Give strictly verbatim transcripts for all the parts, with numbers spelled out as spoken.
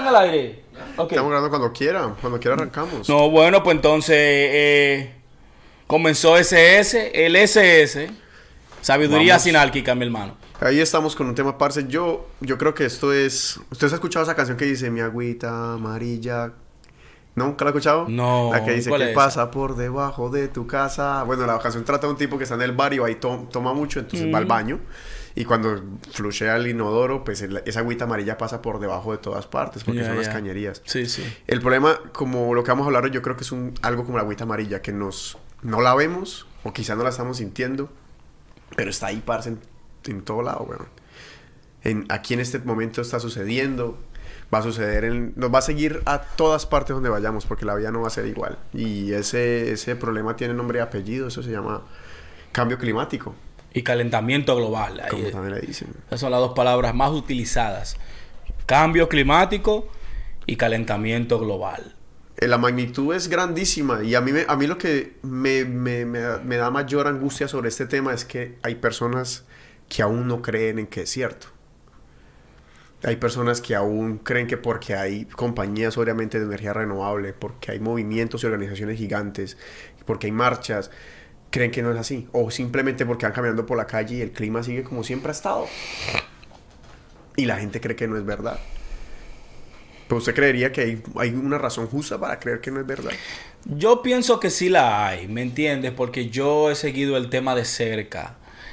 al aire? Okay. Estamos grabando cuando quiera. Cuando quiera arrancamos. No, bueno, pues entonces eh, comenzó S S, el S S, Sabiduría Vamos. Sinárquica, mi hermano. Ahí estamos con un tema, parce. Yo, yo creo que esto es... ¿Ustedes han escuchado esa canción que dice mi agüita amarilla? ¿No? ¿Nunca la has escuchado? No. La que dice que pasa por debajo de tu casa. Bueno, la canción trata de un tipo que está en el bar y ahí to toma mucho, entonces mm. va al baño. Y cuando flushea el inodoro, pues el, esa agüita amarilla pasa por debajo de todas partes, porque yeah, son yeah. las cañerías. Sí, sí. El problema, como lo que vamos a hablar hoy, yo creo que es un, algo como la agüita amarilla, que nos no la vemos, o quizá no la estamos sintiendo, pero está ahí, parce, en, en todo lado, weón. En, aquí en este momento está sucediendo, va a suceder, en, nos va a seguir a todas partes donde vayamos, porque la vida no va a ser igual. Y ese, ese problema tiene nombre y apellido, eso se llama cambio climático. Y calentamiento global. Como ahí, también le dicen. Esas son las dos palabras más utilizadas. Cambio climático y calentamiento global. La magnitud es grandísima. Y a mí, me, a mí lo que me, me, me, me da mayor angustia sobre este tema es que hay personas que aún no creen en que es cierto. Hay personas que aún creen que porque hay compañías obviamente de energía renovable, porque hay movimientos y organizaciones gigantes, porque hay marchas, creen que no es así, o simplemente porque van caminando por la calle y el clima sigue como siempre ha estado y la gente cree que no es verdad. Pero usted creería que hay, hay una razón justa para creer que no es verdad. Yo pienso que sí la hay, ¿me entiendes? Porque yo he seguido el tema de cerca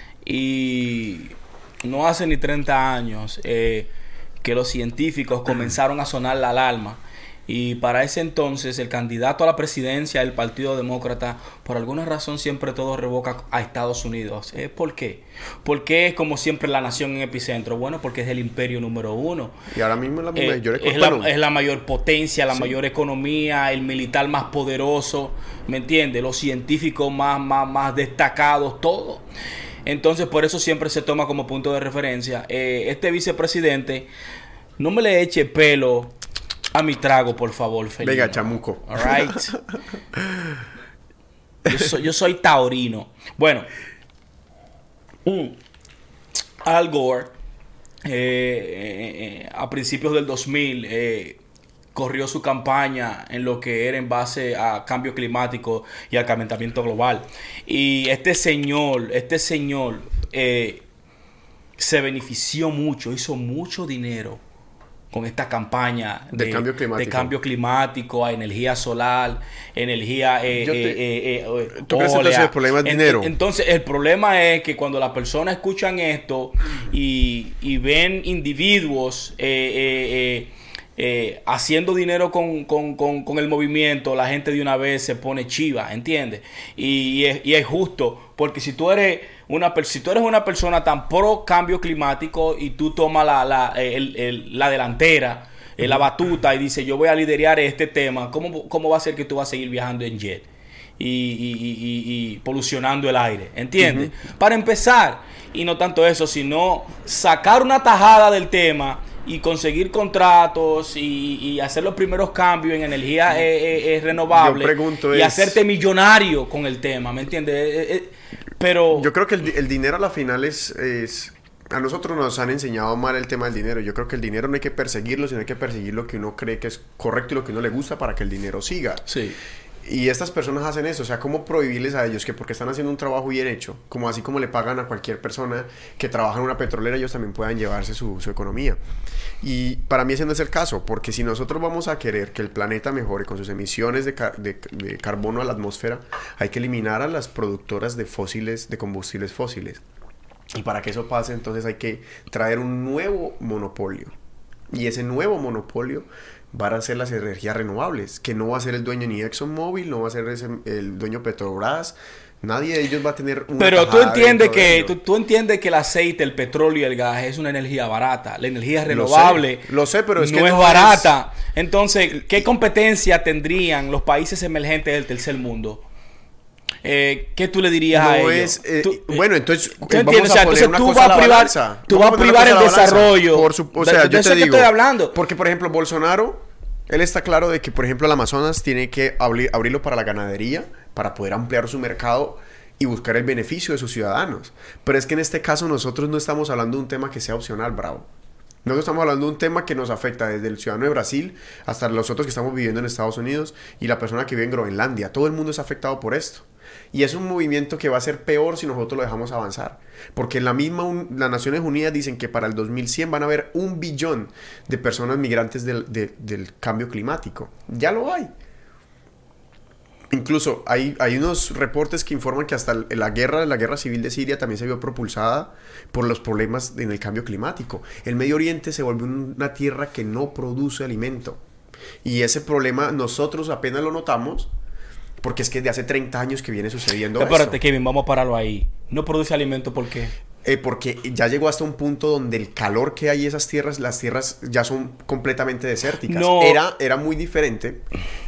y no hace ni treinta años eh, que los científicos comenzaron a sonar la alarma. Y para ese entonces el candidato a la presidencia del Partido Demócrata, por alguna razón siempre todo revoca a Estados Unidos. ¿Eh? ¿Por qué? ¿Por qué es como siempre la nación en epicentro? Bueno, porque es el imperio número uno. Y ahora mismo es la eh, mayor es, la, es la mayor potencia, la sí. mayor economía, el militar más poderoso, ¿me entiendes? Los científicos más, más, más destacados, todo. Entonces por eso siempre se toma como punto de referencia. Eh, este vicepresidente, no me le eche pelo a mi trago, por favor, Felino. Venga, chamuco. All right. Yo soy, yo soy taurino. Bueno. Mm, Al Gore, eh, eh, a principios del dos mil, eh, corrió su campaña en lo que era en base a cambio climático y al calentamiento global. Y este señor, este señor eh, se benefició mucho, hizo mucho dinero con esta campaña de, de, cambio, climático. de cambio climático, a energía solar, energía eh, te, eh, eh, eh, ¿Tú crees entonces el problema es dinero? Entonces el problema es que cuando las personas escuchan esto y, y ven individuos eh, eh, eh, eh, haciendo dinero con, con, con, con el movimiento, la gente de una vez se pone chiva, ¿entiendes? Y, y, es, y es justo, porque si tú eres una si tú eres una persona tan pro cambio climático y tú tomas la, la, el, el, la delantera, eh, la batuta y dices yo voy a liderar este tema, ¿cómo, cómo va a ser que tú vas a seguir viajando en jet y, y, y, y, y polucionando el aire? ¿Entiendes? Uh-huh. Para empezar, y no tanto eso, sino sacar una tajada del tema y conseguir contratos y, y hacer los primeros cambios en energía eh, eh, renovable y es... hacerte millonario con el tema, ¿me entiendes? Eh, eh, pero yo creo que el, el dinero a la final es, es... A nosotros nos han enseñado mal el tema del dinero. Yo creo que el dinero no hay que perseguirlo, sino hay que perseguir lo que uno cree que es correcto y lo que uno le gusta para que el dinero siga. Sí. Y estas personas hacen eso, o sea, ¿cómo prohibirles a ellos que porque están haciendo un trabajo bien hecho, como así como le pagan a cualquier persona que trabaja en una petrolera, ellos también puedan llevarse su, su economía? Y para mí ese no es el caso, porque si nosotros vamos a querer que el planeta mejore con sus emisiones de, car de, de carbono a la atmósfera, hay que eliminar a las productoras de fósiles, de combustibles fósiles. Y para que eso pase, entonces hay que traer un nuevo monopolio. Y ese nuevo monopolio van a ser las energías renovables, que no va a ser el dueño ni ExxonMobil, no va a ser ese, el dueño Petrobras, nadie de ellos va a tener una Pero tú entiendes que tú, tú entiendes que el aceite, el petróleo y el gas es una energía barata, la energía renovable lo sé, lo sé pero es no que es no barata. Es... Entonces, ¿qué competencia tendrían los países emergentes del tercer mundo? Eh, ¿Qué tú le dirías no a ellos? Es, eh, tú, bueno, entonces ¿tú entiendes? O sea, entonces tú vas a privar, tú vas a privar el desarrollo. Por su, o sea, de, yo te digo, que estoy hablando. Porque, por ejemplo, Bolsonaro, él está claro de que, por ejemplo, el Amazonas tiene que abrir, abrirlo para la ganadería, para poder ampliar su mercado y buscar el beneficio de sus ciudadanos. Pero es que en este caso nosotros no estamos hablando de un tema que sea opcional, bravo. Nosotros estamos hablando de un tema que nos afecta desde el ciudadano de Brasil hasta los otros que estamos viviendo en Estados Unidos y la persona que vive en Groenlandia. Todo el mundo es afectado por esto. Y es un movimiento que va a ser peor si nosotros lo dejamos avanzar. Porque la misma, un, las Naciones Unidas dicen que para el dos mil cien van a haber un billón de personas migrantes del, de, del cambio climático. Ya lo hay. Incluso hay, hay unos reportes que informan que hasta la guerra, la guerra civil de Siria también se vio propulsada por los problemas en el cambio climático. El Medio Oriente se volvió una tierra que no produce alimento. Y ese problema nosotros apenas lo notamos porque es que de hace treinta años que viene sucediendo esto. Espérate, Kevin, vamos a pararlo ahí. ¿No produce alimento por qué? Eh, porque ya llegó hasta un punto donde el calor que hay en esas tierras, las tierras ya son completamente desérticas. No. Era, era muy diferente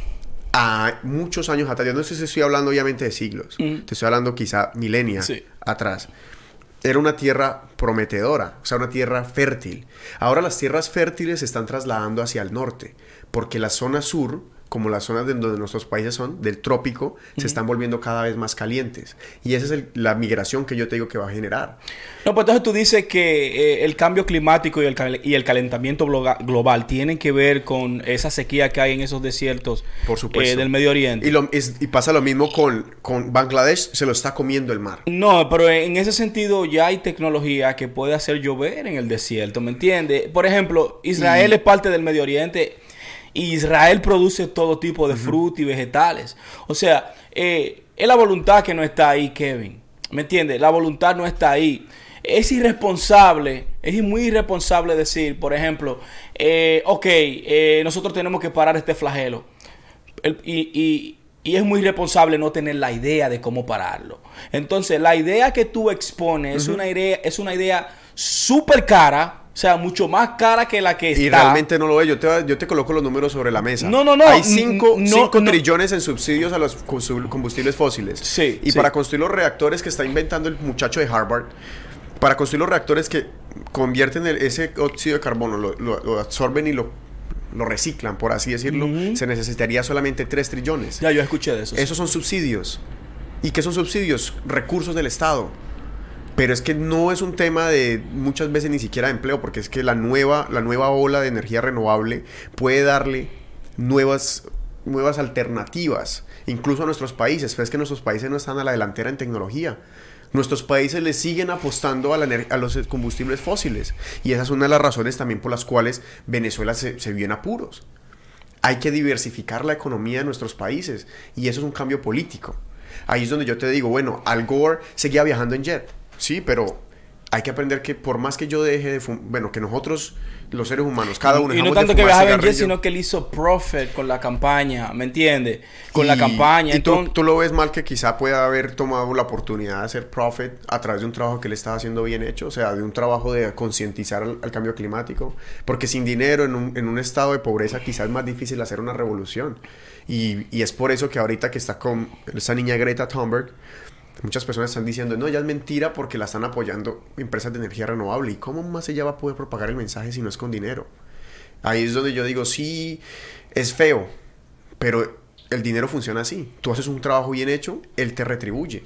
a muchos años atrás. Yo no sé si estoy hablando obviamente de siglos. Mm. Te estoy hablando quizá milenias sí. atrás. Era una tierra prometedora, o sea, una tierra fértil. Ahora las tierras fértiles se están trasladando hacia el norte, porque la zona sur, como las zonas de donde nuestros países son, del trópico, uh-huh. se están volviendo cada vez más calientes. Y esa es el, la migración que yo te digo que va a generar. No, pues entonces tú dices que eh, el cambio climático y el, cal- y el calentamiento bloga- global tienen que ver con esa sequía que hay en esos desiertos. Por supuesto. Eh, del Medio Oriente. Y, lo, es, y pasa lo mismo con, con Bangladesh, se lo está comiendo el mar. No, pero en ese sentido ya hay tecnología que puede hacer llover en el desierto, ¿me entiendes? Por ejemplo, Israel y... es parte del Medio Oriente. Y Israel produce todo tipo de uh-huh. frutas y vegetales. O sea, eh, es la voluntad que no está ahí, Kevin. ¿Me entiendes? La voluntad no está ahí. Es irresponsable, es muy irresponsable decir, por ejemplo, eh, ok, eh, nosotros tenemos que parar este flagelo. El, y, y, y es muy irresponsable no tener la idea de cómo pararlo. Entonces, la idea que tú expones uh-huh. es una idea, es una idea súper cara. O sea, mucho más cara que la que está. Y realmente no lo es. Yo te, yo te coloco los números sobre la mesa. No, no, no. Hay cinco no, no. trillones en subsidios a los combustibles fósiles. Sí. Y sí. para construir los reactores que está inventando el muchacho de Harvard, para construir los reactores que convierten el, ese óxido de carbono, lo, lo, lo absorben y lo, lo reciclan, por así decirlo, uh-huh. se necesitaría solamente tres trillones. Ya, yo escuché de eso. Esos son subsidios. ¿Y qué son subsidios? Recursos del Estado. Pero es que no es un tema de muchas veces ni siquiera de empleo, porque es que la nueva, la nueva ola de energía renovable puede darle nuevas, nuevas alternativas, incluso a nuestros países. Pero es que nuestros países no están a la delantera en tecnología. Nuestros países le siguen apostando a, la ener- a los combustibles fósiles. Y esa es una de las razones también por las cuales Venezuela se, se vio en apuros. Hay que diversificar la economía de nuestros países. Y eso es un cambio político. Ahí es donde yo te digo, bueno, Al Gore seguía viajando en jet. Sí, pero hay que aprender que por más que yo deje de fumar, bueno, que nosotros, los seres humanos, cada uno... Y no tanto que viajaba en jet, sino que él hizo profit con la campaña, ¿me entiendes? Con y, la campaña. Y entonces... tú, tú lo ves mal que quizá pueda haber tomado la oportunidad de hacer profit a través de un trabajo que él estaba haciendo bien hecho, o sea, de un trabajo de concientizar al, al cambio climático, porque sin dinero, en un, en un estado de pobreza, quizás es más difícil hacer una revolución. Y, y es por eso que ahorita que está con esa niña Greta Thunberg, muchas personas están diciendo, no, ya es mentira porque la están apoyando empresas de energía renovable. ¿Y cómo más ella va a poder propagar el mensaje si no es con dinero? Ahí es donde yo digo, sí, es feo, pero el dinero funciona así. Tú haces un trabajo bien hecho, él te retribuye.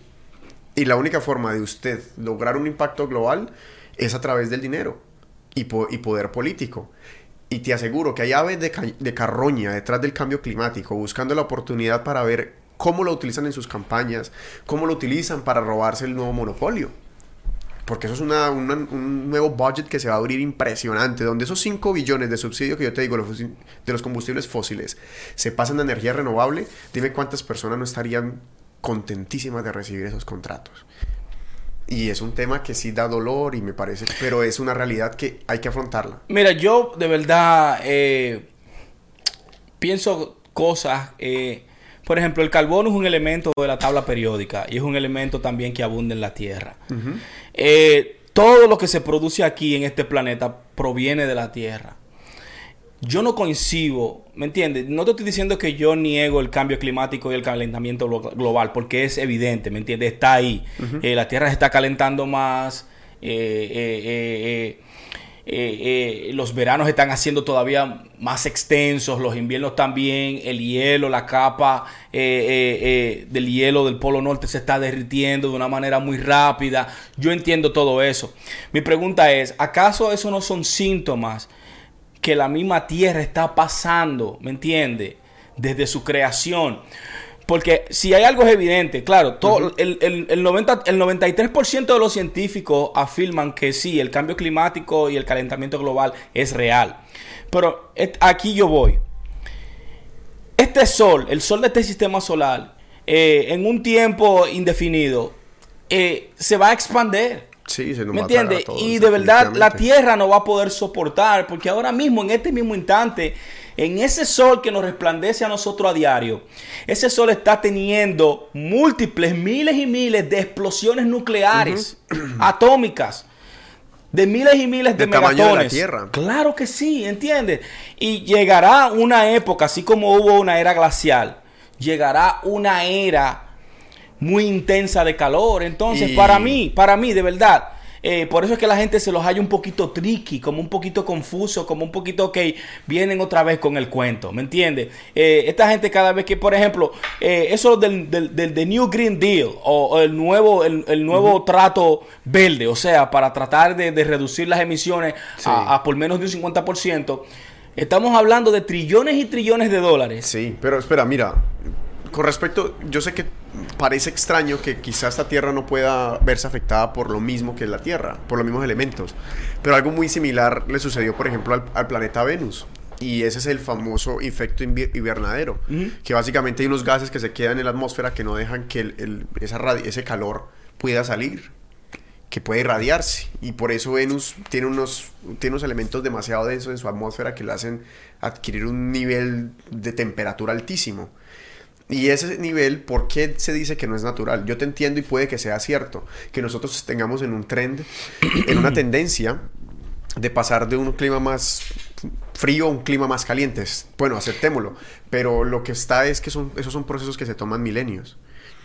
Y la única forma de usted lograr un impacto global es a través del dinero y, po- y poder político. Y te aseguro que hay aves de, ca- de carroña detrás del cambio climático buscando la oportunidad para ver cómo lo utilizan en sus campañas, cómo lo utilizan para robarse el nuevo monopolio. Porque eso es una, una, un nuevo budget que se va a abrir impresionante, donde esos cinco billones de subsidio que yo te digo de los combustibles fósiles se pasan a energía renovable. Dime cuántas personas no estarían contentísimas de recibir esos contratos. Y es un tema que sí da dolor y me parece, pero es una realidad que hay que afrontarla. Mira, yo de verdad eh, pienso cosas... Eh, Por ejemplo, el carbono es un elemento de la tabla periódica y es un elemento también que abunda en la Tierra. Uh-huh. Eh, todo lo que se produce aquí en este planeta proviene de la Tierra. Yo no coincido, ¿me entiendes? No te estoy diciendo que yo niego el cambio climático y el calentamiento global, porque es evidente, ¿me entiendes? Está ahí. Uh-huh. Eh, la Tierra se está calentando más. Eh, eh, eh, eh, eh, eh, los veranos están haciendo todavía más extensos, los inviernos también, el hielo, la capa eh, eh, eh, del hielo del Polo Norte se está derritiendo de una manera muy rápida. Yo entiendo todo eso. Mi pregunta es, ¿acaso eso no son síntomas que la misma Tierra está pasando, ¿me entiende?, desde su creación? Porque si hay algo es evidente, claro, todo, uh-huh. el, el, el, noventa, el noventa y tres por ciento de los científicos afirman que sí, el cambio climático y el calentamiento global es real. Pero et, aquí yo voy. Este sol, el sol de este sistema solar, eh, en un tiempo indefinido, eh, se va a expandir. Sí, se nos ¿Me va a tragar entiendes? a todos, Y de verdad la definitivamente. Tierra no va a poder soportar, porque ahora mismo, en este mismo instante, en ese sol que nos resplandece a nosotros a diario, ese sol está teniendo múltiples, miles y miles de explosiones nucleares, uh-huh. atómicas, de miles y miles de, de megatones. Tamaño de la Tierra. Claro que sí, ¿entiendes? Y llegará una época, así como hubo una era glacial, llegará una era muy intensa de calor. Entonces, y... para mí, para mí, de verdad, eh, por eso es que la gente se los halla un poquito tricky, como un poquito confuso, como un poquito, ok, vienen otra vez con el cuento, ¿me entiendes? Eh, esta gente cada vez que, por ejemplo, eh, eso del, del, del, del New Green Deal o, o el nuevo, el, el nuevo uh-huh. trato verde, o sea, para tratar de, de reducir las emisiones sí. a, a por menos de un cincuenta por ciento, estamos hablando de trillones y trillones de dólares. Sí, pero espera, mira, con respecto, yo sé que parece extraño que quizás esta Tierra no pueda verse afectada por lo mismo que la Tierra, por los mismos elementos, pero algo muy similar le sucedió, por ejemplo, al, al planeta Venus, y ese es el famoso efecto invernadero, uh-huh. que básicamente hay unos gases que se quedan en la atmósfera que no dejan que el, el, esa radi- ese calor pueda salir, que puede irradiarse, y por eso Venus tiene unos, tiene unos elementos demasiado densos en su atmósfera que le hacen adquirir un nivel de temperatura altísimo. Y ese nivel, ¿por qué se dice que no es natural? Yo te entiendo y puede que sea cierto, que nosotros tengamos en un trend, en una tendencia de pasar de un clima más frío a un clima más caliente. Bueno, aceptémoslo, pero lo que está es que son, esos son procesos que se toman milenios.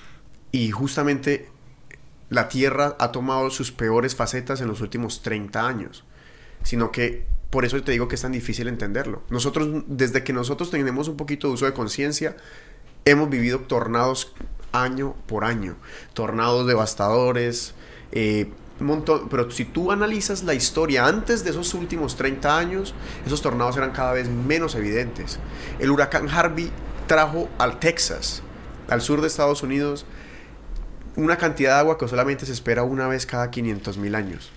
Y justamente la Tierra ha tomado sus peores facetas en los últimos treinta años, sino que por eso te digo que es tan difícil entenderlo. Nosotros, desde que nosotros tenemos un poquito de uso de conciencia, hemos vivido tornados año por año, tornados devastadores, eh, un montón, pero si tú analizas la historia antes de esos últimos treinta años, esos tornados eran cada vez menos evidentes. El huracán Harvey trajo al Texas, al sur de Estados Unidos, una cantidad de agua que solamente se espera una vez cada quinientos mil años.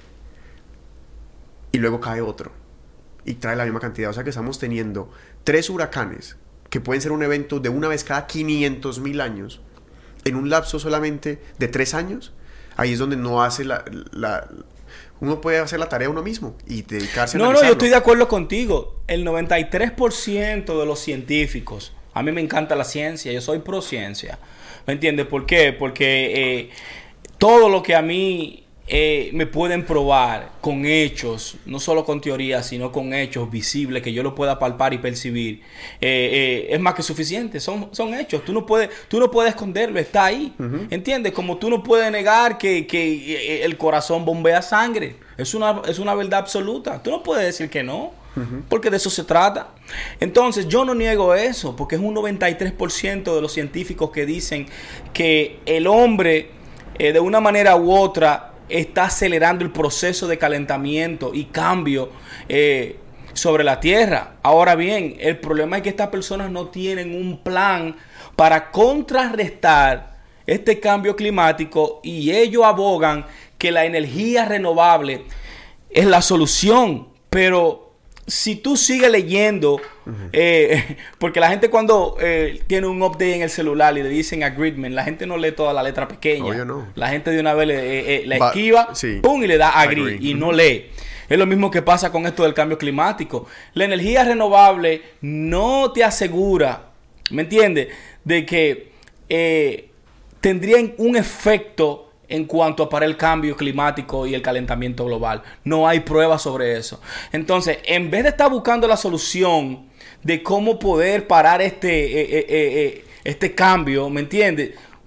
Y luego cae otro, y trae la misma cantidad. O sea que estamos teniendo tres huracanes que pueden ser un evento de una vez cada quinientos mil años, en un lapso solamente de tres años. Ahí es donde no hace la, la... Uno puede hacer la tarea uno mismo y dedicarse a No, analizarlo. no, yo estoy de acuerdo contigo. El noventa y tres por ciento de los científicos, a mí me encanta la ciencia, yo soy pro ciencia. ¿Me entiendes? ¿Por qué? Porque eh, todo lo que a mí eh, me pueden probar con hechos, no solo con teorías, sino con hechos visibles que yo lo pueda palpar y percibir, eh, eh, es más que suficiente. Son, son hechos. Tú no puedes, tú no puedes esconderlo, está ahí. Uh-huh. ¿Entiendes? Como tú no puedes negar que, que el corazón bombea sangre. Es una, es una verdad absoluta. Tú no puedes decir que no. Uh-huh. Porque de eso se trata. Entonces yo no niego eso, porque es un noventa y tres por ciento de los científicos que dicen que el hombre eh, de una manera u otra está acelerando el proceso de calentamiento y cambio eh, sobre la Tierra. Ahora bien, el problema es que estas personas no tienen un plan para contrarrestar este cambio climático, y ellos abogan que la energía renovable es la solución. Pero si tú sigues leyendo, uh-huh. eh, porque la gente cuando eh, tiene un update en el celular y le dicen a Gridman, la gente no lee toda la letra pequeña. Obvio no. La gente de una vez le, eh, eh, la Va, esquiva, sí. pum, y le da agree, agree. y Uh-huh. no lee. Es lo mismo que pasa con esto del cambio climático. La energía renovable no te asegura, ¿me entiendes?, de que eh, tendrían un efecto en cuanto a para el cambio climático y el calentamiento global. No hay pruebas sobre eso. Entonces, en vez de estar buscando la solución de cómo poder parar este, eh, eh, eh, este cambio, ¿me entiendes?,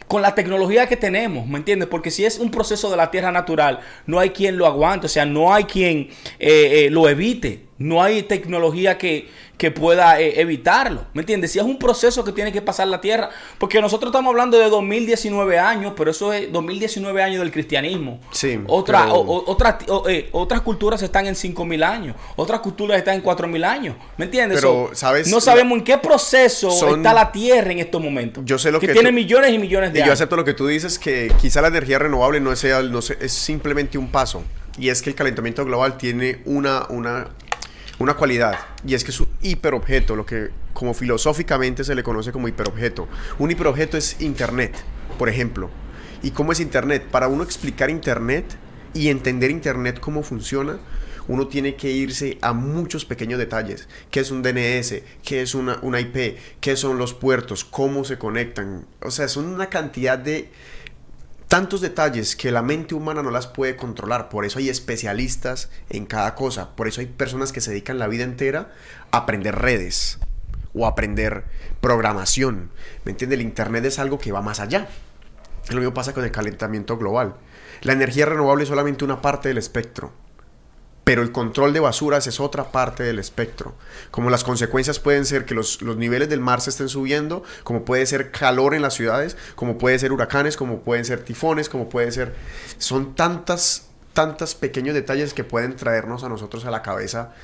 con la tecnología que tenemos, ¿me entiendes? Porque si es un proceso de la tierra natural, no hay quien lo aguante, o sea, no hay quien eh, eh, lo evite. No hay tecnología que, que pueda eh, evitarlo, ¿me entiendes? Si es un proceso que tiene que pasar la tierra, porque nosotros estamos hablando de dos mil diecinueve años, pero eso es dos mil diecinueve años del cristianismo. Sí. Otra, pero... o, o, otra, o, eh, otras culturas están en cinco mil años, otras culturas están en cuatro mil años, ¿me entiendes? Pero, so, ¿sabes? No sabemos en qué proceso son... está la tierra en estos momentos. Yo sé lo que, que tiene tú... millones y millones de y años. yo acepto lo que tú dices, que quizá la energía renovable no, sea, no sea, es simplemente un paso. Y es que el calentamiento global tiene una... una Una cualidad, y es que es un hiperobjeto, lo que como filosóficamente se le conoce como hiperobjeto. Un hiperobjeto es Internet, por ejemplo. ¿Y cómo es Internet? Para uno explicar Internet y entender Internet cómo funciona, uno tiene que irse a muchos pequeños detalles. ¿Qué es un D N S? ¿Qué es una, una I P? ¿Qué son los puertos? ¿Cómo se conectan? O sea, son una cantidad de... tantos detalles que la mente humana no las puede controlar. Por eso hay especialistas en cada cosa. Por eso hay personas que se dedican la vida entera a aprender redes o a aprender programación. ¿Me entiendes? El Internet es algo que va más allá. Lo mismo pasa con el calentamiento global. La energía renovable es solamente una parte del espectro. Pero el control de basuras es otra parte del espectro. Como las consecuencias pueden ser que los, los niveles del mar se estén subiendo, como puede ser calor en las ciudades, como puede ser huracanes, como pueden ser tifones, como puede ser... Son tantas, tantos pequeños detalles que pueden traernos a nosotros a la cabeza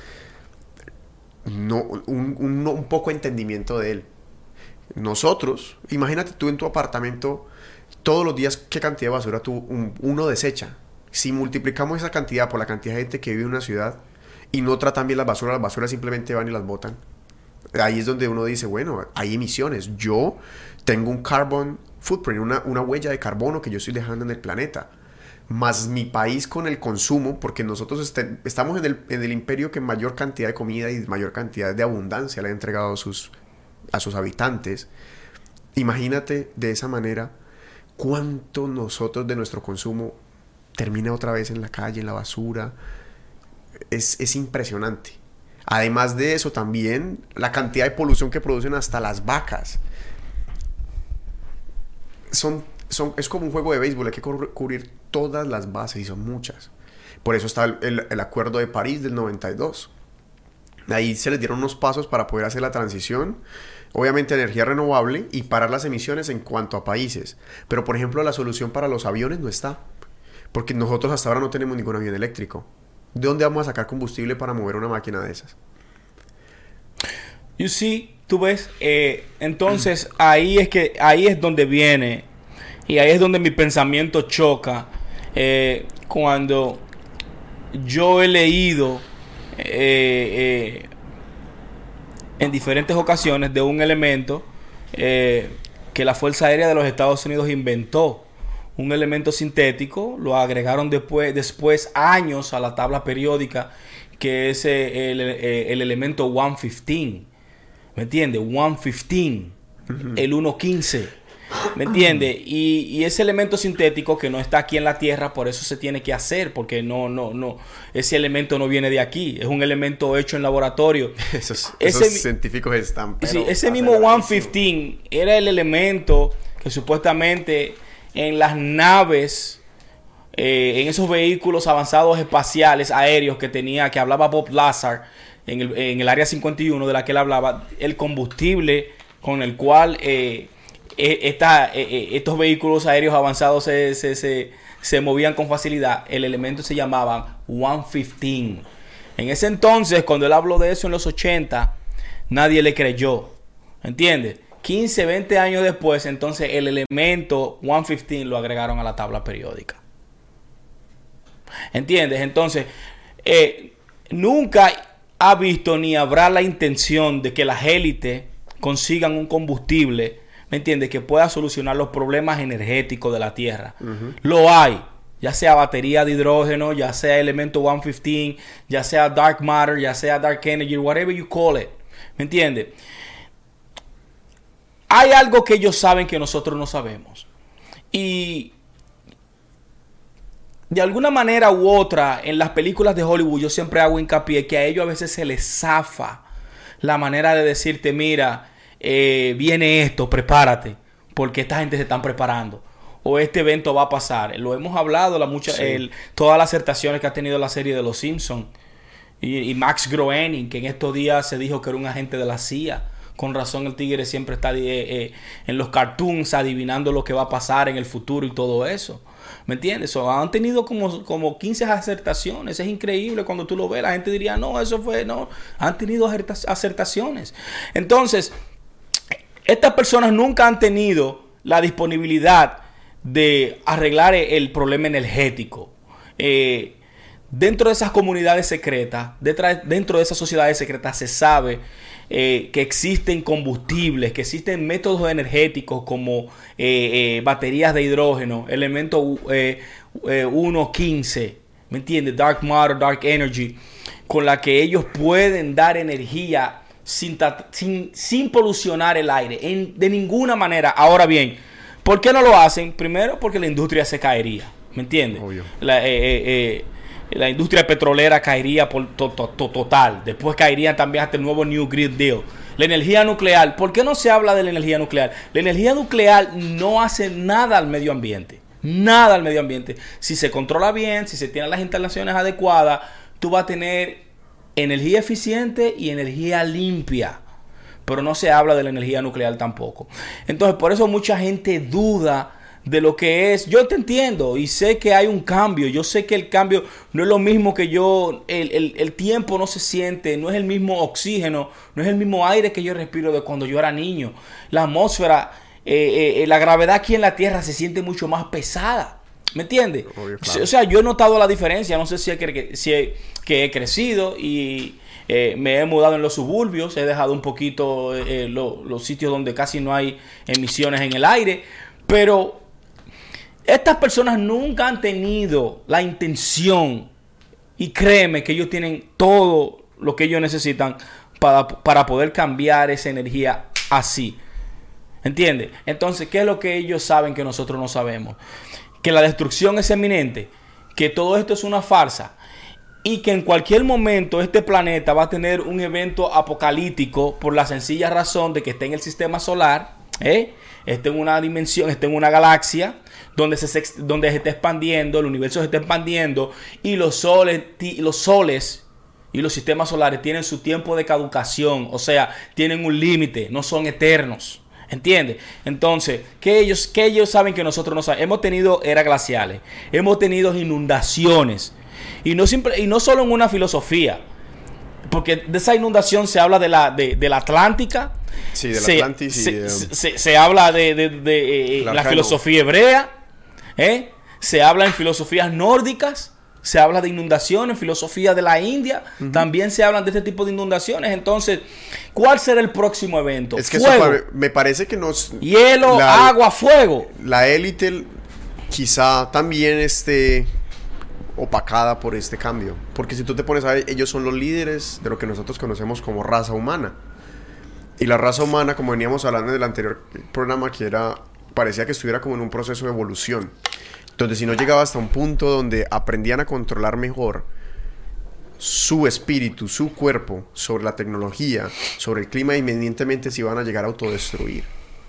no, un, un, un poco entendimiento de él. Nosotros, imagínate tú en tu apartamento, todos los días qué cantidad de basura tú, un, uno desecha. Si multiplicamos esa cantidad por la cantidad de gente que vive en una ciudad y no tratan bien las basuras, las basuras simplemente van y las botan. Ahí es donde uno dice, bueno, hay emisiones. Yo tengo un carbon footprint, una, una huella de carbono que yo estoy dejando en el planeta. Más mi país con el consumo, porque nosotros este, estamos en el, en el imperio que mayor cantidad de comida y mayor cantidad de abundancia le ha entregado a sus, a sus habitantes. Imagínate de esa manera cuánto nosotros de nuestro consumo termina otra vez en la calle, en la basura. Es, es impresionante. Además de eso, también la cantidad de polución que producen hasta las vacas. Son, son, es como un juego de béisbol, hay que cubrir todas las bases y son muchas. Por eso está el, el, el Acuerdo de París del noventa y dos. Ahí se les dieron unos pasos para poder hacer la transición, obviamente energía renovable, y parar las emisiones en cuanto a países. Pero, por ejemplo, la solución para los aviones no está. Porque nosotros hasta ahora no tenemos ningún avión eléctrico. ¿De dónde vamos a sacar combustible para mover una máquina de esas? You see, tú ves, eh, entonces ahí es que ahí es donde viene y ahí es donde mi pensamiento choca eh, cuando yo he leído eh, eh, en diferentes ocasiones de un elemento eh, que la Fuerza Aérea de los Estados Unidos inventó. Un elemento sintético, lo agregaron después, después años a la tabla periódica, que es el, el, el elemento ciento quince. ¿Me entiendes? ciento quince. Uh-huh. El ciento quince. ¿Me entiendes? Y, y ese elemento sintético que no está aquí en la Tierra, por eso se tiene que hacer, porque no, no, no, ese elemento no viene de aquí, es un elemento hecho en laboratorio. Esos, ese, esos científicos están... Pero sí, ese mismo ciento quince era el elemento que supuestamente en las naves, eh, en esos vehículos avanzados espaciales aéreos que tenía, que hablaba Bob Lazar en el, en el área cincuenta y uno, de la que él hablaba, el combustible con el cual eh, esta, eh, estos vehículos aéreos avanzados se, se, se, se movían con facilidad, el elemento se llamaba ciento quince. En ese entonces, cuando él habló de eso en los ochenta, nadie le creyó, ¿entiendes? quince, veinte años después, entonces el elemento ciento quince lo agregaron a la tabla periódica. ¿Entiendes? Entonces, eh, nunca ha visto ni habrá la intención de que las élites consigan un combustible, ¿me entiendes?, que pueda solucionar los problemas energéticos de la Tierra. Uh-huh. Lo hay, ya sea batería de hidrógeno, ya sea elemento ciento quince, ya sea dark matter, ya sea dark energy, whatever you call it. ¿Me entiendes? Hay algo que ellos saben que nosotros no sabemos. Y de alguna manera u otra, en las películas de Hollywood, yo siempre hago hincapié que a ellos a veces se les zafa la manera de decirte, mira, eh, viene esto, prepárate. porque esta gente se están preparando. O este evento va a pasar. Lo hemos hablado, la mucha, Sí. el, todas las acertaciones que ha tenido la serie de Los Simpsons. Y, y Max Groening, que en estos días se dijo que era un agente de la C I A. Con razón el tigre siempre está eh, eh, en los cartoons adivinando lo que va a pasar en el futuro y todo eso. ¿Me entiendes? So, han tenido como, como quince acertaciones. Es increíble cuando tú lo ves. La gente diría, no, eso fue, no. Han tenido acertaciones. Entonces, estas personas nunca han tenido la disponibilidad de arreglar el problema energético. Eh, dentro de esas comunidades secretas, detrás, dentro de esas sociedades secretas se sabe eh, que existen combustibles, que existen métodos energéticos como eh, eh, baterías de hidrógeno, elemento eh, eh, uno quince, ¿me entiendes? Dark matter, dark energy, con la que ellos pueden dar energía sin, sin, sin polucionar el aire, en, de ninguna manera. Ahora bien, ¿por qué no lo hacen? Primero, porque la industria se caería, ¿me entiendes? Obvio. La, eh, eh, eh, la industria petrolera caería por to, to, to, total. Después caería también hasta el nuevo New Green Deal. La energía nuclear. ¿Por qué no se habla de la energía nuclear? La energía nuclear no hace nada al medio ambiente. Nada al medio ambiente. Si se controla bien, si se tienen las instalaciones adecuadas, tú vas a tener energía eficiente y energía limpia. Pero no se habla de la energía nuclear tampoco. Entonces, por eso mucha gente duda de lo que es. Yo te entiendo y sé que hay un cambio. Yo sé que el cambio no es lo mismo que yo. El, el, el tiempo no se siente, no es el mismo oxígeno, no es el mismo aire que yo respiro de cuando yo era niño. La atmósfera, eh, eh, la gravedad aquí en la Tierra se siente mucho más pesada. ¿Me entiendes? Obvio, claro. O sea, yo he notado la diferencia. No sé si, es que, si es que he crecido y eh, me he mudado en los suburbios. He dejado un poquito eh, lo, los sitios donde casi no hay emisiones en el aire. Pero estas personas nunca han tenido la intención, y créeme que ellos tienen todo lo que ellos necesitan para, para poder cambiar esa energía así. ¿Entiendes? Entonces, ¿qué es lo que ellos saben que nosotros no sabemos? Que la destrucción es eminente, que todo esto es una farsa y que en cualquier momento este planeta va a tener un evento apocalíptico por la sencilla razón de que está en el sistema solar, ¿eh? Está en una dimensión, está en una galaxia donde se, donde se está expandiendo, el universo se está expandiendo y los soles, los soles y los sistemas solares tienen su tiempo de caducación, o sea, tienen un límite, no son eternos. ¿Entiendes? Entonces, ¿qué ellos, qué ellos saben que nosotros no sabemos? Hemos tenido eras glaciales, hemos tenido inundaciones. Y no, siempre, y no solo en una filosofía. Porque de esa inundación se habla de la, de, de la Atlántica. Sí, de la se, Atlantis. Se, y de, se, se, se habla de, de, de, de eh, la filosofía hebrea. ¿eh? Se habla en filosofías nórdicas. Se habla de inundaciones, filosofía de la India. Uh-huh. También se hablan de este tipo de inundaciones. Entonces, ¿cuál será el próximo evento? Es que fuego, eso me parece que nos... Hielo, la, agua, fuego. La élite quizá también esté opacada por este cambio. Porque si tú te pones a ver, ellos son los líderes de lo que nosotros conocemos como raza humana. Y la raza humana, como veníamos hablando en el anterior programa, que era... parecía que estuviera como en un proceso de evolución. Entonces, si no llegaba hasta un punto donde aprendían a controlar mejor su espíritu, su cuerpo, sobre la tecnología, sobre el clima, inmediatamente se iban a llegar a autodestruir.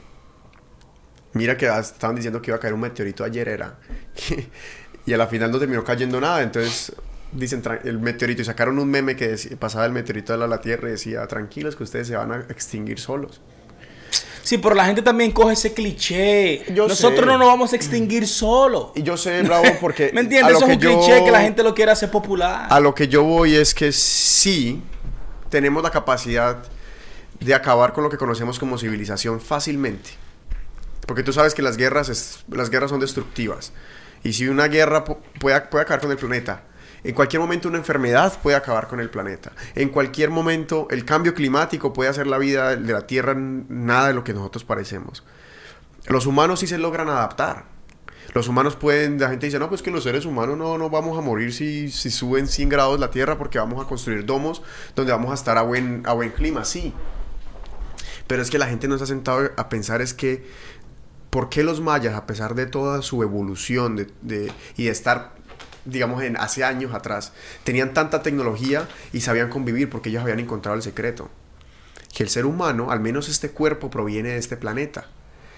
Mira que estaban diciendo que iba a caer un meteorito ayer, era. Y a la final no terminó cayendo nada. Entonces, dicen el meteorito. Y sacaron un meme que decía, pasaba el meteorito a la Tierra y decía, tranquilos que ustedes se van a extinguir solos. Sí, pero la gente también coge ese cliché. Yo Nosotros sé. no nos vamos a extinguir solos. Y yo sé, Bravo, porque... ¿Me entiendes? Eso es un yo, cliché que la gente lo quiere hacer popular. A lo que yo voy es que sí tenemos la capacidad de acabar con lo que conocemos como civilización fácilmente. Porque tú sabes que las guerras, es, las guerras son destructivas. Y si una guerra puede, puede acabar con el planeta... En cualquier momento una enfermedad puede acabar con el planeta. En cualquier momento el cambio climático puede hacer la vida de la Tierra nada de lo que nosotros parecemos. Los humanos sí se logran adaptar. Los humanos pueden... La gente dice, no, pues que los seres humanos no, no vamos a morir si, si suben cien grados la Tierra porque vamos a construir domos donde vamos a estar a buen, a buen clima. Sí. Pero es que la gente no se ha sentado a pensar es que... ¿Por qué los mayas, a pesar de toda su evolución de, de, y de estar... digamos, en, hace años atrás, tenían tanta tecnología y sabían convivir porque ellos habían encontrado el secreto? Que el ser humano, al menos este cuerpo, proviene de este planeta.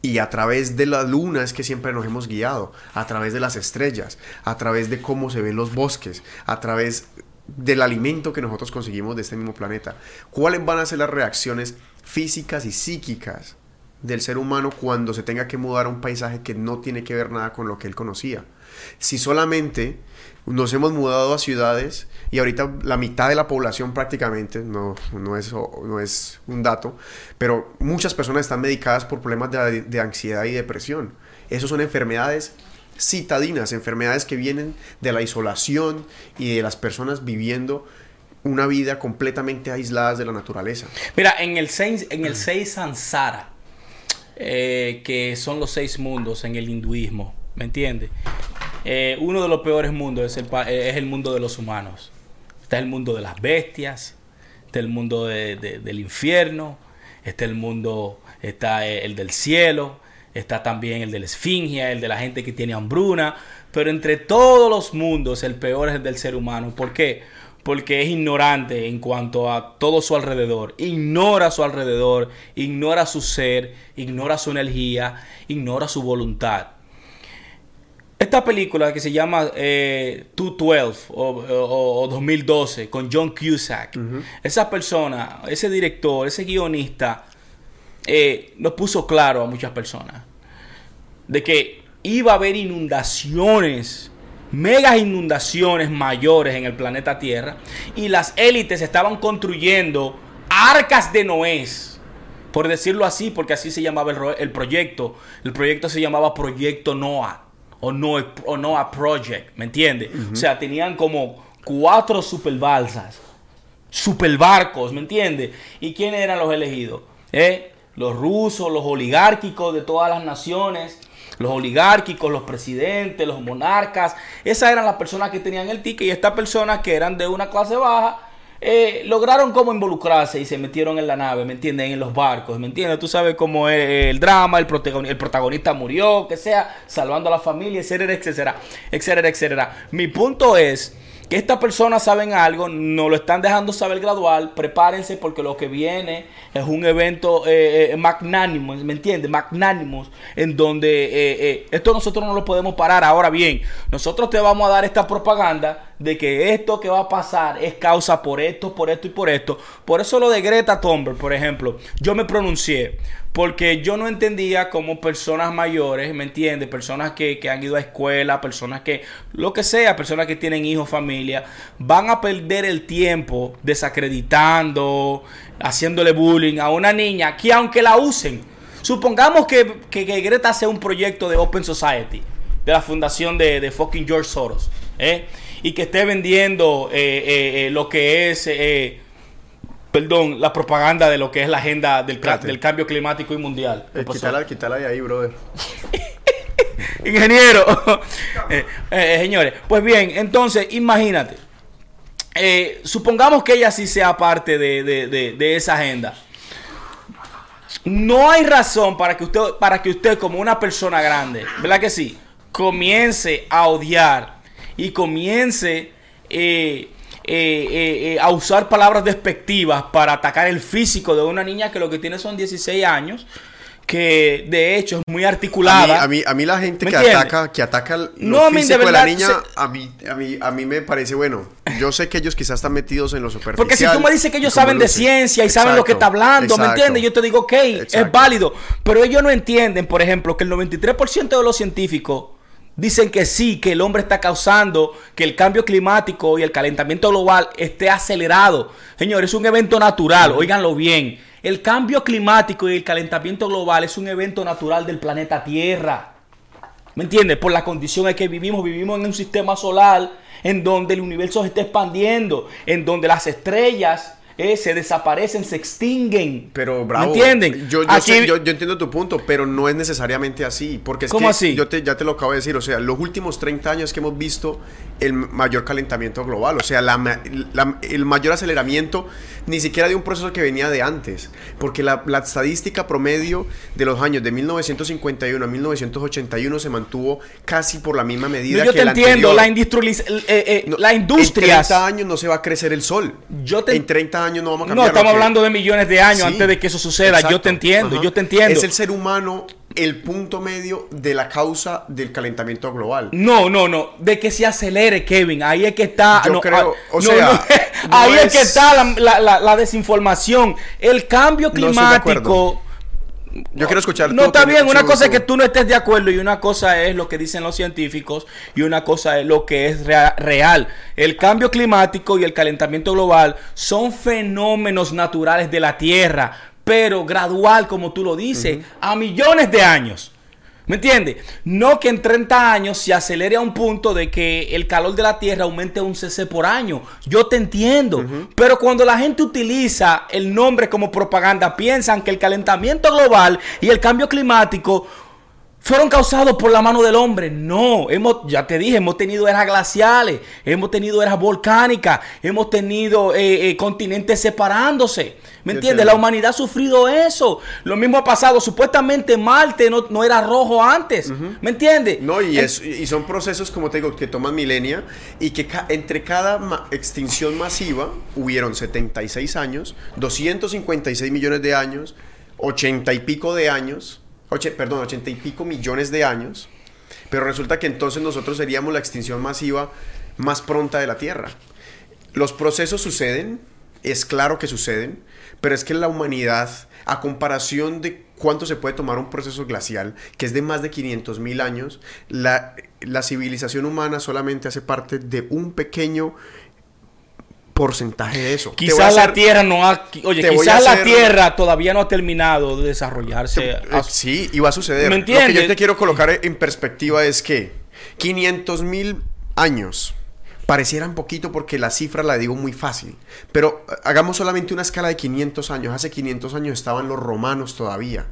Y a través de la luna es que siempre nos hemos guiado, a través de las estrellas, a través de cómo se ven los bosques, a través del alimento que nosotros conseguimos de este mismo planeta. ¿Cuáles van a ser las reacciones físicas y psíquicas del ser humano cuando se tenga que mudar a un paisaje que no tiene que ver nada con lo que él conocía? Si solamente nos hemos mudado a ciudades y ahorita la mitad de la población prácticamente, no, no, es, no es un dato, pero muchas personas están medicadas por problemas de, de ansiedad y depresión. Esas son enfermedades citadinas, enfermedades que vienen de la isolación y de las personas viviendo una vida completamente aisladas de la naturaleza. Mira, en el seis, en el seis Samsara, eh, que son los seis mundos en el hinduismo, ¿me entiendes? Eh, uno de los peores mundos es el, es el mundo de los humanos. Está el mundo de las bestias, está el mundo de, de, del infierno, está el mundo, está el del cielo, está también el de la esfinge, el de la gente que tiene hambruna. Pero entre todos los mundos, el peor es el del ser humano. ¿Por qué? Porque es ignorante en cuanto a todo su alrededor. Ignora su alrededor, ignora su ser, ignora su energía, ignora su voluntad. Esta película que se llama eh, dos mil doce o, o, o dos mil doce con John Cusack, uh-huh. Esa persona, ese director, ese guionista, eh, nos puso claro a muchas personas de que iba a haber inundaciones, megas inundaciones mayores en el planeta Tierra, y las élites estaban construyendo arcas de Noé, por decirlo así, porque así se llamaba el, el proyecto. El proyecto se llamaba Proyecto Noah. O Noah, o Noah Project, ¿me entiendes? Uh-huh. O sea, tenían como cuatro superbalsas, superbarcos, ¿me entiendes? ¿Y quiénes eran los elegidos? ¿Eh? Los rusos, los oligárquicos de todas las naciones, los oligárquicos, los presidentes, los monarcas. Esas eran las personas que tenían el ticket, y estas personas que eran de una clase baja, Eh, lograron como involucrarse y se metieron en la nave, ¿me entienden? En los barcos, ¿me entiendes? Tú sabes cómo es el drama, el protagonista, el protagonista murió, que sea, salvando a la familia, etcétera, etcétera, etcétera, etcétera. Mi punto es que estas personas saben algo, no lo están dejando saber gradual. Prepárense, porque lo que viene es un evento eh, eh, magnánimo, ¿me entiendes? Magnánimo, en donde eh, eh, esto nosotros no lo podemos parar. Ahora bien, nosotros te vamos a dar esta propaganda de que esto que va a pasar es causa por esto, por esto y por esto. Por eso lo de Greta Thunberg, por ejemplo, yo me pronuncié, porque yo no entendía cómo personas mayores, ¿me entiendes? Personas que, que han ido a escuela, personas que, lo que sea, personas que tienen hijos, familia, van a perder el tiempo desacreditando, haciéndole bullying a una niña que, aunque la usen, supongamos que, que, que Greta sea un proyecto de Open Society, de la fundación de, de fucking George Soros, ¿eh? Y que esté vendiendo eh, eh, eh, lo que es... Eh, Perdón, la propaganda de lo que es la agenda del, del cambio climático y mundial. Eh, quítala, quítala de ahí, brother. Ingeniero. eh, eh, señores, pues bien, entonces, imagínate. Eh, supongamos que ella sí sea parte de, de, de, de esa agenda. No hay razón para que usted, para que usted como una persona grande, ¿verdad que sí?, comience a odiar y comience... Eh, Eh, eh, eh, a usar palabras despectivas para atacar el físico de una niña que lo que tiene son dieciséis años, que de hecho es muy articulada. A mí, a mí, a mí la gente que ataca, que ataca lo no, físico de, verdad, de la niña, se... a, mí, a, mí, a mí me parece bueno. Yo sé que ellos quizás están metidos en lo superficial. Porque si tú me dices que ellos saben de ciencia y exacto, saben lo que está hablando, exacto, ¿me entiendes? Yo te digo, ok, exacto, es válido. Pero ellos no entienden, por ejemplo, que el noventa y tres por ciento de los científicos dicen que sí, que el hombre está causando que el cambio climático y el calentamiento global esté acelerado. Señores, es un evento natural, óiganlo bien. El cambio climático y el calentamiento global es un evento natural del planeta Tierra. ¿Me entiendes? Por la condición en que vivimos, vivimos en un sistema solar en donde el universo se está expandiendo, en donde las estrellas... Eh, se desaparecen, se extinguen. Pero bravo, ¿me entienden? Yo, yo, Aquí... sé, yo, yo entiendo tu punto, pero no es necesariamente así. Porque es ¿Cómo que así? Yo te, ya te lo acabo de decir. O sea, los últimos treinta años que hemos visto el mayor calentamiento global. O sea, la, la, el mayor aceleramiento ni siquiera de un proceso que venía de antes. Porque la, la estadística promedio de los años de mil novecientos cincuenta y uno a mil novecientos ochenta y uno se mantuvo casi por la misma medida no, yo que te la entiendo, anterior. La, industrializ eh, eh, no, la industria. En treinta años no se va a crecer el sol. Yo te... En treinta años no vamos a cambiar. No, estamos que... hablando de millones de años sí, antes de que eso suceda. Exacto. Yo te entiendo, Ajá. yo te entiendo. Es el ser humano el punto medio de la causa del calentamiento global. No, no, no. De que se acelere, Kevin. Ahí es que está... Yo no, creo... ah, o no, sea... no, no ahí es... es que está la, la, la, la desinformación. El cambio climático... No Yo quiero escuchar... No, está bien. Una su, cosa su... es que tú no estés de acuerdo y una cosa es lo que dicen los científicos y una cosa es lo que es rea real. El cambio climático y el calentamiento global son fenómenos naturales de la Tierra, pero gradual, como tú lo dices, uh-huh. a millones de años. ¿Me entiendes? No que en treinta años se acelere a un punto de que el calor de la Tierra aumente un cc por año. Yo te entiendo. Uh-huh. Pero cuando la gente utiliza el nombre como propaganda, piensan que el calentamiento global y el cambio climático fueron causados por la mano del hombre. No, hemos, ya te dije, hemos tenido eras glaciales, hemos tenido eras volcánicas, hemos tenido eh, eh, continentes separándose. ¿Me entiendes? La humanidad ha sufrido eso. Lo mismo ha pasado. Supuestamente Marte no, no era rojo antes. Uh-huh. ¿Me entiendes? No, y, es, y son procesos, como te digo, que toman milenia y que ca entre cada ma extinción masiva hubieron setenta y seis años, doscientos cincuenta y seis millones de años, ochenta y pico de años, oche, perdón, ochenta y pico millones de años, pero resulta que entonces nosotros seríamos la extinción masiva más pronta de la Tierra. Los procesos suceden, es claro que suceden, pero es que la humanidad, a comparación de cuánto se puede tomar un proceso glacial, que es de más de quinientos mil años, la, la civilización humana solamente hace parte de un pequeño porcentaje de eso. Quizás hacer, la Tierra no ha... Oye, quizás hacer, la Tierra todavía no ha terminado de desarrollarse. Te, a, sí, y va a suceder. ¿Me entiendes? Lo que yo te quiero colocar en perspectiva es que quinientos mil años... parecieran poquito porque la cifra la digo muy fácil, pero hagamos solamente una escala de quinientos años. Hace quinientos años estaban los romanos todavía.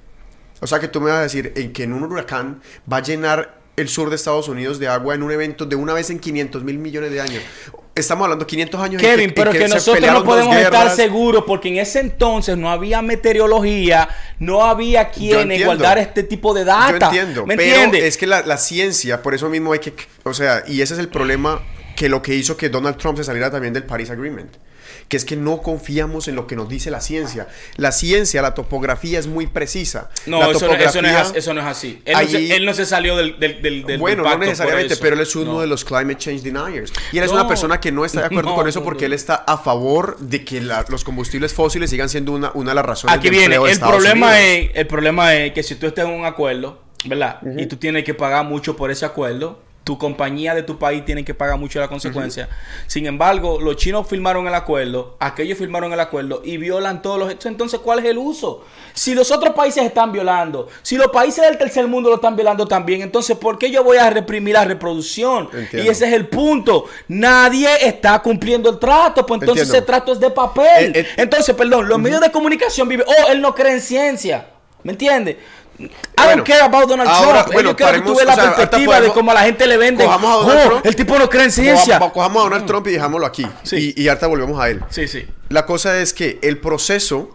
O sea que tú me vas a decir en que en un huracán va a llenar el sur de Estados Unidos de agua en un evento de una vez en quinientos mil millones de años. Estamos hablando de quinientos años. Kevin, en que, pero en que, que nosotros no podemos estar seguros porque en ese entonces no había meteorología, no había quien guardar este tipo de data. Yo entiendo, ¿me pero entiendes? Es que la, la ciencia, por eso mismo hay que, o sea, y ese es el problema, que lo que hizo que Donald Trump se saliera también del Paris Agreement, que es que no confiamos en lo que nos dice la ciencia. La ciencia, la topografía es muy precisa. No, la eso, no, eso, no es, eso no es así. Él, allí, no, se, él no se salió del, del, del, del Bueno, del no necesariamente, pero él es uno no. de los climate change deniers. Y él es no, una persona que no está de acuerdo no, con eso no, porque no. él está a favor de que la, los combustibles fósiles sigan siendo una, una de las razones Aquí de viene, empleo de el Estados problema Unidos. es, el problema es que si tú estás en un acuerdo, ¿verdad? Uh-huh. Y tú tienes que pagar mucho por ese acuerdo, tu compañía de tu país tiene que pagar mucho la consecuencia. Uh-huh. Sin embargo, los chinos firmaron el acuerdo, aquellos firmaron el acuerdo y violan todos los... Entonces, ¿cuál es el uso? Si los otros países están violando, si los países del tercer mundo lo están violando también, entonces, ¿por qué yo voy a reprimir la reproducción? Entiendo. Y ese es el punto. Nadie está cumpliendo el trato, pues entonces Entiendo. ese trato es de papel. Eh, eh, entonces, perdón, los uh-huh. medios de comunicación viven... Oh, él no cree en ciencia. ¿Me entiendes? I bueno, don't care about Donald ahora, Trump. Bueno, Yo quiero que tú veas la sea, perspectiva podemos, de cómo a la gente le vende. Oh, el tipo no cree en ciencia. Cojamos, cojamos a Donald Trump y dejámoslo aquí. Sí. Y, y ahorita volvemos a él. Sí, sí. La cosa es que el proceso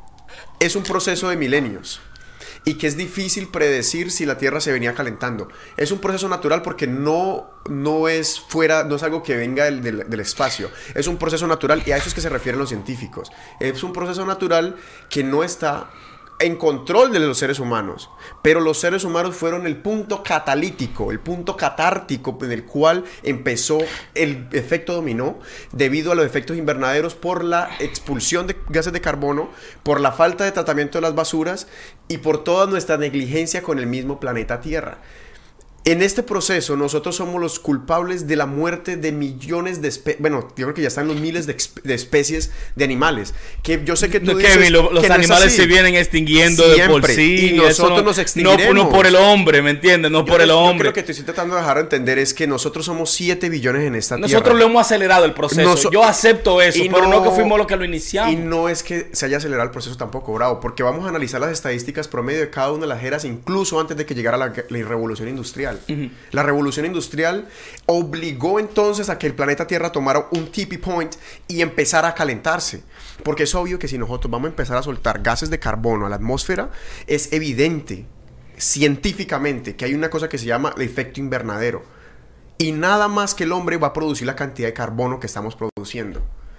es un proceso de milenios. Y que es difícil predecir si la Tierra se venía calentando. Es un proceso natural porque no, no es fuera, no es algo que venga del, del, del espacio. Es un proceso natural y a eso es que se refieren los científicos. Es un proceso natural que no está en control de los seres humanos, pero los seres humanos fueron el punto catalítico, el punto catártico en el cual empezó el efecto dominó debido a los efectos invernaderos por la expulsión de gases de carbono, por la falta de tratamiento de las basuras y por toda nuestra negligencia con el mismo planeta Tierra. En este proceso nosotros somos los culpables de la muerte de millones de especies, bueno, yo creo que ya están los miles de, de especies de animales, que yo sé que tú no, dices Kevin, lo, los que animales no se vienen extinguiendo Siempre. de por sí. Y nosotros no, nos extinguiremos. No, no por el hombre, ¿me entiendes? No yo por el lo, hombre. Yo creo que te estoy tratando de dejar a entender es que nosotros somos siete billones en esta nosotros tierra. Nosotros lo hemos acelerado el proceso. Nos, yo acepto eso, pero no, no que fuimos los que lo iniciamos. Y no es que se haya acelerado el proceso tampoco, bravo, porque vamos a analizar las estadísticas promedio de cada una de las eras, incluso antes de que llegara la, la revolución industrial. Uh-huh. La revolución industrial industrial obligó entonces a que el planeta Tierra tomara un tipping point y empezara a calentarse. Porque es obvio que si nosotros vamos a empezar a soltar gases de carbono a la atmósfera, es evidente científicamente que hay una cosa que se llama el efecto invernadero. Y nada más que el hombre va a producir la cantidad de carbono que estamos produciendo.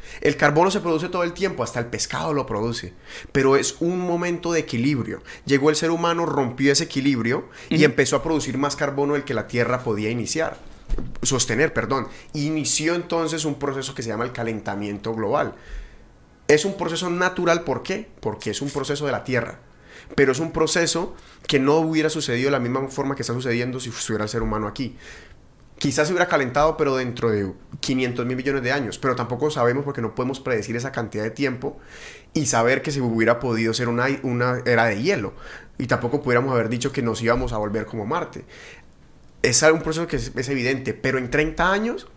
El carbono se produce todo el tiempo, hasta el pescado lo produce, pero es un momento de equilibrio. Llegó el ser humano, rompió ese equilibrio y uh-huh. empezó a producir más carbono del que la Tierra podía iniciar, sostener, perdón. Inició entonces un proceso que se llama el calentamiento global. Es un proceso natural, ¿por qué? Porque es un proceso de la Tierra, pero es un proceso que no hubiera sucedido de la misma forma que está sucediendo si estuviera el ser humano aquí. Quizás se hubiera calentado, pero dentro de quinientos mil millones de años. Pero tampoco sabemos porque no podemos predecir esa cantidad de tiempo y saber que se hubiera podido ser una, una era de hielo. Y tampoco pudiéramos haber dicho que nos íbamos a volver como Marte. Es un proceso que es, es evidente. Pero en treinta años,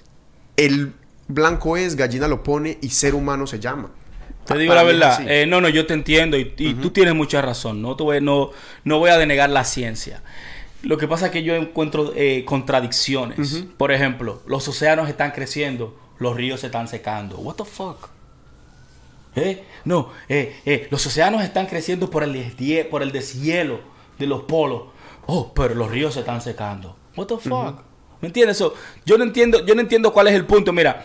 el blanco es, gallina lo pone y ser humano se llama. Te digo la verdad. Eh, no, no, yo te entiendo y, y uh-huh. tú tienes mucha razón. No, te voy, no, no voy a denegar la ciencia. Lo que pasa es que yo encuentro eh, contradicciones. Uh-huh. Por ejemplo, los océanos están creciendo, los ríos se están secando. What the fuck? ¿Eh? No, eh, eh, los océanos están creciendo por el, deshielo, por el deshielo de los polos. Oh, pero los ríos se están secando. What the fuck? Uh-huh. ¿Me entiendes? So, yo no entiendo, yo no entiendo cuál es el punto. Mira,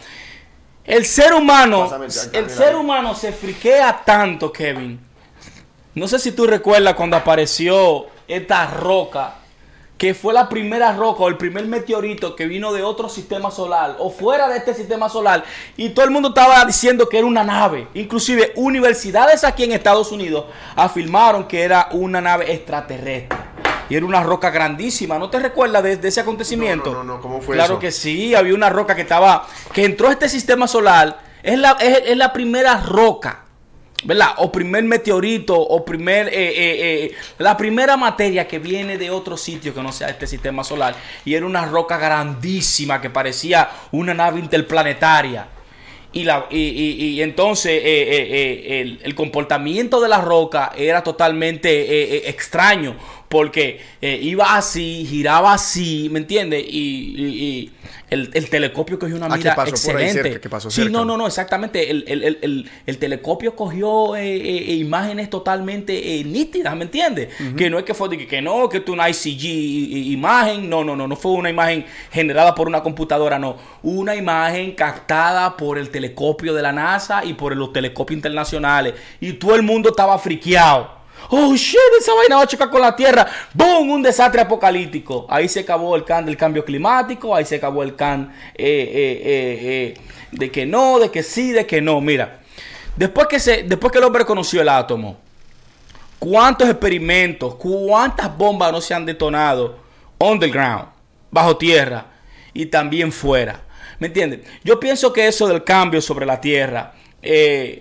el ser humano, Pásame, el ser humano se friquea tanto, Kevin. No sé si tú recuerdas cuando apareció esta roca, que fue la primera roca o el primer meteorito que vino de otro sistema solar o fuera de este sistema solar, y todo el mundo estaba diciendo que era una nave. Inclusive universidades aquí en Estados Unidos afirmaron que era una nave extraterrestre y era una roca grandísima. ¿No te recuerdas de, de ese acontecimiento? No, no, no, ¿cómo fue claro eso? Que sí, había una roca que estaba, que entró a este sistema solar. Es la, es, es la primera roca, ¿verdad? O primer meteorito, o primer, eh, eh, eh, la primera materia que viene de otro sitio que no sea este sistema solar. Y era una roca grandísima que parecía una nave interplanetaria. Y, la, y, y, y entonces eh, eh, eh, el, el comportamiento de la roca era totalmente eh, eh, extraño. Porque eh, iba así, giraba así, ¿me entiendes? Y, y, y el, el telescopio cogió una mira ah, ¿qué pasó excelente. Por ahí cerca? ¿Qué pasó sí, cerca? no, no, no, exactamente. El, el, el, el, el telescopio cogió eh, eh, imágenes totalmente eh, nítidas, ¿me entiendes? Uh-huh. Que no es que fue que, que no, que es una I C G imagen. No, no, no, no fue una imagen generada por una computadora, no. Una imagen captada por el telescopio de la NASA y por los telescopios internacionales. Y todo el mundo estaba friqueado. Oh shit, esa vaina va a chocar con la Tierra. ¡Boom! Un desastre apocalíptico. Ahí se acabó el can del cambio climático. Ahí se acabó el can eh, eh, eh, eh, de que no, de que sí, de que no. Mira, después que, se, después que el hombre conoció el átomo, ¿cuántos experimentos, cuántas bombas no se han detonado underground, bajo tierra y también fuera? ¿Me entiendes? Yo pienso que eso del cambio sobre la Tierra... Eh,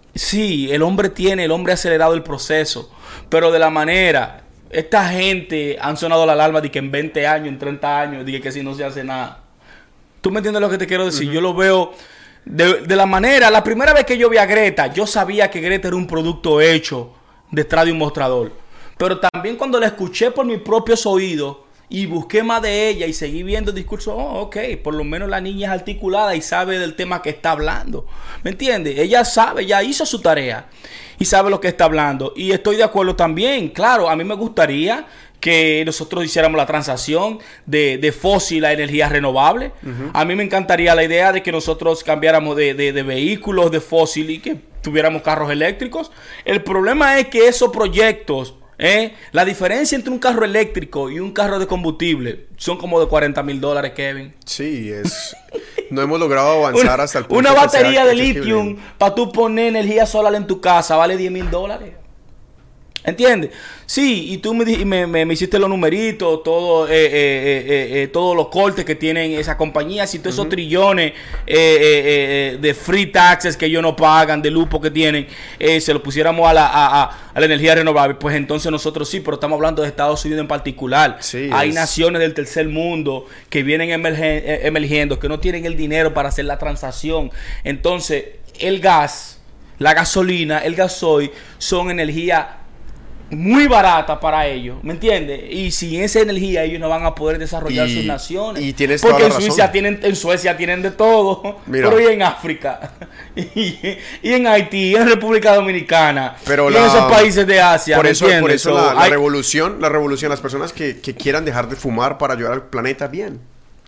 Sí, el hombre tiene, el hombre ha acelerado el proceso, pero de la manera, esta gente han sonado la alarma de que en veinte años, en treinta años, de que si no se hace nada. ¿Tú me entiendes lo que te quiero decir? Uh-huh. Yo lo veo de, de la manera, la primera vez que yo vi a Greta, yo sabía que Greta era un producto hecho detrás de un mostrador, pero también cuando la escuché por mis propios oídos, y busqué más de ella y seguí viendo el discurso. Oh, ok, por lo menos la niña es articulada y sabe del tema que está hablando. ¿Me entiendes? Ella sabe, ya hizo su tarea y sabe lo que está hablando. Y estoy de acuerdo también. Claro, a mí me gustaría que nosotros hiciéramos la transacción de, de fósil a energía renovable. Uh-huh. A mí me encantaría la idea de que nosotros cambiáramos de, de, de vehículos de fósil y que tuviéramos carros eléctricos. El problema es que esos proyectos... ¿Eh? La diferencia entre un carro eléctrico y un carro de combustible son como de cuarenta mil dólares, Kevin. Sí, es... No hemos logrado avanzar una, hasta el punto una batería de accesible. litio para tú poner energía solar en tu casa vale diez mil dólares. ¿Entiendes? Sí, y tú me, me, me, me hiciste los numeritos, todo, eh, eh, eh, eh, todos los cortes que tienen esas compañías y todos uh-huh. esos trillones eh, eh, eh, de free taxes que ellos no pagan, de lupo que tienen, eh, se lo pusiéramos a la, a, a, a la energía renovable, pues entonces nosotros sí, pero estamos hablando de Estados Unidos en particular. Sí, hay es... naciones del tercer mundo que vienen emergen, emergiendo, que no tienen el dinero para hacer la transacción. Entonces, el gas, la gasolina, el gasoil son energía muy barata para ellos, ¿me entiendes? Y sin esa energía ellos no van a poder desarrollar y, sus naciones. Y tienes porque toda la en Suiza razón. tienen, en Suecia tienen de todo. Mira. Pero y en África, y, y en Haití, y en República Dominicana, pero y la, en esos países de Asia. Por ¿me eso, entiendes? por eso so, la, la hay... revolución, la revolución, las personas que, que quieran dejar de fumar para ayudar al planeta, bien.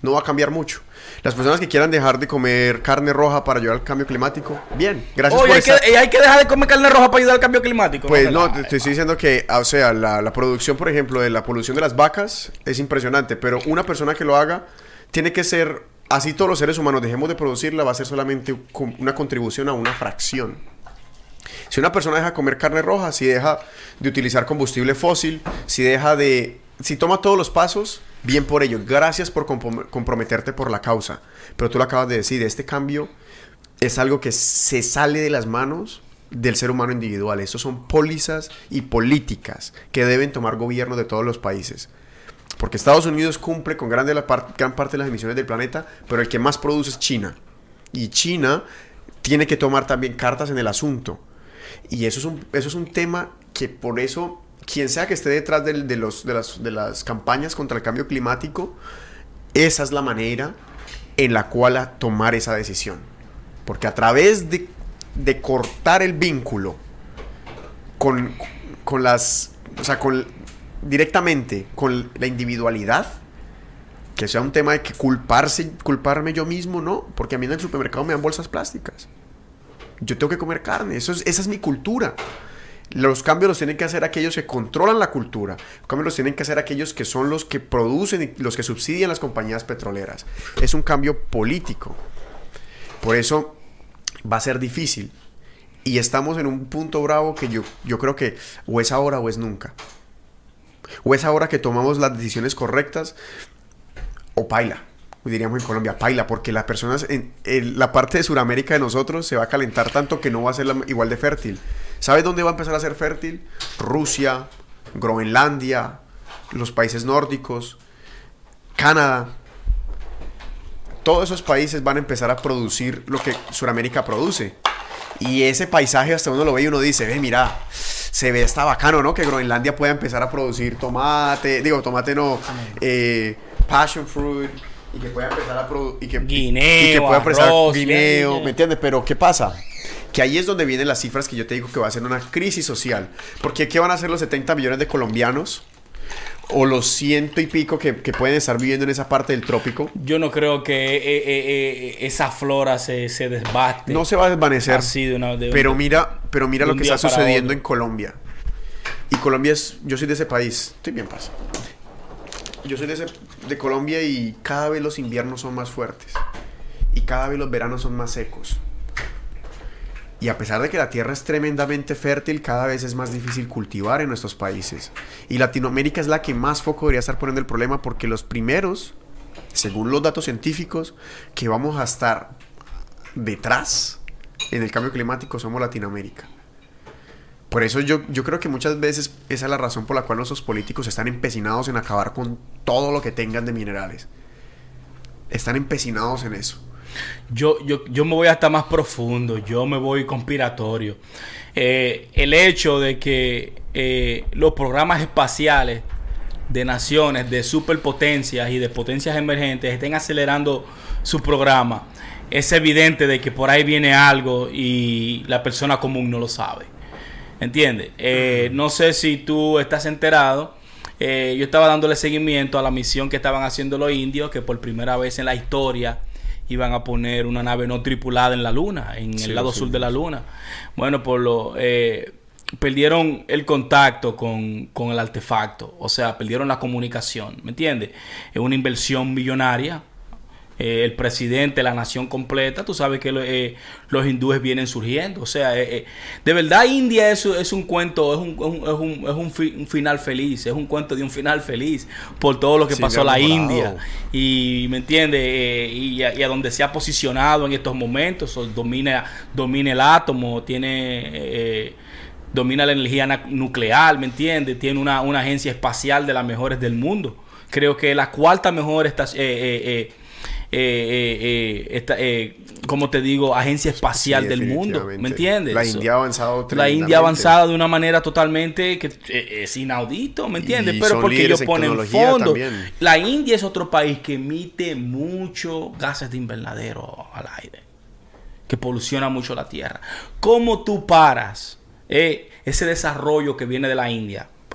no va a cambiar mucho. Las personas que quieran dejar de comer carne roja para ayudar al cambio climático, bien, gracias Oye, por hay esa... que, hay que dejar de comer carne roja para ayudar al cambio climático. Pues no, no, te, te estoy diciendo que, o sea, la, la producción, por ejemplo, de la polución de las vacas es impresionante, pero una persona que lo haga tiene que ser, así todos los seres humanos dejemos de producirla, va a ser solamente una contribución a una fracción. Si una persona deja de comer carne roja, si deja de utilizar combustible fósil, si deja de... Si toma todos los pasos, bien por ello. Gracias por comprom- comprometerte por la causa. Pero tú lo acabas de decir, este cambio es algo que se sale de las manos del ser humano individual. Estos son pólizas y políticas que deben tomar gobiernos de todos los países. Porque Estados Unidos cumple con gran, de la par- gran parte de las emisiones del planeta, pero el que más produce es China. Y China tiene que tomar también cartas en el asunto. Y eso es un, eso es un tema que por eso, quien sea que esté detrás de, de, los, de, las, de las campañas contra el cambio climático, esa es la manera en la cual a tomar esa decisión. Porque a través de, de cortar el vínculo con, con las... O sea, con, directamente con la individualidad, que sea un tema de que culparse, culparme yo mismo, no. Porque a mí en el supermercado me dan bolsas plásticas. Yo tengo que comer carne, eso es, esa es mi cultura. Los cambios los tienen que hacer aquellos que controlan la cultura. Los cambios los tienen que hacer aquellos que son los que producen y los que subsidian las compañías petroleras. Es un cambio político. Por eso va a ser difícil. Y estamos en un punto bravo que yo, yo creo que o es ahora o es nunca. O es ahora que tomamos las decisiones correctas o paila. Diríamos en Colombia, paila, porque las personas en, en la parte de Sudamérica de nosotros se va a calentar tanto que no va a ser la, igual de fértil. ¿Sabes dónde va a empezar a ser fértil? Rusia, Groenlandia, los países nórdicos, Canadá. Todos esos países van a empezar a producir lo que Sudamérica produce. Y ese paisaje hasta uno lo ve y uno dice, ve, mira, se ve, está bacano, ¿no? Que Groenlandia pueda empezar a producir tomate, digo, tomate no, eh, passion fruit, y que pueda empezar a producir, y que, guineo, y que pueda empezar arroz, guineo, bien, ¿me entiendes? Pero ¿qué pasa? Que ahí es donde vienen las cifras que yo te digo que va a ser una crisis social. Porque ¿qué van a hacer los setenta millones de colombianos? O los ciento y pico que, que pueden estar viviendo en esa parte del trópico. Yo no creo que eh, eh, eh, esa flora se, se desbaste. No se va a desvanecer. Así de una, de pero un, mira, pero mira lo que está sucediendo otro. en Colombia. Y Colombia es... Yo soy de ese país. Estoy bien, pasa. Yo soy de, ese, de Colombia y cada vez los inviernos son más fuertes. Y cada vez los veranos son más secos. Y a pesar de que la tierra es tremendamente fértil, cada vez es más difícil cultivar en nuestros países. Y Latinoamérica es la que más foco debería estar poniendo el problema, porque los primeros, según los datos científicos, que vamos a estar detrás en el cambio climático somos Latinoamérica. Por eso yo, yo creo que muchas veces esa es la razón por la cual nuestros políticos están empecinados en acabar con todo lo que tengan de minerales. Están empecinados en eso. Yo, yo, yo me voy hasta más profundo, yo me voy conspiratorio. Eh, el hecho de que eh, los programas espaciales de naciones, de superpotencias y de potencias emergentes estén acelerando su programa, es evidente de que por ahí viene algo y la persona común no lo sabe. ¿Entiendes? Eh, no sé si tú estás enterado. Eh, yo estaba dándole seguimiento a la misión que estaban haciendo los indios, que por primera vez en la historia iban a poner una nave no tripulada en la luna, en sí, el lado sí, sur de la luna. Bueno, por lo eh, perdieron el contacto con, con el artefacto, o sea, perdieron la comunicación, ¿me entiendes? Es una inversión millonaria. Eh, el presidente, la nación completa, tú sabes que lo, eh, los hindúes vienen surgiendo, o sea, eh, eh, de verdad India es, es un cuento, es, un, es, un, es un, fi, un final feliz, es un cuento de un final feliz por todo lo que sí, pasó a la India, y me entiendes, eh, y, a, y a donde se ha posicionado en estos momentos, o domina, domina el átomo, tiene eh, domina la energía nuclear, ¿me entiendes? Tiene una, una agencia espacial de las mejores del mundo, creo que la cuarta mejor estación, eh, eh, eh, Eh, eh, eh, esta, eh, como te digo, agencia espacial sí, del mundo, ¿me entiendes? La India ha avanzado La India ha avanzado de una manera totalmente que eh, es inaudito, ¿me entiendes? Pero porque ellos ponen fondo. También. La India es otro país que emite mucho gases de invernadero al aire, que poluciona mucho la tierra. ¿Cómo tú paras eh, ese desarrollo que viene de la India?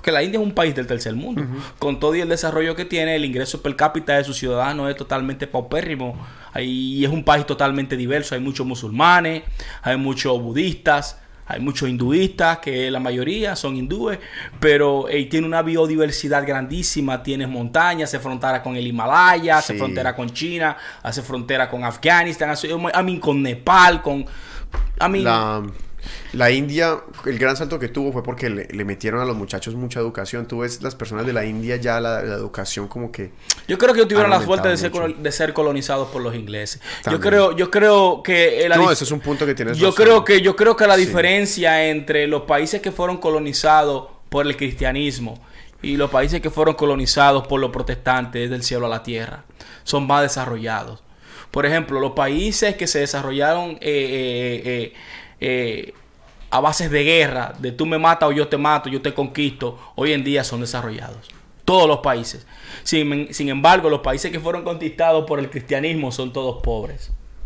Porque la India es un país del tercer mundo. Uh-huh. Con todo y el desarrollo que tiene, el ingreso per cápita de sus ciudadanos es totalmente paupérrimo. Ahí es un país totalmente diverso. Hay muchos musulmanes, hay muchos budistas, hay muchos hinduistas, que la mayoría son hindúes, pero eh, tiene una biodiversidad grandísima. Tienes montañas, hace frontera con el Himalaya, sí. hace frontera con China, hace frontera con Afganistán, hace, I mean, con Nepal, con... I mean, la... La India, el gran salto que tuvo fue porque le, le metieron a los muchachos mucha educación. Tú ves las personas de la India ya la, la educación como que... Yo creo que ellos tuvieron la suerte de ser, de ser colonizados por los ingleses. Yo creo, yo creo que... La no, ese es un punto que tienes yo razón. creo que Yo creo que la sí. diferencia entre los países que fueron colonizados por el cristianismo y los países que fueron colonizados por los protestantes del cielo a la tierra son más desarrollados. Por ejemplo, los países que se desarrollaron... Eh, eh, eh, Eh, a bases de guerra, de tú me matas o yo te mato, yo te conquisto, hoy en día son desarrollados. Todos los países. Sin, sin embargo, los países que fueron conquistados por el cristianismo son todos pobres.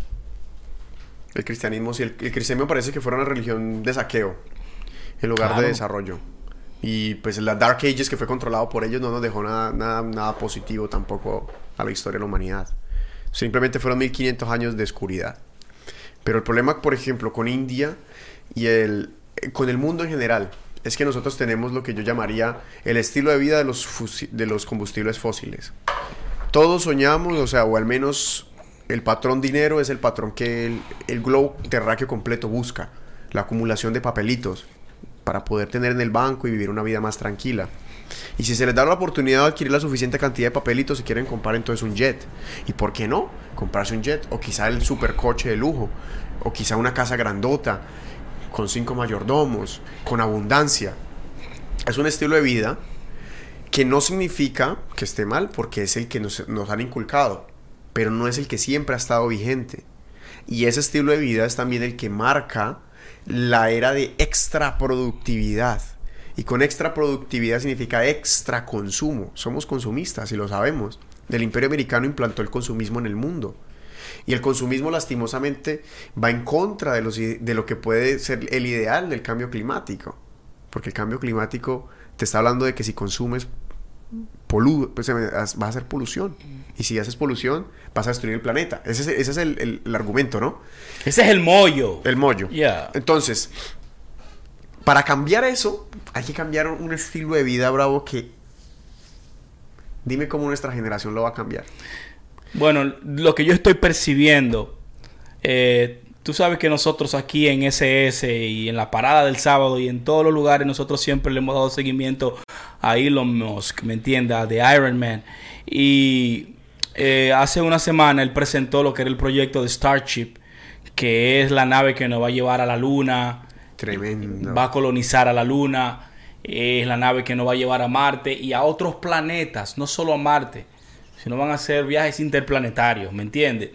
El cristianismo, sí, el, el cristianismo parece que fuera una religión de saqueo en lugar claro. de desarrollo. Y pues la Dark Ages, que fue controlado por ellos, no nos dejó nada, nada, nada positivo tampoco a la historia de la humanidad. Simplemente fueron mil quinientos años de oscuridad. Pero el problema, por ejemplo, con India y el, con el mundo en general, es que nosotros tenemos lo que yo llamaría el estilo de vida de los, fusi- de los combustibles fósiles. Todos soñamos, o sea, o al menos el patrón dinero es el patrón que el, el globo terráqueo completo busca. La acumulación de papelitos para poder tener en el banco y vivir una vida más tranquila. Y si se les da la oportunidad de adquirir la suficiente cantidad de papelitos, si quieren comprar entonces un jet. ¿Y por qué no? Comprarse un jet. O quizá el supercoche de lujo. O quizá una casa grandota con cinco mayordomos, con abundancia. Es un estilo de vida que no significa que esté mal, porque es el que nos, nos han inculcado, pero no es el que siempre ha estado vigente. Y ese estilo de vida es también el que marca la era de extra productividad. Y con extra productividad significa extra consumo. Somos consumistas y lo sabemos. El Imperio Americano implantó el consumismo en el mundo. Y el consumismo lastimosamente va en contra de, los, de lo que puede ser el ideal del cambio climático. Porque el cambio climático te está hablando de que si consumes, polu pues, vas a hacer polución. Y si haces polución, vas a destruir el planeta. Ese es, ese es el, el, el argumento, ¿no? Ese es el mollo. El mollo. Yeah. Entonces... Para cambiar eso, hay que cambiar un estilo de vida, Bravo, que... Dime cómo nuestra generación lo va a cambiar. Bueno, lo que yo estoy percibiendo... Eh, tú sabes que nosotros aquí en S S y en la parada del sábado y en todos los lugares, nosotros siempre le hemos dado seguimiento a Elon Musk, ¿me entiendes? De Iron Man. Y eh, hace una semana él presentó lo que era el proyecto de Starship, que es la nave que nos va a llevar a la Luna... Tremendo. Va a colonizar a la Luna. Es la nave que nos va a llevar a Marte y a otros planetas, no solo a Marte, sino van a hacer viajes interplanetarios, ¿me entiendes?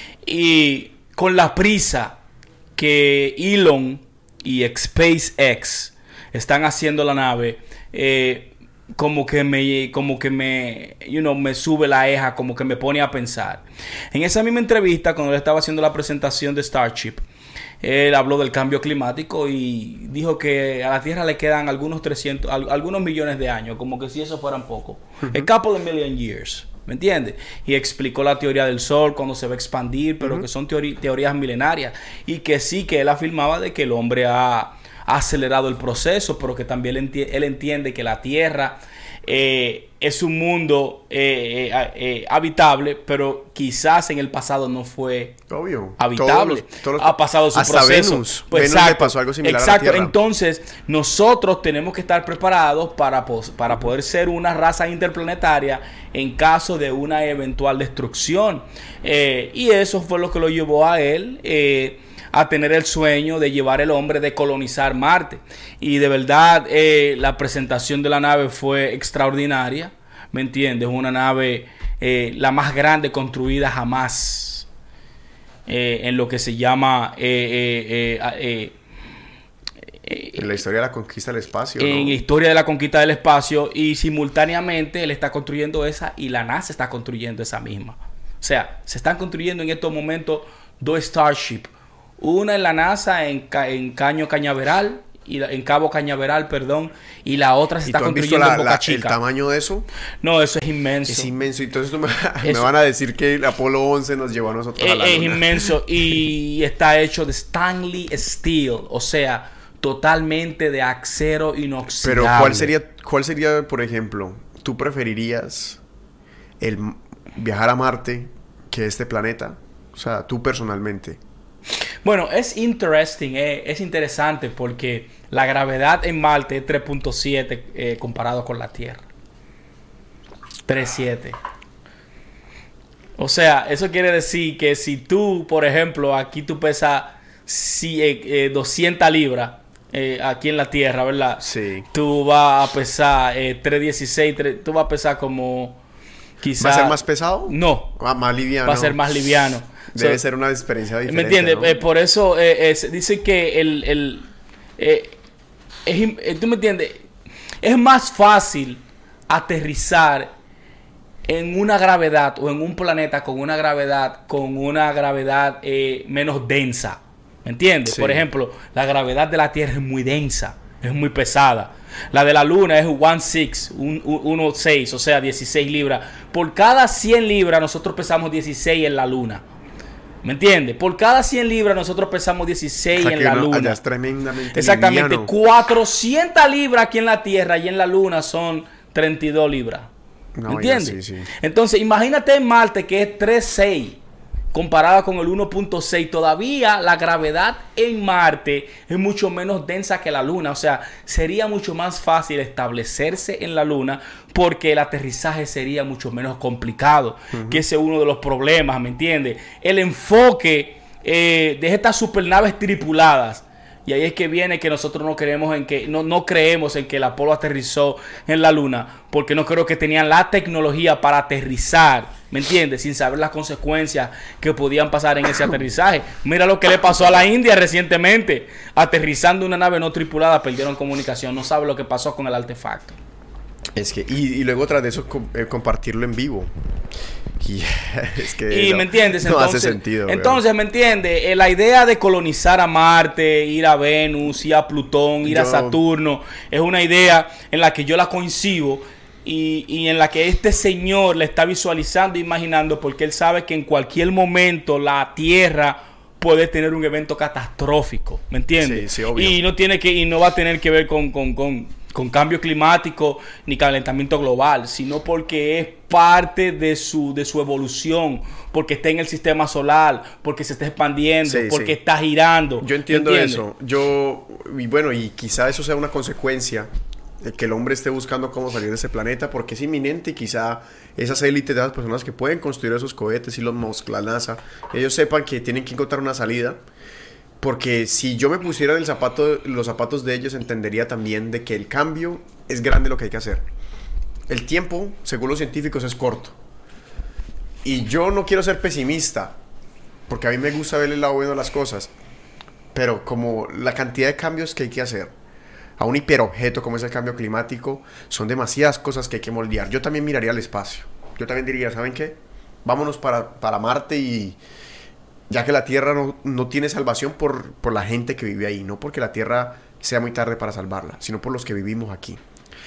Y con la prisa que Elon y SpaceX están haciendo la nave, eh, como que me, como que me, you know, me sube la eja, como que me pone a pensar. En esa misma entrevista, cuando le estaba haciendo la presentación de Starship, él habló del cambio climático y dijo que a la Tierra le quedan algunos trescientos, algunos millones de años, como que si eso fueran poco. Uh-huh. A couple of million years, ¿me entiendes? Y explicó la teoría del Sol, cuando se va a expandir, pero uh-huh. que son teori- teorías milenarias. Y que sí, que él afirmaba de que el hombre ha, ha acelerado el proceso, pero que también él, enti- él entiende que la Tierra... Eh, es un mundo eh, eh, eh, habitable, pero quizás en el pasado no fue Obvio. habitable. Todos los, todos los, ha pasado su hasta proceso. Venus. Pues Venus exacto, le pasó algo similar exacto. a la Tierra. Entonces, nosotros tenemos que estar preparados para, para poder ser una raza interplanetaria en caso de una eventual destrucción. Eh, y eso fue lo que lo llevó a él eh, a tener el sueño de llevar el hombre de colonizar Marte. Y de verdad, eh, la presentación de la nave fue extraordinaria. ¿Me entiendes? Una nave eh, la más grande construida jamás eh, en lo que se llama eh, eh, eh, eh, en la historia de la conquista del espacio, en ¿no? la historia de la conquista del espacio, y simultáneamente él está construyendo esa y la NASA está construyendo esa misma. O sea, se están construyendo en estos momentos dos Starship, una en la NASA en, Ca- en Caño Cañaveral y la, en Cabo Cañaveral, perdón, y la otra se ¿Y está tú has visto construyendo la, en Boca la, Chica. el tamaño de eso? No, eso es inmenso. Es inmenso. Entonces tú me, me Eso- van a decir que el Apolo once nos llevó a nosotros a Es, la es luna. inmenso y está hecho de Stanley Steel, o sea, totalmente de acero inoxidable. Pero ¿cuál sería, cuál sería, por ejemplo, tú preferirías el m- viajar a Marte que este planeta? O sea, tú personalmente. Bueno, es interesting, eh, es interesante porque la gravedad en Marte es tres punto siete eh, comparado con la Tierra. tres punto siete. O sea, eso quiere decir que si tú, por ejemplo, aquí tú pesas si, eh, eh, doscientas libras, eh, aquí en la Tierra, ¿verdad? Sí. Tú vas a pesar eh, trescientos dieciséis, tres- tú vas a pesar como quizá... ¿Va a ser más pesado? No, Ah, más liviano. va a ser más liviano. Debe So, ser una experiencia diferente. ¿me entiendes? ¿no? Eh, por eso eh, eh, se dice que el... el eh, es im- eh, ¿tú me entiendes? Es más fácil aterrizar en una gravedad o en un planeta con una gravedad con una gravedad eh, menos densa. ¿Me entiendes? Sí. Por ejemplo, la gravedad de la Tierra es muy densa, es muy pesada. La de la Luna es uno seis, un, un, uno seis, o sea, dieciséis libras. Por cada cien libras nosotros pesamos dieciséis en la Luna. ¿Me entiendes? Por cada cien libras nosotros pesamos dieciséis O sea, en que la no- Luna. allá es tremendamente Exactamente. liviano. cuatrocientas libras aquí en la Tierra y en la Luna son treinta y dos libras. No, ¿Me ya, entiendes? sí, sí. Entonces, imagínate en Marte que es tres punto seis comparada con el uno punto seis. Todavía la gravedad en Marte es mucho menos densa que la Luna. O sea, sería mucho más fácil establecerse en la Luna porque el aterrizaje sería mucho menos complicado. Uh-huh. Que ese es uno de los problemas, ¿me entiendes? El enfoque eh, de estas supernaves tripuladas. Y ahí es que viene que nosotros no creemos en que no, no creemos en que el Apolo aterrizó en la Luna, porque no creo que tenían la tecnología para aterrizar, ¿me entiendes? Sin saber las consecuencias que podían pasar en ese aterrizaje. Mira lo que le pasó a la India recientemente, aterrizando una nave no tripulada, perdieron comunicación, no sabe lo que pasó con el artefacto. Es que, y, y luego tras de eso com- eh, compartirlo en vivo. Y es que Y no, me entiendes, no entonces, hace sentido. entonces me entiendes, eh, la idea de colonizar a Marte, ir a Venus, ir a Plutón, ir Yo- a Saturno, es una idea en la que yo la coincido y, y en la que este señor la está visualizando, imaginando, porque él sabe que en cualquier momento la Tierra puede tener un evento catastrófico, ¿me entiendes? Sí, sí, obvio. Y no tiene que, y no va a tener que ver con, con, con, con cambio climático ni calentamiento global, sino porque es parte de su, de su evolución, porque está en el sistema solar, porque se está expandiendo, Sí, porque sí. está girando. Yo entiendo ¿me entiendes? eso. Yo, y bueno, y quizá eso sea una consecuencia de que el hombre esté buscando cómo salir de ese planeta, porque es inminente y quizá esas élites de las personas que pueden construir esos cohetes, Elon Musk, la NASA, ellos sepan que tienen que encontrar una salida. Porque si yo me pusiera en el zapato, los zapatos de ellos, entendería también de que el cambio es grande lo que hay que hacer. El tiempo, según los científicos, es corto. Y yo no quiero ser pesimista, porque a mí me gusta ver el lado bueno de las cosas. Pero como la cantidad de cambios que hay que hacer a un hiperobjeto como es el cambio climático, son demasiadas cosas que hay que moldear. Yo también miraría al espacio. Yo también diría, ¿saben qué? Vámonos para, para Marte y... ya que la Tierra no, no tiene salvación por, por la gente que vive ahí, no porque la Tierra sea muy tarde para salvarla, sino por los que vivimos aquí.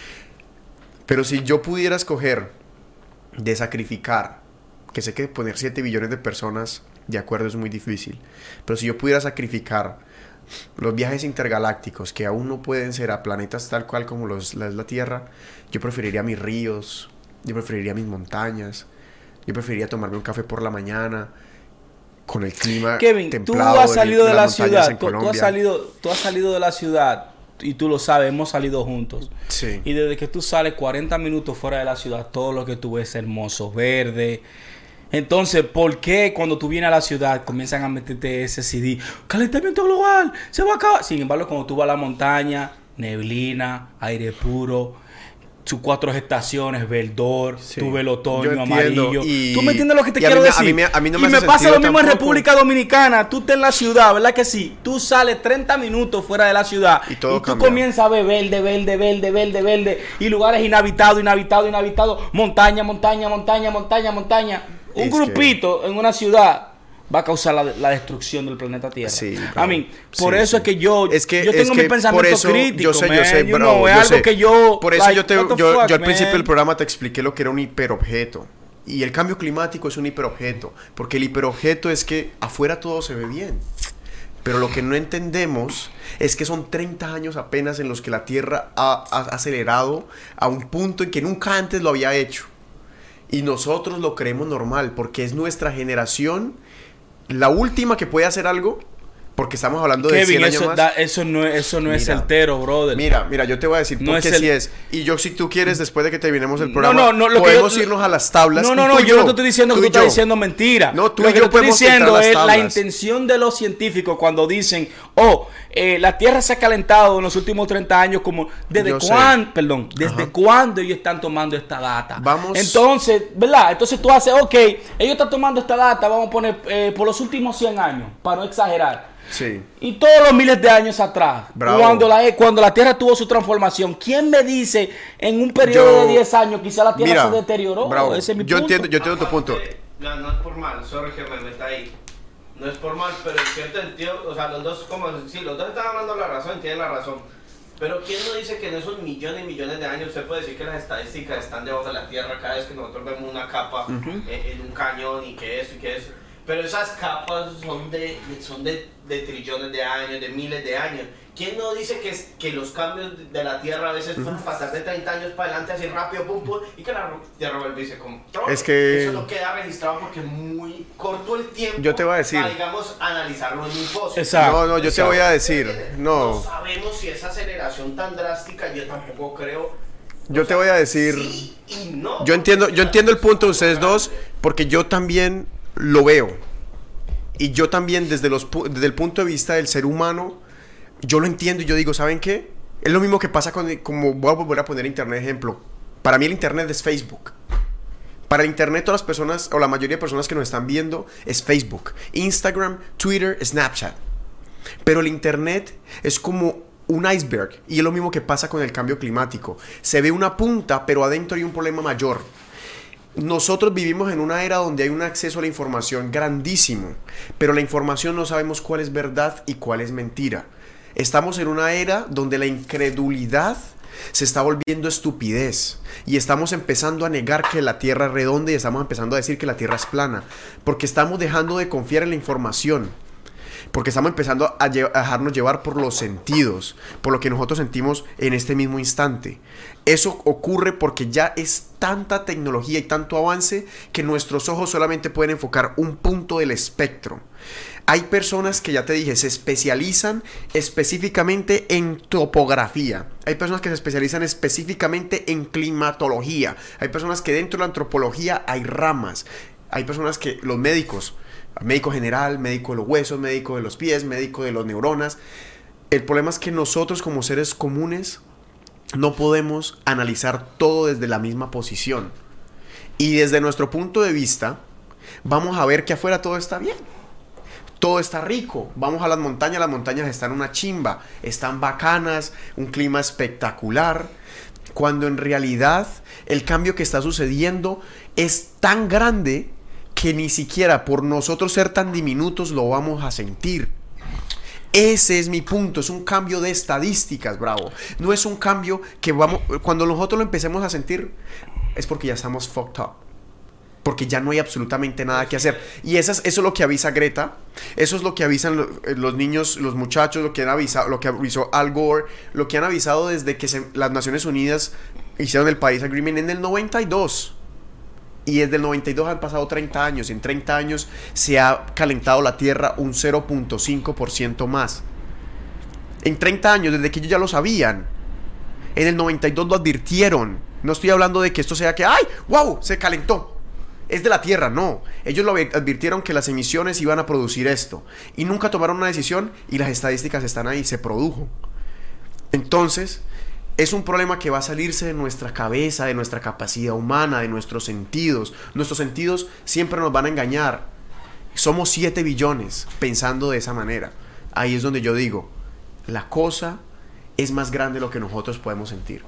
Pero si yo pudiera escoger de sacrificar, que sé que poner siete billones de personas de acuerdo es muy difícil, pero si yo pudiera sacrificar los viajes intergalácticos que aún no pueden ser a planetas tal cual como los, la, la Tierra, yo preferiría mis ríos, yo preferiría mis montañas, yo preferiría tomarme un café por la mañana con el clima Kevin, templado. tú has salido de, de la ciudad, tú, tú, has salido, tú has salido de la ciudad y tú lo sabes, hemos salido juntos. Sí. Y desde que tú sales cuarenta minutos fuera de la ciudad, todo lo que tú ves es hermoso, verde. Entonces, ¿por qué cuando tú vienes a la ciudad comienzan a meterte ese C D? Calentamiento global, se va a acabar. Sin embargo, cuando tú vas a la montaña, neblina, aire puro, sus cuatro estaciones, verdor, Sí. tú ves el otoño, Yo entiendo, amarillo. y- ¿Tú me entiendes lo que te y a quiero mí me- decir? a mí me- a mí no me y hace me pasa sentido lo mismo en tampoco. República Dominicana. Tú estás en la ciudad, ¿verdad que sí? Tú sales treinta minutos fuera de la ciudad Y todo tú cambia. comienzas a ver verde, verde, verde, verde, verde y lugares inhabitados, inhabitados, inhabitados, montaña, montaña, montaña, montaña, montaña. Un Es grupito en una ciudad va a causar la, la destrucción del planeta Tierra. Sí, a mí, por sí, eso sí. es que yo, es que, yo tengo es mi que pensamiento por eso, crítico, yo sé, man, yo sé, you bro, know, es yo algo sé. que yo... Por eso like, yo, te, what the yo, fuck, yo al principio man? del programa te expliqué lo que era un hiperobjeto. Y el cambio climático es un hiperobjeto. Porque el hiperobjeto es que afuera todo se ve bien. Pero lo que no entendemos es que son treinta años apenas en los que la Tierra ha, ha acelerado a un punto en que nunca antes lo había hecho. Y nosotros lo creemos normal porque es nuestra generación la última que puede hacer algo. Porque estamos hablando de Kevin, cien años eso, más. da, eso no, es, eso no Mira, es certero, brother. Mira, mira, yo te voy a decir No por es qué el- sí es. Y yo, si tú quieres, después de que terminemos el programa, no, no, lo que podemos yo- irnos a las tablas. No, y no, tú no, y yo no te estoy diciendo que tú y estás yo. diciendo mentira. No, tú Lo y que yo te estoy podemos entrar a diciendo las es la tablas. intención de los científicos cuando dicen, oh, eh, la Tierra se ha calentado en los últimos treinta años, como, ¿desde Yo sé. cuándo? Perdón, ¿desde Ajá. cuándo ellos están tomando esta data? Vamos- Entonces, ¿verdad? Entonces tú haces, ok, ellos están tomando esta data, vamos a poner eh, por los últimos cien años, para no exagerar. Sí. Y todos los miles de años atrás, Bravo. cuando la, cuando la Tierra tuvo su transformación, ¿quién me dice en un periodo Yo- de diez años quizá la Tierra Mira, se deterioró? bravo. Ese es mi Yo punto. entiendo, yo entiendo tu punto. Aparte, No, no es por mal, sorry que me meta ahí. No es por mal, pero en cierto sentido, o sea, los dos, como, sí, los dos están hablando la razón, tienen la razón. Pero ¿quién no dice que en esos millones y millones de años usted puede decir que las estadísticas están debajo de la Tierra cada vez que nosotros vemos una capa en, en un cañón y que eso y que eso? Pero esas capas son de, son de, de trillones de años, de miles de años. ¿Quién no dice que, es- que los cambios de la Tierra a veces pueden pasar de treinta años para adelante así rápido, pum, pum, y que la Tierra vuelve y se controla? Es que- Eso no queda registrado porque es muy corto el tiempo. Yo te voy a decir. Para, digamos, analizarlo en un post. Exacto. No, no, yo te exacto. voy a decir. No No. sabemos si esa aceleración tan drástica, yo tampoco creo. Yo O te sea, voy a decir. sí y no. Yo entiendo, yo entiendo el punto de ustedes dos, porque yo también lo veo. Y yo también, desde, los, pu- desde el punto de vista del ser humano, yo lo entiendo y yo digo, ¿saben qué? Es lo mismo que pasa con, como voy a volver a poner internet de ejemplo. Para mí el internet es Facebook. Para el internet todas las personas, o la mayoría de personas que nos están viendo, es Facebook, Instagram, Twitter, Snapchat. Pero el internet es como un iceberg, y es lo mismo que pasa con el cambio climático. Se ve una punta, pero adentro hay un problema mayor. Nosotros vivimos en una era donde hay un acceso a la información grandísimo, pero la información no sabemos cuál es verdad y cuál es mentira. Estamos en una era donde la incredulidad se está volviendo estupidez y estamos empezando a negar que la Tierra es redonda y estamos empezando a decir que la Tierra es plana, porque estamos dejando de confiar en la información. Porque estamos empezando a, lle- a dejarnos llevar por los sentidos, por lo que nosotros sentimos en este mismo instante. Eso ocurre porque ya es tanta tecnología y tanto avance que nuestros ojos solamente pueden enfocar un punto del espectro. Hay personas que, ya te dije, se especializan específicamente en topografía. Hay personas que se especializan específicamente en climatología. Hay personas que dentro de la antropología hay ramas. Hay personas que, los médicos, médico general, médico de los huesos, médico de los pies, médico de las neuronas. El problema es que nosotros como seres comunes no podemos analizar todo desde la misma posición. Y desde nuestro punto de vista, vamos a ver que afuera todo está bien. Todo está rico. Vamos a las montañas, las montañas están una chimba, están bacanas, un clima espectacular. Cuando en realidad el cambio que está sucediendo es tan grande que ni siquiera por nosotros ser tan diminutos lo vamos a sentir. Ese es mi punto, es un cambio de estadísticas, bravo. No es un cambio que vamos, cuando nosotros lo empecemos a sentir, es porque ya estamos fucked up. Porque ya no hay absolutamente nada que hacer. Y eso es, eso es lo que avisa Greta. Eso es lo que avisan lo, los niños, los muchachos, lo que han avisado, lo que avisó Al Gore, lo que han avisado desde que se, las Naciones Unidas hicieron el Paris Agreement en el noventa y dos. Y desde el noventa y dos han pasado treinta años. En treinta años se ha calentado la Tierra un cero punto cinco por ciento más. En treinta años, desde que ellos ya lo sabían. En el noventa y dos lo advirtieron. No estoy hablando de que esto sea que ¡ay! ¡Wow! Se calentó. Es de la Tierra, no. Ellos lo advirtieron que las emisiones iban a producir esto. Y nunca tomaron una decisión y las estadísticas están ahí, se produjo. Entonces, es un problema que va a salirse de nuestra cabeza, de nuestra capacidad humana, de nuestros sentidos. Nuestros sentidos siempre nos van a engañar. Somos siete billones pensando de esa manera. Ahí es donde yo digo, la cosa es más grande de lo que nosotros podemos sentir.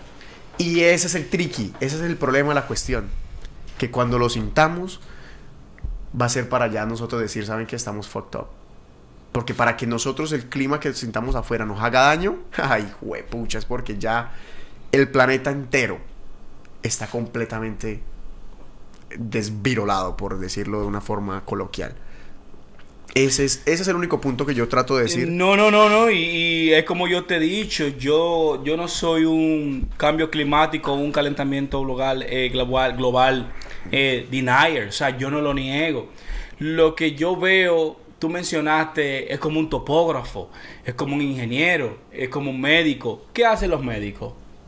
Y ese es el tricky, ese es el problema de la cuestión. Que cuando lo sintamos, va a ser para allá nosotros decir, ¿saben que estamos fucked up? Porque para que nosotros el clima que sintamos afuera nos haga daño, ay, juepucha, es porque ya el planeta entero está completamente desvirolado, por decirlo de una forma coloquial. Ese es, ese es el único punto que yo trato de decir. No, no, no, no. Y, y es como yo te he dicho, yo, yo no soy un cambio climático, un calentamiento global, eh, global, global eh, denier. O sea, yo no lo niego. Lo que yo veo, tú mencionaste, es como un topógrafo, es como un ingeniero, es como un médico. ¿Qué hacen los médicos?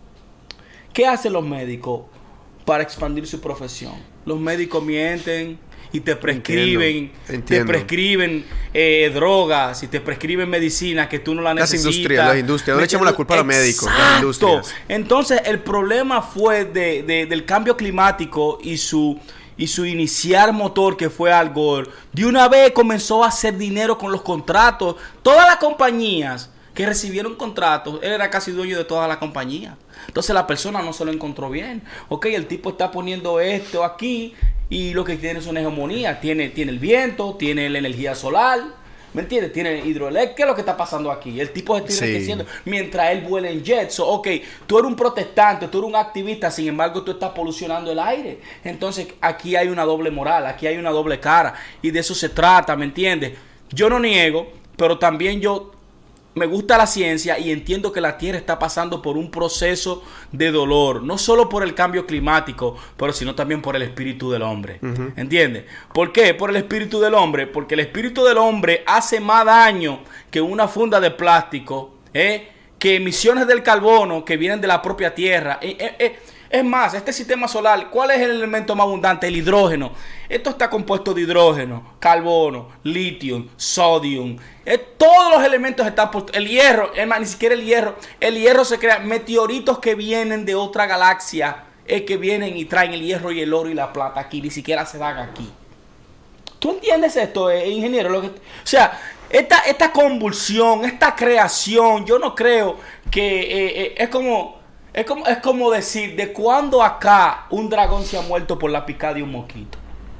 ¿Qué hacen los médicos para expandir su profesión? Los médicos mienten y te prescriben, Entiendo, entiendo. te prescriben eh, drogas y te prescriben medicinas que tú no la Las necesitas. industrias, las industrias. No le echemos la culpa a los médicos, las Exacto. industrias. Entonces, el problema fue de, de, del cambio climático y su, y su iniciar motor, que fue Al Gore. De una vez comenzó a hacer dinero con los contratos. Todas las compañías que recibieron contratos, él era casi dueño de todas las compañías. Entonces la persona no se lo encontró bien. Ok, el tipo está poniendo esto aquí y lo que tiene es una hegemonía. Tiene, tiene el viento, tiene la energía solar, ¿me entiendes? Tiene hidroeléctrica. ¿Qué es lo que está pasando aquí? El tipo se está Sí. enriqueciendo mientras él vuela en jet. So, ok, tú eres un protestante, tú eres un activista, sin embargo tú estás polucionando el aire. Entonces aquí hay una doble moral, aquí hay una doble cara y de eso se trata, ¿me entiendes? Yo no niego, pero también yo... me gusta la ciencia y entiendo que la Tierra está pasando por un proceso de dolor, no solo por el cambio climático, pero sino también por el espíritu del hombre. Uh-huh. ¿Entiendes? ¿Por qué? Por el espíritu del hombre, porque el espíritu del hombre hace más daño que una funda de plástico, ¿eh? que emisiones del carbono que vienen de la propia Tierra. Eh, eh, eh. Es más, este sistema solar, ¿cuál es el elemento más abundante? El hidrógeno. Esto está compuesto de hidrógeno, carbono, litio, sodio. Eh, todos los elementos están por... El hierro, es más, ni siquiera el hierro. El hierro se crea, meteoritos que vienen de otra galaxia, eh, que vienen y traen el hierro y el oro y la plata aquí, ni siquiera se dan aquí. ¿Tú entiendes esto, eh, ingeniero? Lo que, o sea, esta, esta convulsión, esta creación, yo no creo que eh, eh, es como... Es como, es como decir, ¿de cuándo acá un dragón se ha muerto por la picada de un mosquito?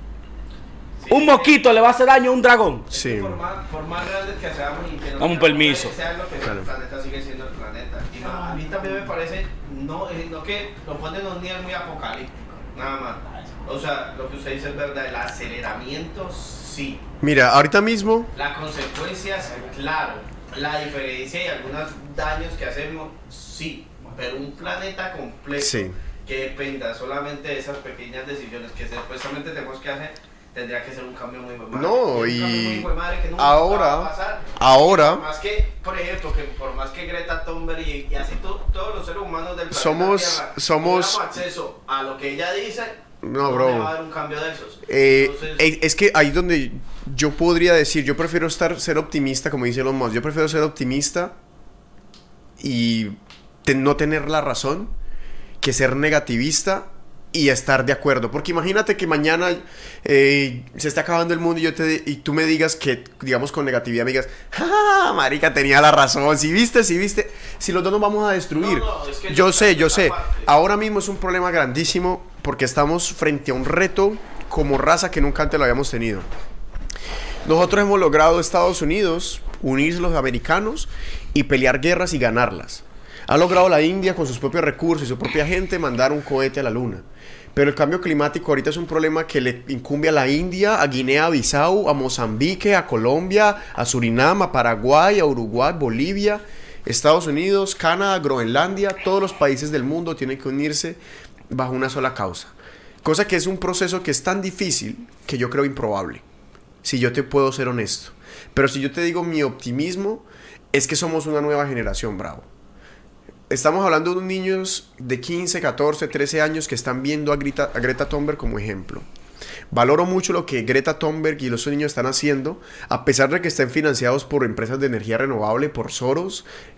Sí, ¿Un mosquito le va a hacer daño a un dragón? Sí. Por más, por más grandes que seamos y que no dame un permiso. Sea lo que claro. El planeta sigue siendo el planeta. Y no, a mí también me parece, no, no que lo ponen en un nivel muy apocalíptico, nada más. O sea, lo que usted dice es verdad, el aceleramiento sí. Mira, ahorita mismo... Las consecuencias, claro. La diferencia y algunos daños que hacemos, sí. Pero un planeta completo sí. que dependa solamente de esas pequeñas decisiones que supuestamente tenemos que hacer, tendría que ser un cambio muy madre. No, un y muy madre que nunca ahora, va a pasar. ahora, por más que, por ejemplo, que por más que Greta Thunberg y, y así to, todos los seres humanos del planeta somos, Tierra somos, tengamos acceso a lo que ella dice, no, bro. va a haber un cambio de esos. Eh, Entonces, es que ahí donde yo podría decir, yo prefiero estar ser optimista, como dice Elon Musk, yo prefiero ser optimista y no tener la razón que ser negativista y estar de acuerdo, porque imagínate que mañana eh, se está acabando el mundo y, yo te, y tú me digas que, digamos con negatividad, me digas, ¡ah, marica, tenía la razón! Si viste, si viste, si los dos nos vamos a destruir. No, no, es que yo yo sé, yo sé, parte. Ahora mismo es un problema grandísimo porque estamos frente a un reto como raza que nunca antes lo habíamos tenido. Nosotros hemos logrado, Estados Unidos, unirse los americanos y pelear guerras y ganarlas. Ha logrado la India con sus propios recursos y su propia gente mandar un cohete a la luna. Pero el cambio climático ahorita es un problema que le incumbe a la India, a Guinea-Bissau, a Mozambique, a Colombia, a Surinam, a Paraguay, a Uruguay, Bolivia, Estados Unidos, Canadá, Groenlandia. Todos los países del mundo tienen que unirse bajo una sola causa. Cosa que es un proceso que es tan difícil que yo creo improbable. Si yo te puedo ser honesto. Pero si yo te digo mi optimismo, es que somos una nueva generación, bravo. Estamos hablando de niños de quince, catorce, trece años que están viendo a Greta, a Greta Thunberg como ejemplo. Valoro mucho lo que Greta Thunberg y los niños están haciendo, a pesar de que estén financiados por empresas de energía renovable, por Soros,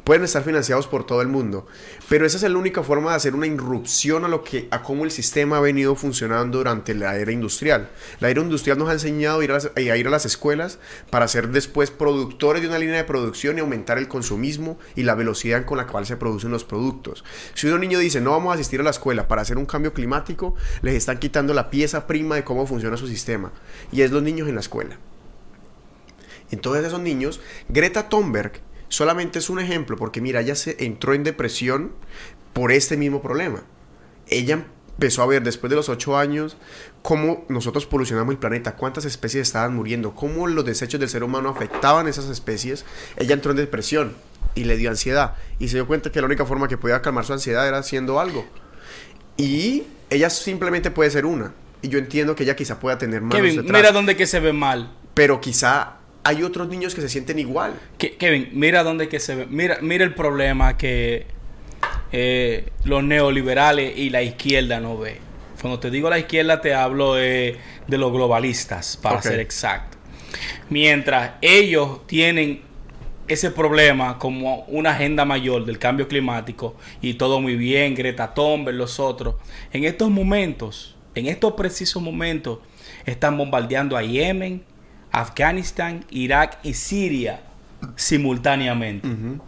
pueden estar financiados por todo el mundo, pero esa es la única forma de hacer una irrupción a lo que a cómo el sistema ha venido funcionando durante la era industrial. La era industrial nos ha enseñado a ir a, las, a ir a las escuelas para ser después productores de una línea de producción y aumentar el consumismo y la velocidad con la cual se producen los productos. Si un niño dice no vamos a asistir a la escuela para hacer un cambio climático, les están quitando la pieza prima de cómo funciona su sistema, y es los niños en la escuela. Entonces esos niños, Greta Thunberg solamente es un ejemplo, porque mira, ella se entró en depresión por este mismo problema. Ella empezó a ver después de los ocho años cómo nosotros polucionamos el planeta, cuántas especies estaban muriendo, cómo los desechos del ser humano afectaban a esas especies. Ella entró en depresión y le dio ansiedad, y se dio cuenta que la única forma que podía calmar su ansiedad era haciendo algo. Y ella simplemente puede ser una, y yo entiendo que ella quizá pueda tener manos Kevin, detrás, mira dónde que se ve mal. pero quizá hay otros niños que se sienten igual. Ke- Kevin, mira dónde que se ve. Mira, mira el problema que eh, los neoliberales y la izquierda no ven. Cuando te digo la izquierda, te hablo eh, de los globalistas, para Okay. ser exacto. Mientras ellos tienen ese problema como una agenda mayor del cambio climático y todo muy bien, Greta Thunberg, los otros, en estos momentos, en estos precisos momentos, están bombardeando a Yemen, Afganistán, Irak y Siria simultáneamente. Uh-huh.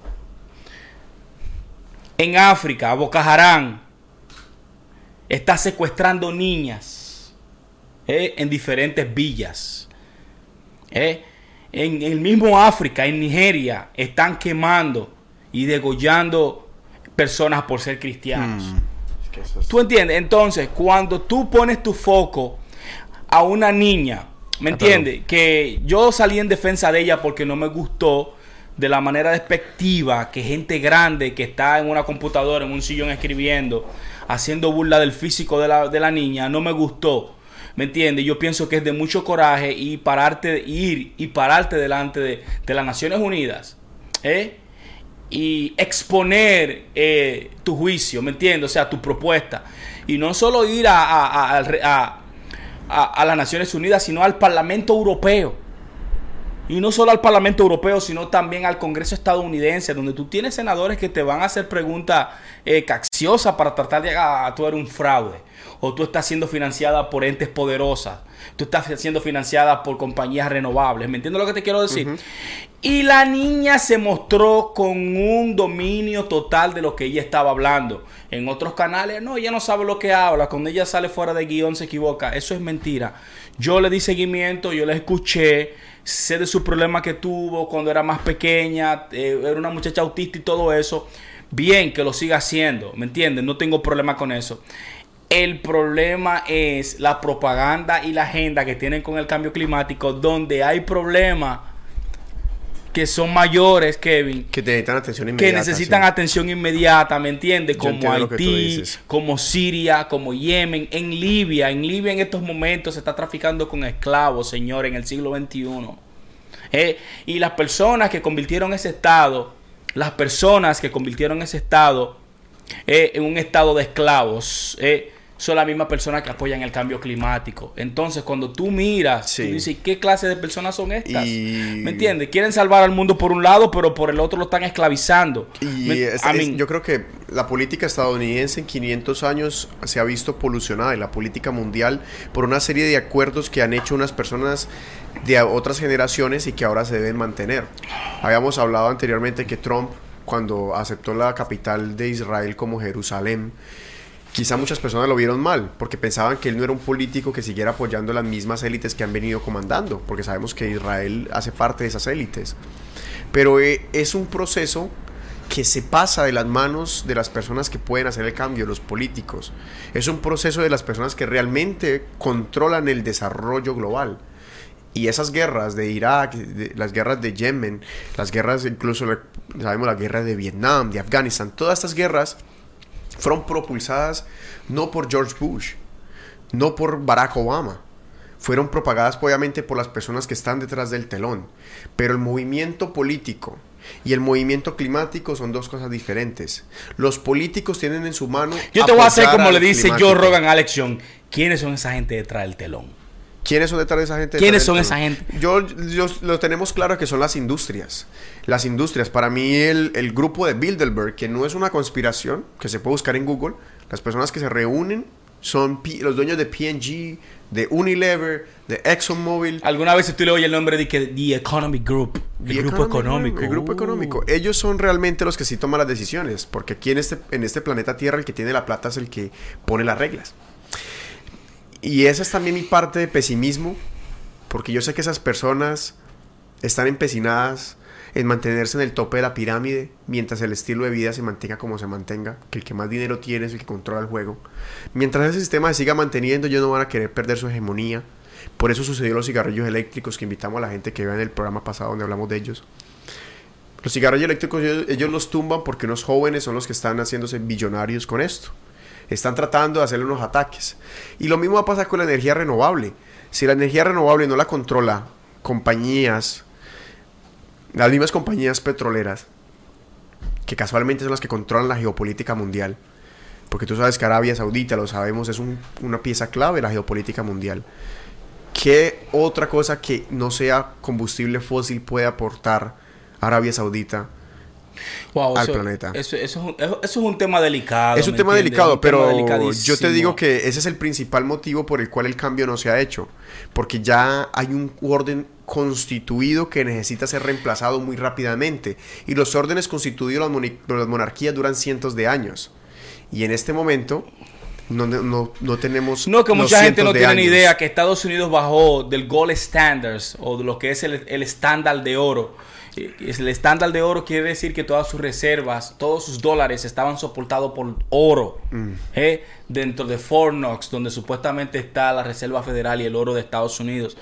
En África, Boko Haram está secuestrando niñas eh, en diferentes villas. Eh. En el mismo África, en Nigeria, están quemando y degollando personas por ser cristianos. Mm. Es que eso es... ¿Tú entiendes? Entonces, cuando tú pones tu foco a una niña, ¿me Ah, entiendes? perdón. Que yo salí en defensa de ella porque no me gustó de la manera despectiva que gente grande que está en una computadora, en un sillón escribiendo, haciendo burla del físico de la, de la niña, no me gustó. ¿Me entiendes? Yo pienso que es de mucho coraje y pararte, ir y pararte delante de, de las Naciones Unidas, ¿eh? Y exponer eh, tu juicio, ¿me entiendes? O sea, tu propuesta. Y no solo ir a, a, a, a, a, a las Naciones Unidas, sino al Parlamento Europeo. Y no solo al Parlamento Europeo, sino también al Congreso estadounidense, donde tú tienes senadores que te van a hacer preguntas eh, capciosas para tratar de ah, tú eres un fraude. O tú estás siendo financiada por entes poderosas. Tú estás siendo financiada por compañías renovables. ¿Me entiendes lo que te quiero decir? Uh-huh. Y la niña se mostró con un dominio total de lo que ella estaba hablando. En otros canales, no, ella no sabe lo que habla. Cuando ella sale fuera de guión se equivoca. Eso es mentira. Yo le di seguimiento, yo la escuché. Sé de su problema que tuvo cuando era más pequeña. Eh, era una muchacha autista y todo eso. Bien, que lo siga haciendo. ¿Me entiendes? No tengo problema con eso. El problema es la propaganda y la agenda que tienen con el cambio climático, donde hay problemas que son mayores, Kevin, que necesitan atención inmediata, que necesitan sí. atención inmediata, ¿me entiendes? Yo Como Haití, dices. como Siria, como Yemen, en Libia. En Libia en estos momentos se está traficando con esclavos, señor, en el siglo veintiuno. Eh, y las personas que convirtieron ese estado, las personas que convirtieron ese estado eh, en un estado de esclavos, eh, son las mismas personas que apoyan el cambio climático. Entonces, cuando tú miras, sí. tú dices, ¿qué clase de personas son estas? Y... ¿Me entiendes? Quieren salvar al mundo por un lado, pero por el otro lo están esclavizando. Y Me, es, I mean, es, yo creo que la política estadounidense en quinientos años se ha visto polucionada, y la política mundial, por una serie de acuerdos que han hecho unas personas de otras generaciones y que ahora se deben mantener. Habíamos hablado anteriormente que Trump, cuando aceptó la capital de Israel como Jerusalén, quizá muchas personas lo vieron mal, porque pensaban que él no era un político que siguiera apoyando las mismas élites que han venido comandando, porque sabemos que Israel hace parte de esas élites. Pero eh, es un proceso que se pasa de las manos de las personas que pueden hacer el cambio, los políticos. Es un proceso de las personas que realmente controlan el desarrollo global. Y esas guerras de Irak, de, las guerras de Yemen, las guerras, incluso sabemos la guerra de Vietnam, de Afganistán, todas estas guerras fueron propulsadas no por George Bush, no por Barack Obama. Fueron propagadas obviamente por las personas que están detrás del telón. Pero el movimiento político y el movimiento climático son dos cosas diferentes. Los políticos tienen en su mano... Yo te voy a hacer como le dice climático. Joe Rogan a Alex Jones. ¿Quiénes son esa gente detrás del telón? ¿Quiénes son detrás de esa gente? ¿Quiénes son esa gente? Yo, yo lo tenemos claro que son las industrias. Las industrias. Para mí el, el grupo de Bilderberg, que no es una conspiración, que se puede buscar en Google, las personas que se reúnen son P los dueños de P and G, de Unilever, de ExxonMobil. ¿Alguna vez tú le oyes el nombre de que The Economic Group? El The grupo Economic económico. Group, el grupo Uh. económico. Ellos son realmente los que sí toman las decisiones, porque aquí en este, en este planeta Tierra el que tiene la plata es el que pone las reglas. Y esa es también mi parte de pesimismo, porque yo sé que esas personas están empecinadas en mantenerse en el tope de la pirámide mientras el estilo de vida se mantenga como se mantenga, que el que más dinero tiene es el que controla el juego. Mientras ese sistema se siga manteniendo, ellos no van a querer perder su hegemonía. Por eso sucedió los cigarrillos eléctricos, que invitamos a la gente que vea en el programa pasado donde hablamos de ellos. Los cigarrillos eléctricos ellos, ellos los tumban porque unos jóvenes son los que están haciéndose billonarios con esto. Están tratando de hacerle unos ataques. Y lo mismo va a pasar con la energía renovable. Si la energía renovable no la controla compañías, las mismas compañías petroleras, que casualmente son las que controlan la geopolítica mundial, porque tú sabes que Arabia Saudita, lo sabemos, es un, una pieza clave de la geopolítica mundial. ¿Qué otra cosa que no sea combustible fósil puede aportar Arabia Saudita Wow, al eso, planeta? Eso, eso, es un, eso, eso es un tema delicado. Es un ¿me tema entiendes? delicado, un pero tema yo te digo que ese es el principal motivo por el cual el cambio no se ha hecho. Porque ya hay un orden constituido que necesita ser reemplazado muy rápidamente. Y los órdenes constituidos de las, las monarquías duran cientos de años. Y en este momento no, no, no tenemos... No, que mucha gente no tiene ni años. idea que Estados Unidos bajó del Gold Standards, o de lo que es el, el estándar de oro. El estándar de oro quiere decir que todas sus reservas, todos sus dólares estaban soportados por oro. Mm. ¿eh? Dentro de Fort Knox, donde supuestamente está la Reserva Federal y el oro de Estados Unidos.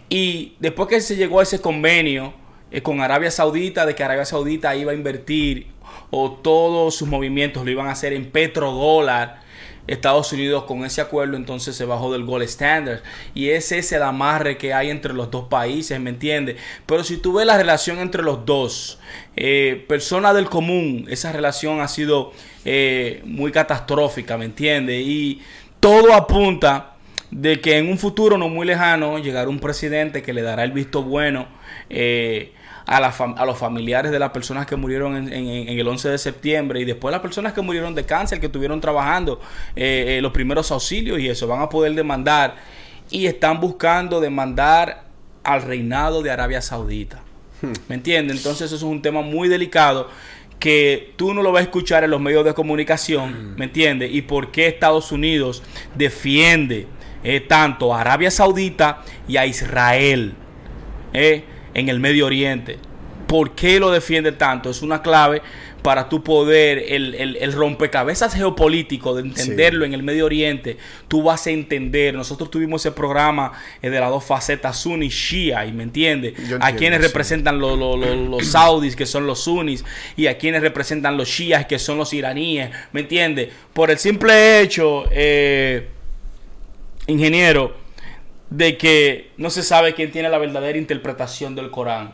Y después que se llegó a ese convenio eh, con Arabia Saudita, de que Arabia Saudita iba a invertir, o todos sus movimientos lo iban a hacer en petrodólar, Estados Unidos con ese acuerdo entonces se bajó del Gold Standard, y ese es el amarre que hay entre los dos países, ¿me entiendes? Pero si tú ves la relación entre los dos, eh, personas del común, esa relación ha sido eh, muy catastrófica, ¿me entiendes? Y todo apunta de que en un futuro no muy lejano llegará un presidente que le dará el visto bueno eh, A, la fam a los familiares de las personas que murieron en, en, en el once de septiembre, y después las personas que murieron de cáncer, que estuvieron trabajando eh, eh, los primeros auxilios y eso, van a poder demandar, y están buscando demandar al reinado de Arabia Saudita. Hmm. ¿Me entiendes? Entonces eso es un tema muy delicado que tú no lo vas a escuchar en los medios de comunicación, ¿me entiendes? Y por qué Estados Unidos defiende eh, tanto a Arabia Saudita y a Israel eh, en el Medio Oriente. ¿Por qué lo defiende tanto? Es una clave para tú poder, el, el, el rompecabezas geopolítico, de entenderlo, sí, en el Medio Oriente. Tú vas a entender. Nosotros tuvimos ese programa eh, de las dos facetas, Sunni, Shia, y me entiendes. A quienes sí. representan lo, lo, lo, los saudis, que son los sunnis, y a quienes representan los shias, que son los iraníes, ¿me entiendes? Por el simple hecho, eh, ingeniero, de que no se sabe quién tiene la verdadera interpretación del Corán.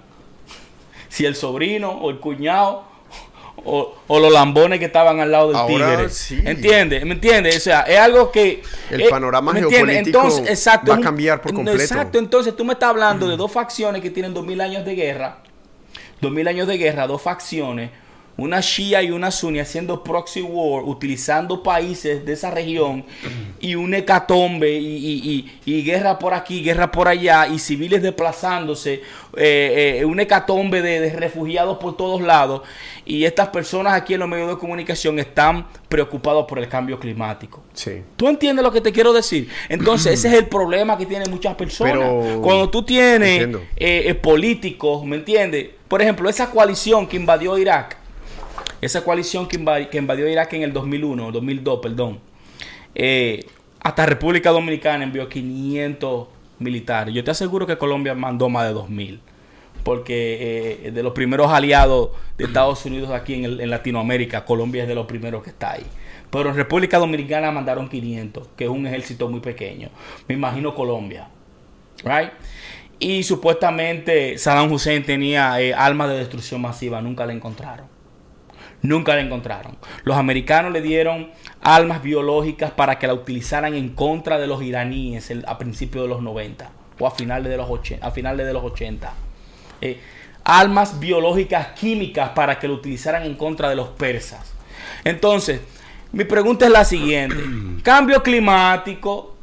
Si el sobrino o el cuñado o, o los lambones que estaban al lado del Ahora, tigre. Sí. ¿Entiendes? ¿Me entiendes? O sea, es algo que... El eh, panorama geopolítico entonces, exacto, va a cambiar por completo. Exacto, entonces tú me estás hablando mm. de dos facciones que tienen dos mil años de guerra. Dos mil años de guerra, dos facciones. Una Shia y una Sunni haciendo proxy war, utilizando países de esa región, y un hecatombe y, y, y, y guerra por aquí, guerra por allá, y civiles desplazándose, eh, eh, un hecatombe de, de refugiados por todos lados, y estas personas aquí en los medios de comunicación están preocupados por el cambio climático. Sí. ¿Tú entiendes lo que te quiero decir? Entonces ese es el problema que tienen muchas personas. Pero... Cuando tú tienes eh, eh, políticos, ¿me entiendes? Por ejemplo, esa coalición que invadió Irak, esa coalición que invadió, que invadió Irak en el dos mil uno, dos mil dos, perdón. Eh, hasta República Dominicana envió quinientos militares. Yo te aseguro que Colombia mandó más de dos mil. Porque eh, de los primeros aliados de Estados Unidos aquí en, el, en Latinoamérica, Colombia es de los primeros que está ahí. Pero en República Dominicana mandaron quinientos, que es un ejército muy pequeño. Me imagino Colombia. Right? Y supuestamente Saddam Hussein tenía eh, armas de destrucción masiva. Nunca la encontraron. Nunca la encontraron. Los americanos le dieron armas biológicas para que la utilizaran en contra de los iraníes el, a principios de los noventa o a finales de los ochenta. A finales de los ochenta. Eh, armas biológicas químicas para que lo utilizaran en contra de los persas. Entonces, mi pregunta es la siguiente. Cambio climático,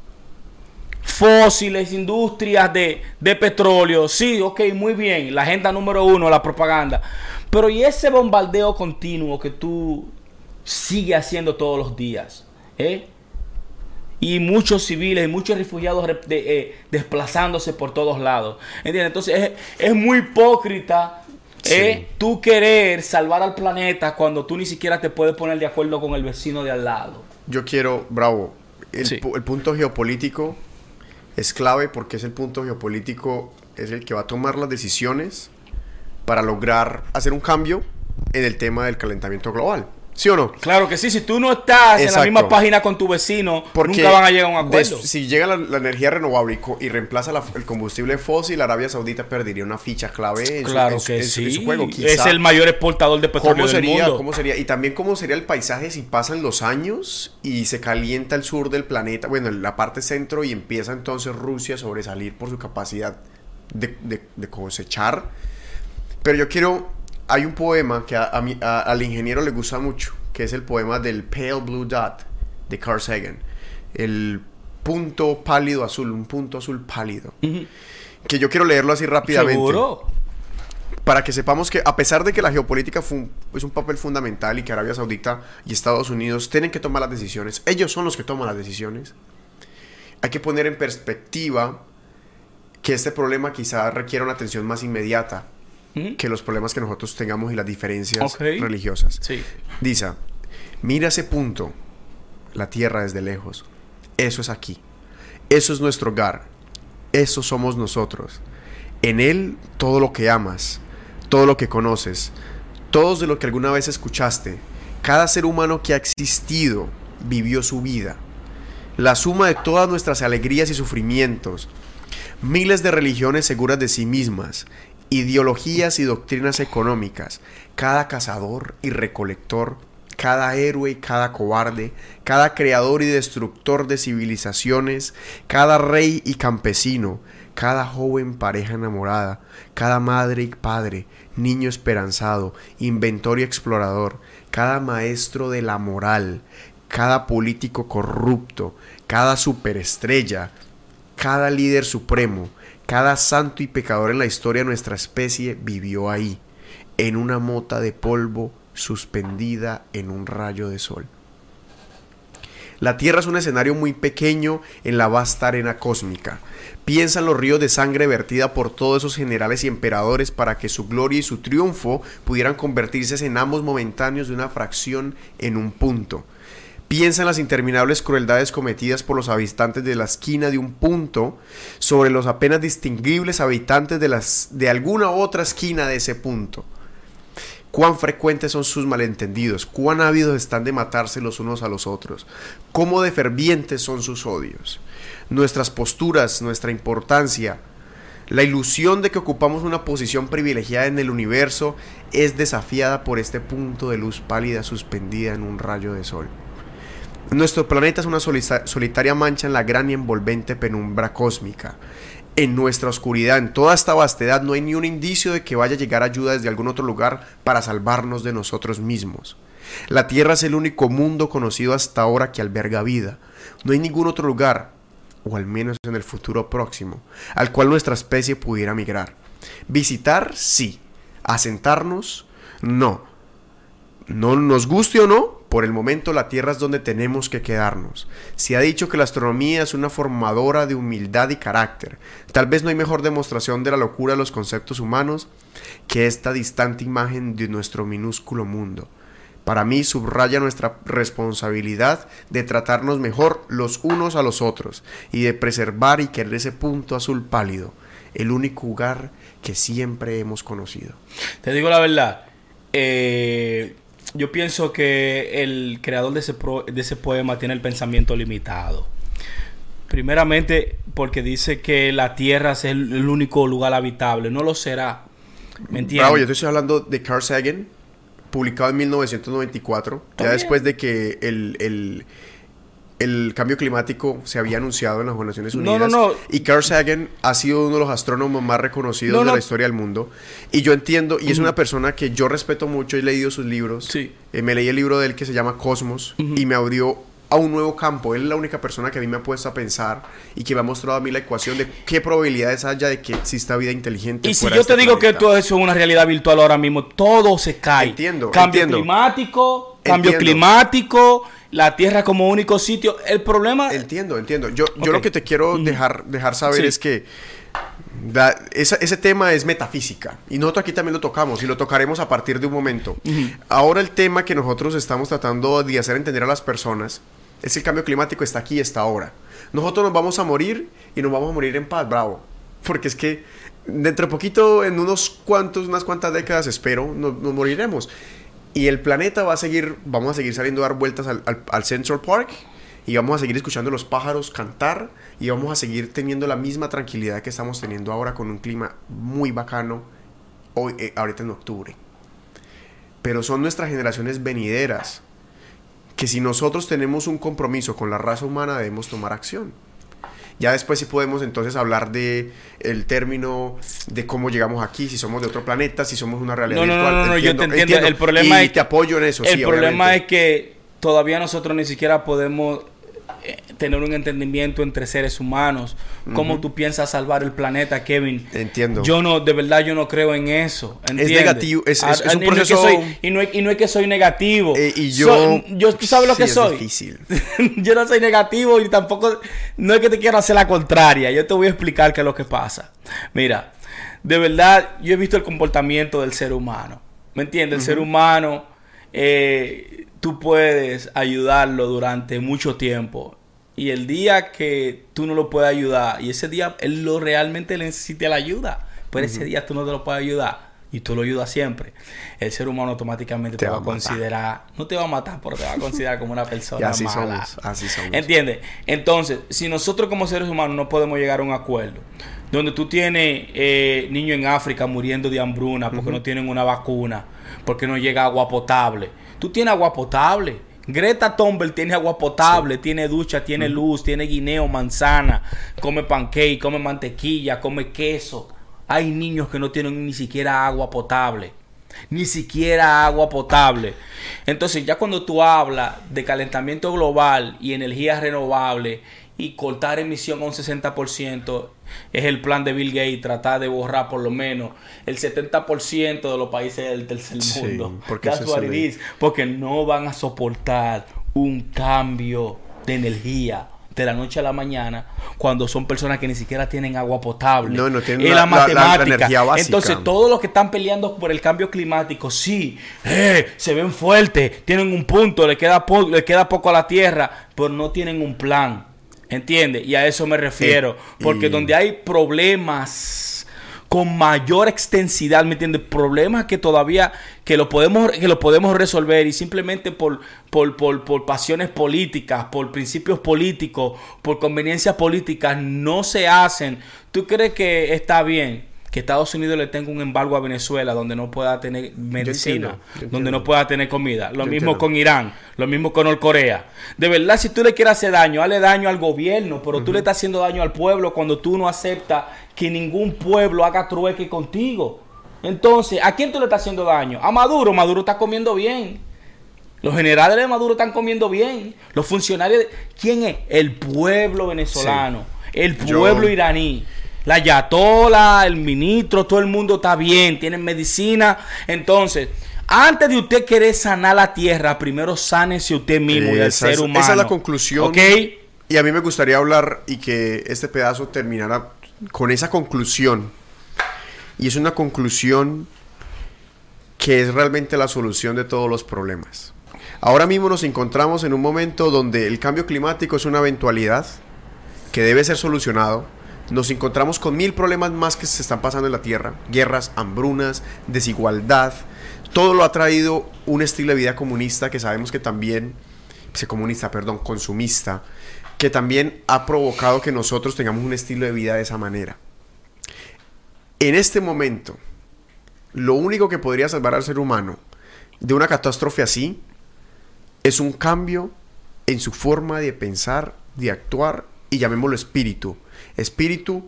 fósiles, industrias de, de petróleo. Sí, ok, muy bien. La agenda número uno, la propaganda. Pero ¿y ese bombardeo continuo que tú sigues haciendo todos los días? ¿Eh? Y muchos civiles y muchos refugiados de, eh, desplazándose por todos lados. ¿Entiendes? Entonces es, es muy hipócrita eh, sí. tú querer salvar al planeta cuando tú ni siquiera te puedes poner de acuerdo con el vecino de al lado. Yo quiero, Bravo, el, Sí. el punto geopolítico es clave porque es el punto geopolítico, es el que va a tomar las decisiones para lograr hacer un cambio en el tema del calentamiento global. ¿Sí o no? Claro que sí, si tú no estás Exacto. en la misma página con tu vecino, Porque nunca van a llegar a un acuerdo. des- si llega la, la energía renovable y, co- y reemplaza la- el combustible fósil, Arabia Saudita perdería una ficha clave en, Claro su, que en su- sí. en su juego. Es Quizá, el mayor exportador de petróleo ¿cómo del sería, mundo. ¿Cómo sería? Y también cómo sería el paisaje si pasan los años y se calienta el sur del planeta, bueno, la parte centro, y empieza entonces Rusia a sobresalir por su capacidad de, de- de cosechar. Pero yo quiero, hay un poema que a, a mí- a- al ingeniero le gusta mucho, que es el poema del Pale Blue Dot de Carl Sagan. El punto pálido azul, un punto azul pálido. Ujú. Que yo quiero leerlo así rápidamente. ¿Seguro? Para que sepamos que a pesar de que la geopolítica fu- es un papel fundamental y que Arabia Saudita y Estados Unidos tienen que tomar las decisiones, ellos son los que toman las decisiones, hay que poner en perspectiva que este problema quizá requiera una atención más inmediata Ujú. que los problemas que nosotros tengamos y las diferencias Ok. religiosas. Sí. Dice, mira ese punto, la tierra desde lejos, eso es aquí, eso es nuestro hogar, eso somos nosotros, en él todo lo que amas, todo lo que conoces, todo de lo que alguna vez escuchaste, cada ser humano que ha existido vivió su vida, la suma de todas nuestras alegrías y sufrimientos, miles de religiones seguras de sí mismas, ideologías y doctrinas económicas, cada cazador y recolector, cada héroe y cada cobarde, cada creador y destructor de civilizaciones, cada rey y campesino, cada joven pareja enamorada, cada madre y padre, niño esperanzado, inventor y explorador, cada maestro de la moral, cada político corrupto, cada superestrella, cada líder supremo, cada santo y pecador en la historia de nuestra especie vivió ahí, en una mota de polvo suspendida en un rayo de sol. La Tierra es un escenario muy pequeño en la vasta arena cósmica. Piensa en los ríos de sangre vertida por todos esos generales y emperadores para que su gloria y su triunfo pudieran convertirse en ambos momentáneos de una fracción en un punto. Piensa en las interminables crueldades cometidas por los habitantes de la esquina de un punto sobre los apenas distinguibles habitantes de, las, de alguna otra esquina de ese punto. Cuán frecuentes son sus malentendidos, cuán ávidos están de matarse los unos a los otros, cómo de fervientes son sus odios. Nuestras posturas, nuestra importancia, la ilusión de que ocupamos una posición privilegiada en el universo es desafiada por este punto de luz pálida suspendida en un rayo de sol. Nuestro planeta es una solitaria mancha en la gran y envolvente penumbra cósmica. En nuestra oscuridad, en toda esta vastedad, no hay ni un indicio de que vaya a llegar ayuda desde algún otro lugar para salvarnos de nosotros mismos. La Tierra es el único mundo conocido hasta ahora que alberga vida. No hay ningún otro lugar, o al menos en el futuro próximo, al cual nuestra especie pudiera migrar. Visitar, sí. Asentarnos, no. No nos guste o no, por el momento la Tierra es donde tenemos que quedarnos. Se ha dicho que la astronomía es una formadora de humildad y carácter. Tal vez no hay mejor demostración de la locura de los conceptos humanos que esta distante imagen de nuestro minúsculo mundo. Para mí subraya nuestra responsabilidad de tratarnos mejor los unos a los otros y de preservar y querer ese punto azul pálido, el único lugar que siempre hemos conocido. Te digo la verdad, eh, yo pienso que el creador de ese, pro, de ese poema tiene el pensamiento limitado. Primeramente porque dice que la Tierra es el, el único lugar habitable. No lo será. ¿Me entiendes? Bravo, yo te estoy hablando de Carl Sagan, publicado en mil novecientos noventa y cuatro, ya bien. después de que el, el, el cambio climático se había anunciado en las Naciones Unidas. No, no, no. Y Carl Sagan ha sido uno de los astrónomos más reconocidos no, de no. la historia del mundo. Y yo entiendo, y es una persona que yo respeto mucho, he leído sus libros. Sí. Eh, me leí el libro de él que se llama Cosmos, Uh-huh. y me abrió a un nuevo campo. Él es la única persona que a mí me ha puesto a pensar y que me ha mostrado a mí la ecuación de qué probabilidades haya de que exista vida inteligente. Y si fuera yo de este te digo planeta. que todo eso es una realidad virtual ahora mismo, todo se cae. Entiendo, Cambio entiendo. climático, cambio Entiendo. climático, la Tierra como único sitio. El problema... Entiendo, entiendo. Yo, yo Ok. lo que te quiero Ujú. dejar, dejar saber Sí. es que da- esa- ese tema es metafísica. Y nosotros aquí también lo tocamos y lo tocaremos a partir de un momento. Ujú. Ahora el tema que nosotros estamos tratando de hacer entender a las personas es que el cambio climático está aquí y está ahora. Nosotros nos vamos a morir y nos vamos a morir en paz, bravo. Porque es que dentro de poquito, en unos cuantos, unas cuantas décadas, espero, nos, nos moriremos. Y el planeta va a seguir, vamos a seguir saliendo a dar vueltas al, al, al Central Park y vamos a seguir escuchando los pájaros cantar y vamos a seguir teniendo la misma tranquilidad que estamos teniendo ahora con un clima muy bacano hoy, eh, ahorita en octubre. Pero son nuestras generaciones venideras que si nosotros tenemos un compromiso con la raza humana debemos tomar acción. Ya después sí podemos entonces hablar de el término de cómo llegamos aquí, si somos de otro planeta, si somos una realidad No, no, virtual. no, no, yo te entiendo. El problema y es- te apoyo en eso. El sí, problema obviamente. es que todavía nosotros ni siquiera podemos eh, tener un entendimiento entre seres humanos. ¿Cómo Ujú. tú piensas salvar el planeta, Kevin? Entiendo. Yo no, de verdad yo no creo en eso. ¿entiendes? negativo, es- es- es un y no que proceso- soy- y, no es, y no es que soy negativo. Eh, y yo... Soy- yo ¿tú sabes lo sí, que es soy? difícil. Yo no soy negativo y tampoco, no es que te quiero hacer la contraria. Yo te voy a explicar qué es lo que pasa. Mira, de verdad, yo he visto el comportamiento del ser humano. ¿Me entiendes? El Ujú. ser humano, eh, tú puedes ayudarlo durante mucho tiempo. Y el día que tú no lo puedes ayudar, y ese día él lo realmente le necesita la ayuda, pero ese día tú no te lo puedes ayudar. Y tú lo ayudas siempre. El ser humano automáticamente te, Te va va a a matar. considerar, no te va a matar, pero te va a considerar como una Y persona así mala. somos, así somos. ¿Entiendes? Entonces, si nosotros como seres humanos no podemos llegar a un acuerdo, donde tú tienes eh, niños en África muriendo de hambruna porque Ujú. no tienen una vacuna, porque no llega agua potable. Tú tienes agua potable. Greta Thunberg tiene agua potable, sí. Tiene ducha, tiene uh-huh. luz, tiene guineo, manzana, come pancake, come mantequilla, come queso. Hay niños que no tienen ni siquiera agua potable. Ni siquiera agua potable. Entonces ya cuando tú hablas de calentamiento global y energía renovable y cortar emisión a un sesenta por ciento, es el plan de Bill Gates, tratar de borrar por lo menos el setenta por ciento de los países del tercer mundo. Sí, porque, That's what it is. Porque no van a soportar un cambio de energía de la noche a la mañana cuando son personas que ni siquiera tienen agua potable. No, no tienen y la, la matemática. La, la energía básica. Entonces, todos los que están peleando por el cambio climático, sí, eh, se ven fuertes, tienen un punto, le queda, po le queda poco a la Tierra, pero no tienen un plan. ¿Entiendes? Y a eso me refiero. Eh, porque y... donde hay problemas con mayor extensidad, ¿me entiendes? Problemas que todavía que lo podemos que lo podemos resolver y simplemente por por, por por pasiones políticas, por principios políticos, por conveniencias políticas no se hacen. ¿Tú crees que está bien que Estados Unidos le tenga un embargo a Venezuela donde no pueda tener medicina, yo entiendo, yo donde no pueda tener comida? Lo yo mismo entiendo. Con Irán, lo mismo con Norcorea. De verdad, si tú le quieres hacer daño, hazle daño al gobierno, pero uh-huh. tú le estás haciendo daño al pueblo cuando tú no aceptas que ningún pueblo haga trueque contigo. Entonces, ¿a quién tú le estás haciendo daño? A Maduro. Maduro está comiendo bien. Los generales de Maduro están comiendo bien. Los funcionarios... De... ¿Quién es? El pueblo venezolano. Sí. El pueblo yo... iraní. La ayatola, el ministro, todo el mundo está bien, tienen medicina. Entonces, antes de usted querer sanar la tierra, primero sánese usted mismo eh, y al ser es, humano. Esa es la conclusión. ¿Okay? Y a mí me gustaría hablar y que este pedazo terminara con esa conclusión. Y es una conclusión que es realmente la solución de todos los problemas. Ahora mismo nos encontramos en un momento donde el cambio climático es una eventualidad que debe ser solucionado. Nos encontramos con mil problemas más que se están pasando en la Tierra. Guerras, hambrunas, desigualdad. Todo lo ha traído un estilo de vida comunista que sabemos que también... Se comunista, perdón, consumista. Que también ha provocado que nosotros tengamos un estilo de vida de esa manera. En este momento, lo único que podría salvar al ser humano de una catástrofe así es un cambio en su forma de pensar, de actuar, y llamémoslo espíritu. Espíritu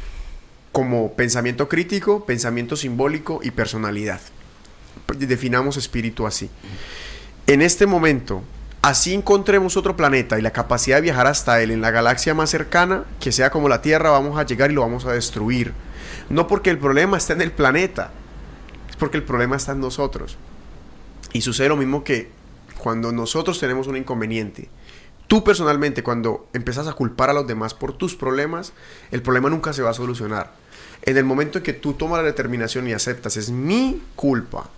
como pensamiento crítico, pensamiento simbólico y personalidad. Definamos espíritu así. En este momento, así encontremos otro planeta y la capacidad de viajar hasta él en la galaxia más cercana, que sea como la Tierra, vamos a llegar y lo vamos a destruir. No porque el problema está en el planeta, es porque el problema está en nosotros. Y sucede lo mismo que cuando nosotros tenemos un inconveniente. Tú personalmente, cuando empiezas a culpar a los demás por tus problemas, el problema nunca se va a solucionar. En el momento en que tú tomas la determinación y aceptas, es mi culpa,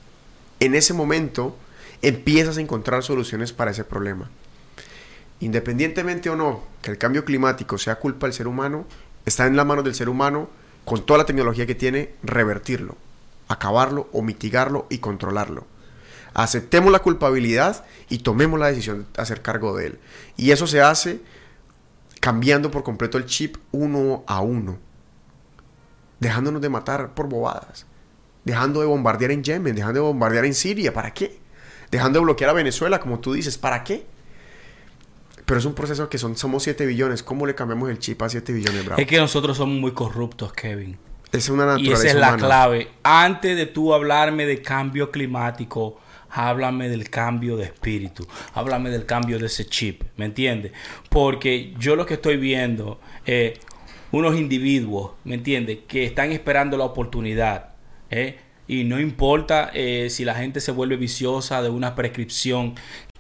en ese momento empiezas a encontrar soluciones para ese problema. Independientemente o no que el cambio climático sea culpa del ser humano, está en la mano del ser humano, con toda la tecnología que tiene, revertirlo, acabarlo o mitigarlo y controlarlo. Aceptemos la culpabilidad y tomemos la decisión de hacer cargo de él. Y eso se hace cambiando por completo el chip uno a uno, dejándonos de matar por bobadas, dejando de bombardear en Yemen, dejando de bombardear en Siria. ¿Para qué? Dejando de bloquear a Venezuela, como tú dices. ¿Para qué? Pero es un proceso que son, somos siete billones. ¿Cómo le cambiamos el chip a siete billones, bravo? Es que nosotros somos muy corruptos, Kevin. Es una naturaleza y esa es la humana. clave. Antes de tú hablarme de cambio climático, háblame del cambio de espíritu. Háblame del cambio de ese chip. ¿Me entiendes? Porque yo lo que estoy viendo es eh, unos individuos, ¿me entiendes?, que están esperando la oportunidad. ¿eh? Y no importa eh, si la gente se vuelve viciosa de una prescripción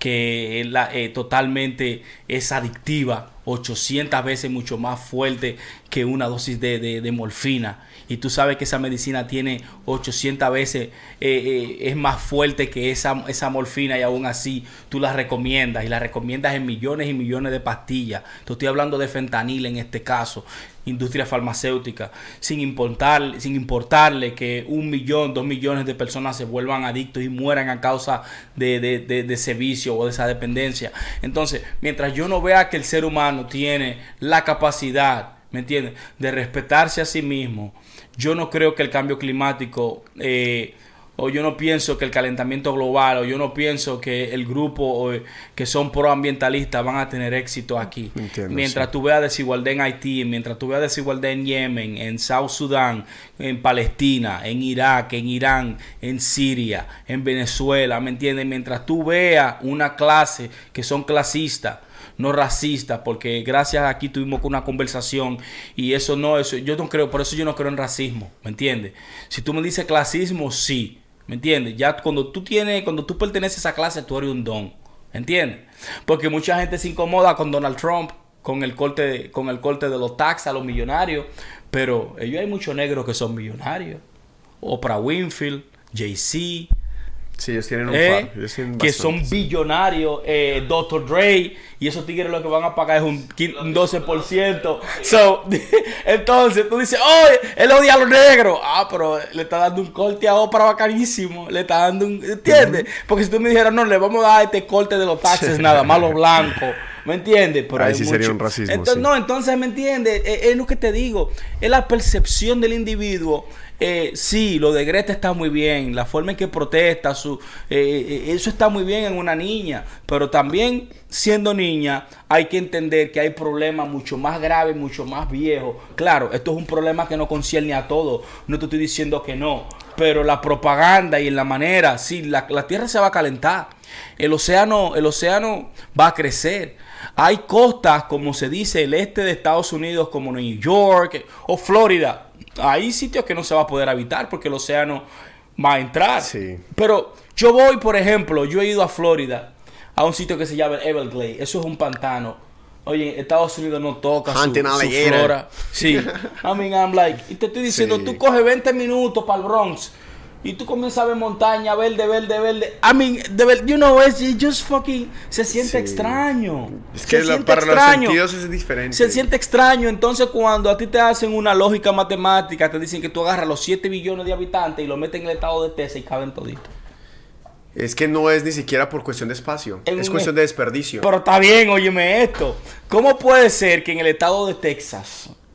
que la, eh, totalmente es adictiva, ochocientas veces mucho más fuerte que una dosis de, de, de morfina. Y tú sabes que esa medicina tiene ochocientas veces, eh, eh, es más fuerte que esa, esa morfina, y aún así tú la recomiendas, y la recomiendas en millones y millones de pastillas. Te estoy hablando de fentanil en este caso, industria farmacéutica, sin importar, sin importarle que un millón, dos millones de personas se vuelvan adictos y mueran a causa de, de, de, de ese vicio o de esa dependencia. Entonces, mientras yo no vea que el ser humano tiene la capacidad, ¿me entiendes?, de respetarse a sí mismo, yo no creo que el cambio climático, eh, o yo no pienso que el calentamiento global, o yo no pienso que el grupo o, que son proambientalistas van a tener éxito aquí. Entiendo, mientras sí. tú veas desigualdad en Haití, mientras tú veas desigualdad en Yemen, en South Sudán, en Palestina, en Irak, en Irán, en Siria, en Venezuela, ¿me entiendes? Mientras tú veas una clase que son clasistas, no racistas, porque gracias a aquí tuvimos una conversación y eso no, eso yo no creo, por eso yo no creo en racismo, ¿me entiendes? Si tú me dices clasismo, sí, ¿me entiendes? Ya cuando tú tienes, cuando tú perteneces a esa clase, tú eres un don, ¿me entiendes? Porque mucha gente se incomoda con Donald Trump, con el corte, de, con el corte de los taxes a los millonarios, pero ellos hay muchos negros que son millonarios, Oprah Winfrey, Jay-Z. Sí, ellos tienen un Eh, par. Ellos tienen que bastante, son sí. billonarios, eh, doctor Dre, y esos tigres lo que van a pagar es un, un doce por ciento. So, entonces tú dices, oye, él odia a los negros. Ah, pero le está dando un corte a Oprah bacanísimo. Le está dando un, ¿entiendes? Porque si tú me dijeras, no, le vamos a dar este corte de los taxes, nada más los blancos. ¿Me entiendes? Pero ahí hay sí mucho. sería un racismo, Entonces, sí. no, entonces, ¿me entiendes? Es, es lo que te digo. Es la percepción del individuo. Eh, sí, lo de Greta está muy bien. La forma en que protesta, su, eh, eso está muy bien en una niña. Pero también, siendo niña, hay que entender que hay problemas mucho más graves, mucho más viejos. Claro, esto es un problema que no concierne a todos. No te estoy diciendo que no. Pero la propaganda y en la manera, sí, la, la tierra se va a calentar. El océano, el océano va a crecer. Hay costas, como se dice, el este de Estados Unidos, como New York o Florida. Hay sitios que no se va a poder habitar porque el océano va a entrar. Sí. Pero yo voy, por ejemplo, yo he ido a Florida, a un sitio que se llama Everglades. Eso es un pantano. Oye, Estados Unidos no toca su, Hunting su alligator. flora. Sí. I mean, I'm like, y te estoy diciendo, Sí. tú coges veinte minutos para el Bronx y tú comienzas a ver montaña, verde, verde, verde. I mean, de ver, you know, it's it just fucking, se siente Sí. extraño. Es Se que la- siente para los extraño. sentidos es diferente. Se siente extraño. Entonces, cuando a ti te hacen una lógica matemática, te dicen que tú agarras los siete billones de habitantes y lo metes en el estado de Texas y caben toditos. Es que no es ni siquiera por cuestión de espacio. En es un- cuestión de desperdicio. Pero está bien, óyeme esto. ¿Cómo puede ser que en el estado de Texas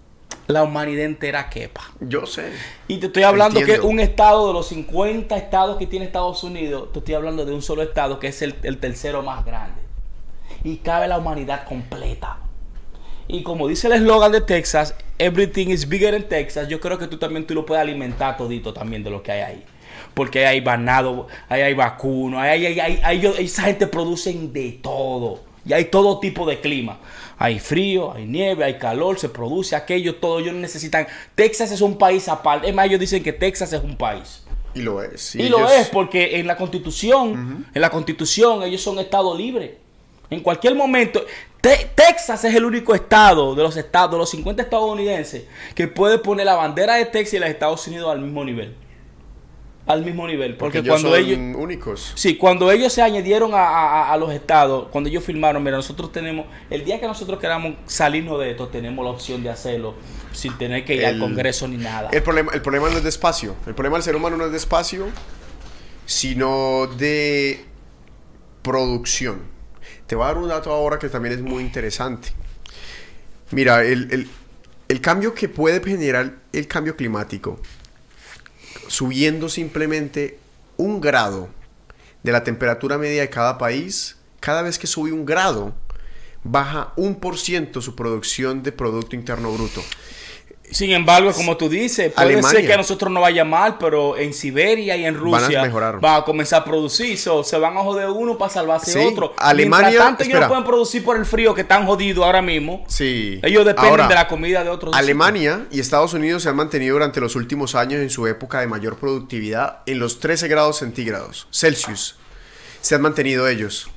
la humanidad entera quepa. Yo sé. Y te estoy hablando Entiendo. que un estado de los cincuenta estados que tiene Estados Unidos, te estoy hablando de un solo estado que es el, el tercero más grande. Y cabe la humanidad completa. Y como dice el eslogan de Texas, everything is bigger in Texas, yo creo que tú también tú lo puedes alimentar todito también de lo que hay ahí. Porque hay ganado, ahí hay vacuno, ahí, hay, hay, hay, hay, esa gente produce de todo. Y hay todo tipo de clima. Hay frío, hay nieve, hay calor, se produce aquello, todo. Ellos necesitan... Texas es un país aparte. Es más, ellos dicen que Texas es un país. Y lo es. Y, y lo es porque en la Constitución, uh-huh. en la Constitución ellos son estado libre. En cualquier momento... Te Texas es el único estado de los estados, de los cincuenta estadounidenses, que puede poner la bandera de Texas y la de Estados Unidos al mismo nivel. Al mismo nivel. Porque, porque ellos cuando son ellos... únicos. Sí, cuando ellos se añadieron a, a, a los estados, cuando ellos firmaron, mira, nosotros tenemos... El día que nosotros queramos salirnos de esto, tenemos la opción de hacerlo sin tener que ir el, al Congreso ni nada. El problema, el problema no es de espacio. El problema del ser humano no es de espacio, sino de producción. Te voy a dar un dato ahora que también es muy interesante. Mira, el, el, el cambio que puede generar el cambio climático, subiendo simplemente un grado de la temperatura media de cada país, cada vez que sube un grado, baja un por ciento su producción de Producto Interno Bruto. Sin embargo, como tú dices, puede Alemania, ser que a nosotros no vaya mal, pero en Siberia y en Rusia van a, a comenzar a producir. So, se van a joder uno para salvarse sí, otro. Alemania, Mientras tanto, espera. ellos no pueden producir por el frío que están jodidos ahora mismo. Sí. Ellos dependen ahora, de la comida de otros. Alemania sitios. y Estados Unidos se han mantenido durante los últimos años en su época de mayor productividad en los trece grados centígrados Celsius. Se han mantenido ellos.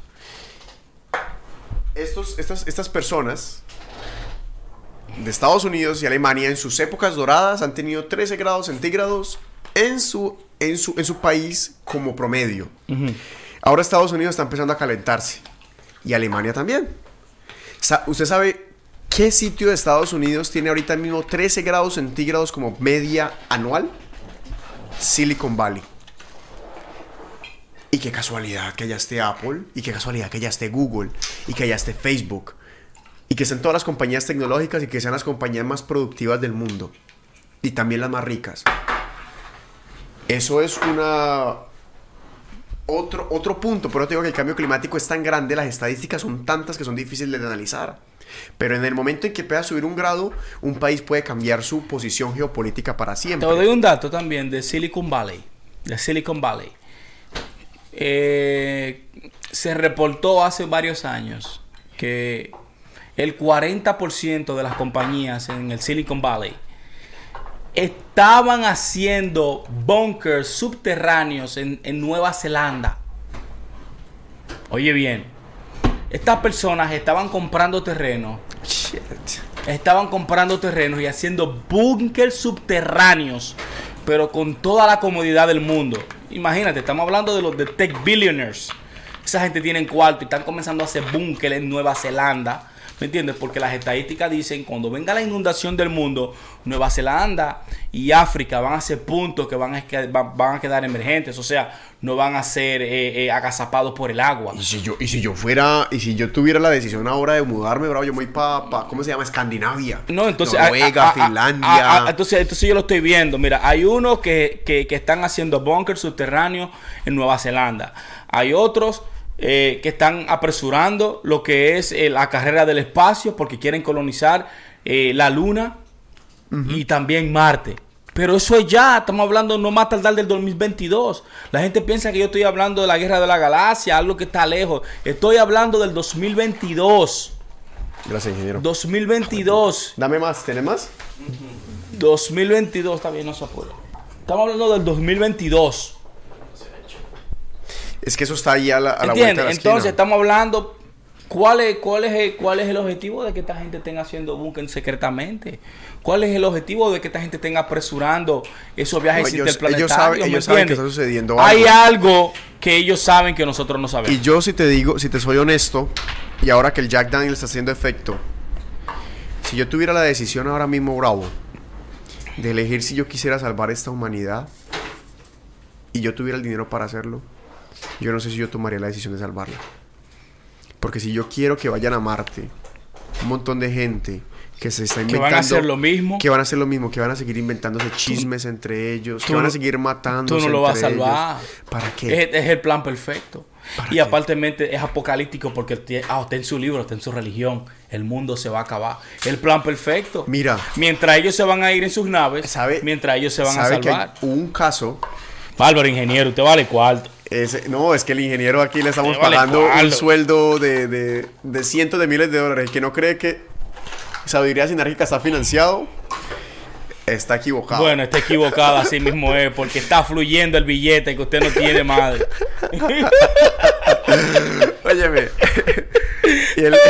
Estos, estas, estas personas de Estados Unidos y Alemania en sus épocas doradas han tenido trece grados centígrados en su, en su, en su país como promedio. Uh-huh. Ahora Estados Unidos está empezando a calentarse y Alemania también. Sa- ¿Usted sabe qué sitio de Estados Unidos tiene ahorita mismo trece grados centígrados como media anual? Silicon Valley. Y qué casualidad que allá esté Apple, y qué casualidad que allá esté Google, y que allá esté Facebook. Y que sean todas las compañías tecnológicas y que sean las compañías más productivas del mundo. Y también las más ricas. Eso es una... Otro, otro punto. Pero te digo que el cambio climático es tan grande, las estadísticas son tantas que son difíciles de analizar. Pero en el momento en que pueda subir un grado, un país puede cambiar su posición geopolítica para siempre. Te doy un dato también de Silicon Valley. De Silicon Valley. Eh, se reportó hace varios años que... el cuarenta por ciento de las compañías en el Silicon Valley estaban haciendo bunkers subterráneos en, en Nueva Zelanda. Oye bien, estas personas estaban comprando terrenos. Shit. Estaban comprando terrenos y haciendo bunkers subterráneos, pero con toda la comodidad del mundo. Imagínate, estamos hablando de los de tech billionaires. Esa gente tiene cuarto y están comenzando a hacer bunkers en Nueva Zelanda. ¿Me entiendes? Porque las estadísticas dicen cuando venga la inundación del mundo, Nueva Zelanda y África van a ser puntos que van a, van a quedar emergentes. O sea, no van a ser eh, eh, agazapados por el agua. Y si yo, y si yo fuera, y si yo tuviera la decisión ahora de mudarme, bravo, yo me voy para, pa, ¿cómo se llama? Escandinavia. No, entonces... Noruega, a, a, Finlandia. A, a, a, entonces, entonces yo lo estoy viendo. Mira, hay unos que, que, que están haciendo bunkers subterráneos en Nueva Zelanda. Hay otros... Eh, que están apresurando lo que es eh, la carrera del espacio porque quieren colonizar eh, la Luna uh-huh. y también Marte. Pero eso es ya, estamos hablando no más tardar del dos mil veintidós. La gente piensa que yo estoy hablando de la guerra de la galaxia, algo que está lejos. Estoy hablando del dos mil veintidós. Gracias, ingeniero. dos mil veintidós. Dame más, ¿tienes más? Uh-huh. dos mil veintidós, está bien, no se puede. Estamos hablando del dos mil veintidós. Es que eso está ahí a la, a la vuelta de la Entonces esquina. estamos hablando ¿cuál es, cuál, es el, cuál es el objetivo de que esta gente estén haciendo búnker secretamente? ¿Cuál es el objetivo de que esta gente estén apresurando esos viajes no, ellos, interplanetarios? Ellos saben, ellos saben que está sucediendo algo. Hay algo que ellos saben que nosotros no sabemos. Y yo si te digo, si te soy honesto, y ahora que el Jack Daniels está haciendo efecto, si yo tuviera la decisión ahora mismo, bravo, de elegir si yo quisiera salvar esta humanidad y yo tuviera el dinero para hacerlo, yo no sé si yo tomaría la decisión de salvarla. Porque si yo quiero que vayan a Marte un montón de gente que se está Que inventando. van a hacer lo mismo. Que van a hacer lo mismo, que van a seguir inventándose chismes entre ellos, que tú van a no- seguir matando. Tú no lo vas a salvar. ¿Para qué? Es, es el plan perfecto. ¿Para Y qué? aparentemente es apocalíptico porque tie- ah, está en su libro, está en su religión. El mundo se va a acabar. El plan perfecto. Mira. Mientras ellos se van a ir en sus naves, ¿Sabe? mientras ellos se van a ¿Sabe que hay salvar. un caso? Bárbaro, ingeniero, usted vale cuarto. Ese- no, es que el ingeniero aquí le estamos Te vale pagando un cuarto. sueldo de, de, de cientos de miles de dólares. El que no cree que Sabiduría Sinérgica está financiado, está equivocado. Bueno, está equivocado, así mismo es, porque está fluyendo el billete que usted no tiene madre. Óyeme. Y el-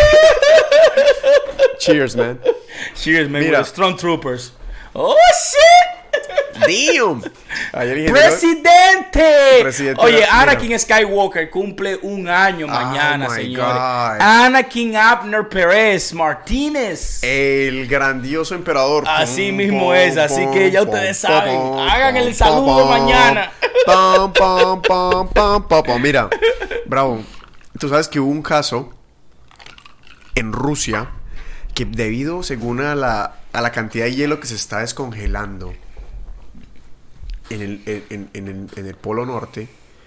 Cheers, man. Cheers, man, Mira. with the Strong Troopers. ¡Oh, shit! Damn. Ayer el ingeniero- ¡Presidente! Presidente Oye, era- Anakin Skywalker cumple un año mañana, Oh my señores. God. Anakin Abner Pérez Martínez. El grandioso emperador. Así Pum, mismo pum, es, así pum, que ya pum, ustedes pum, saben. pum, Hagan el pum, saludo pum, mañana. Pam, pam, pam, pam, pam, pam. Mira, bravo. Tú sabes que hubo un caso en Rusia que debido, según a la, a la cantidad de hielo que se está descongelando en el, en, en el, en el Polo Norte,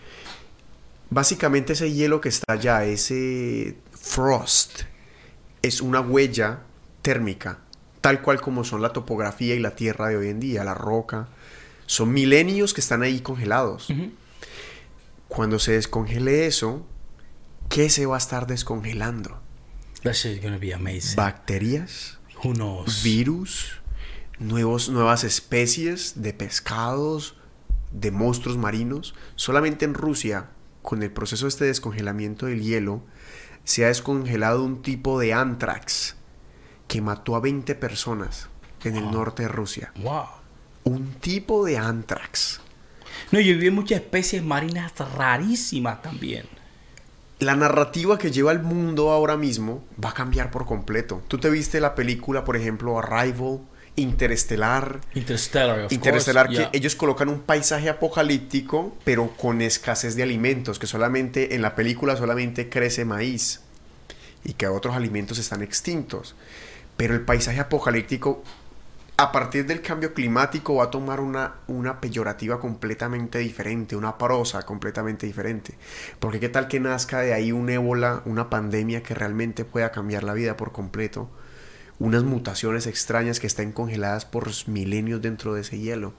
básicamente ese hielo que está allá, ese frost, es una huella térmica, tal cual como son la topografía y la tierra de hoy en día, la roca. Son milenios que están ahí congelados. Ujú. Cuando se descongele eso, ¿qué se va a estar descongelando? That shit's gonna be amazing. Bacterias, Who knows? virus, nuevos, nuevas especies de pescados, de monstruos marinos. Solamente en Rusia, con el proceso este de descongelamiento del hielo, se ha descongelado un tipo de anthrax que mató a veinte personas en el Wow. norte de Rusia. Wow. Un tipo de anthrax. No, yo vi muchas especies marinas rarísimas también. La narrativa que lleva el mundo ahora mismo va a cambiar por completo. ¿Tú te viste la película, por ejemplo, Arrival, Interestelar? Interstellar, of Interestelar, course, que yeah. ellos colocan un paisaje apocalíptico, pero con escasez de alimentos, que solamente en la película solamente crece maíz y que otros alimentos están extintos. Pero el paisaje apocalíptico, a partir del cambio climático, va a tomar una, una peyorativa completamente diferente, una prosa completamente diferente. Porque qué tal que nazca de ahí un ébola, una pandemia que realmente pueda cambiar la vida por completo. Unas mutaciones extrañas que estén congeladas por milenios dentro de ese hielo.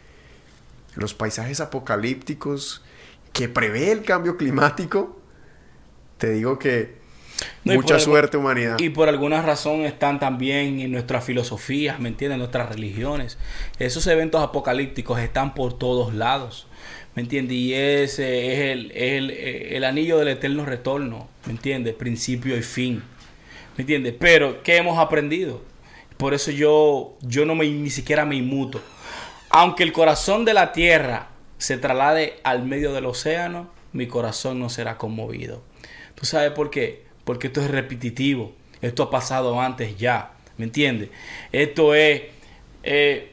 Los paisajes apocalípticos que prevé el cambio climático, te digo que No, y mucha por suerte, algún- humanidad. Y por alguna razón están también en nuestras filosofías, ¿me entiendes? En nuestras religiones. Esos eventos apocalípticos están por todos lados, ¿me entiendes? Y ese es el, el, el anillo del eterno retorno, ¿me entiendes? Principio y fin, ¿me entiendes? Pero, ¿qué hemos aprendido? Por eso yo, yo no me, ni siquiera me inmuto. Aunque el corazón de la tierra se traslade al medio del océano, mi corazón no será conmovido. ¿Tú sabes por qué? Porque esto es repetitivo. Esto ha pasado antes ya. ¿Me entiendes? Esto es... eh,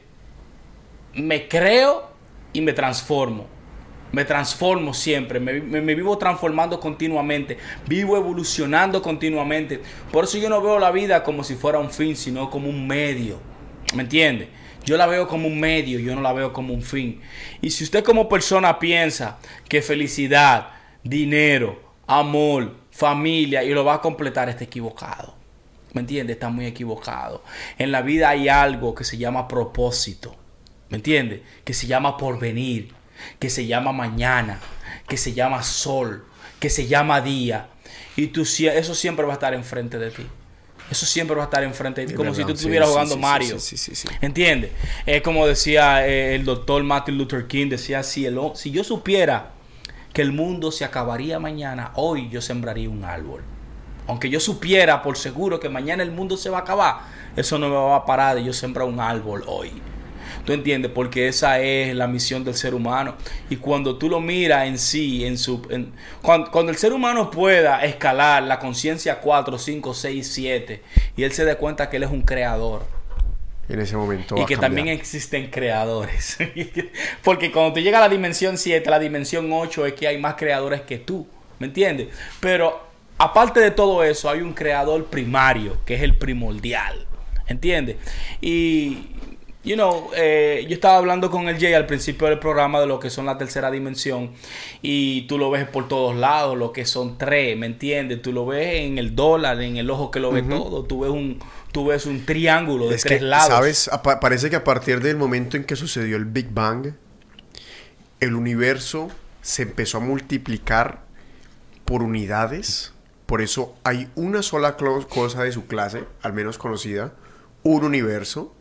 me creo y me transformo. Me transformo siempre. Me, me, me vivo transformando continuamente. Vivo evolucionando continuamente. Por eso yo no veo la vida como si fuera un fin, sino como un medio. ¿Me entiendes? Yo la veo como un medio, yo no la veo como un fin. Y si usted como persona piensa que felicidad, dinero, amor, familia, y lo va a completar, está equivocado. ¿Me entiendes? Está muy equivocado. En la vida hay algo que se llama propósito. ¿Me entiendes? Que se llama porvenir, que se llama mañana, que se llama sol, que se llama día. Y tú, eso siempre va a estar enfrente de ti. Eso siempre va a estar enfrente de ti, Es como verdad, si tú sí, estuvieras sí, jugando sí, Mario. sí, sí, sí, sí. ¿Entiendes? Es como decía eh, el doctor Martin Luther King, decía, si, el, si yo supiera que el mundo se acabaría mañana, hoy yo sembraría un árbol. Aunque yo supiera por seguro que mañana el mundo se va a acabar, eso no me va a parar de yo sembrar un árbol hoy. ¿Tú entiendes? Porque esa es la misión del ser humano. Y cuando tú lo miras en sí, en su, en, cuando, cuando el ser humano pueda escalar la conciencia cuatro, cinco, seis, siete, y él se dé cuenta que él es un creador. En ese momento Y va que a cambiar. también existen creadores. Porque cuando tú llegas a la dimensión siete, la dimensión ocho, es que hay más creadores que tú. ¿Me entiendes? Pero aparte de todo eso, hay un creador primario, que es el primordial. ¿Entiendes? Y, you know, eh, yo estaba hablando con el Jay al principio del programa de lo que son la tercera dimensión. Y tú lo ves por todos lados, lo que son tres, ¿me entiendes? Tú lo ves en el dólar, en el ojo que lo ve uh-huh. todo. Tú ves un, tú ves un triángulo de es tres que, lados. ¿sabes? Pa- parece que a partir del momento en que sucedió el Big Bang, el universo se empezó a multiplicar por unidades. Por eso hay una sola clo- cosa de su clase, al menos conocida, un universo,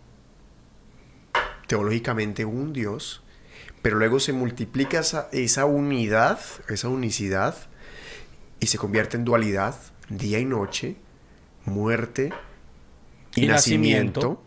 teológicamente un Dios, pero luego se multiplica esa, esa unidad, esa unicidad, y se convierte en dualidad, día y noche, muerte y, y nacimiento, nacimiento,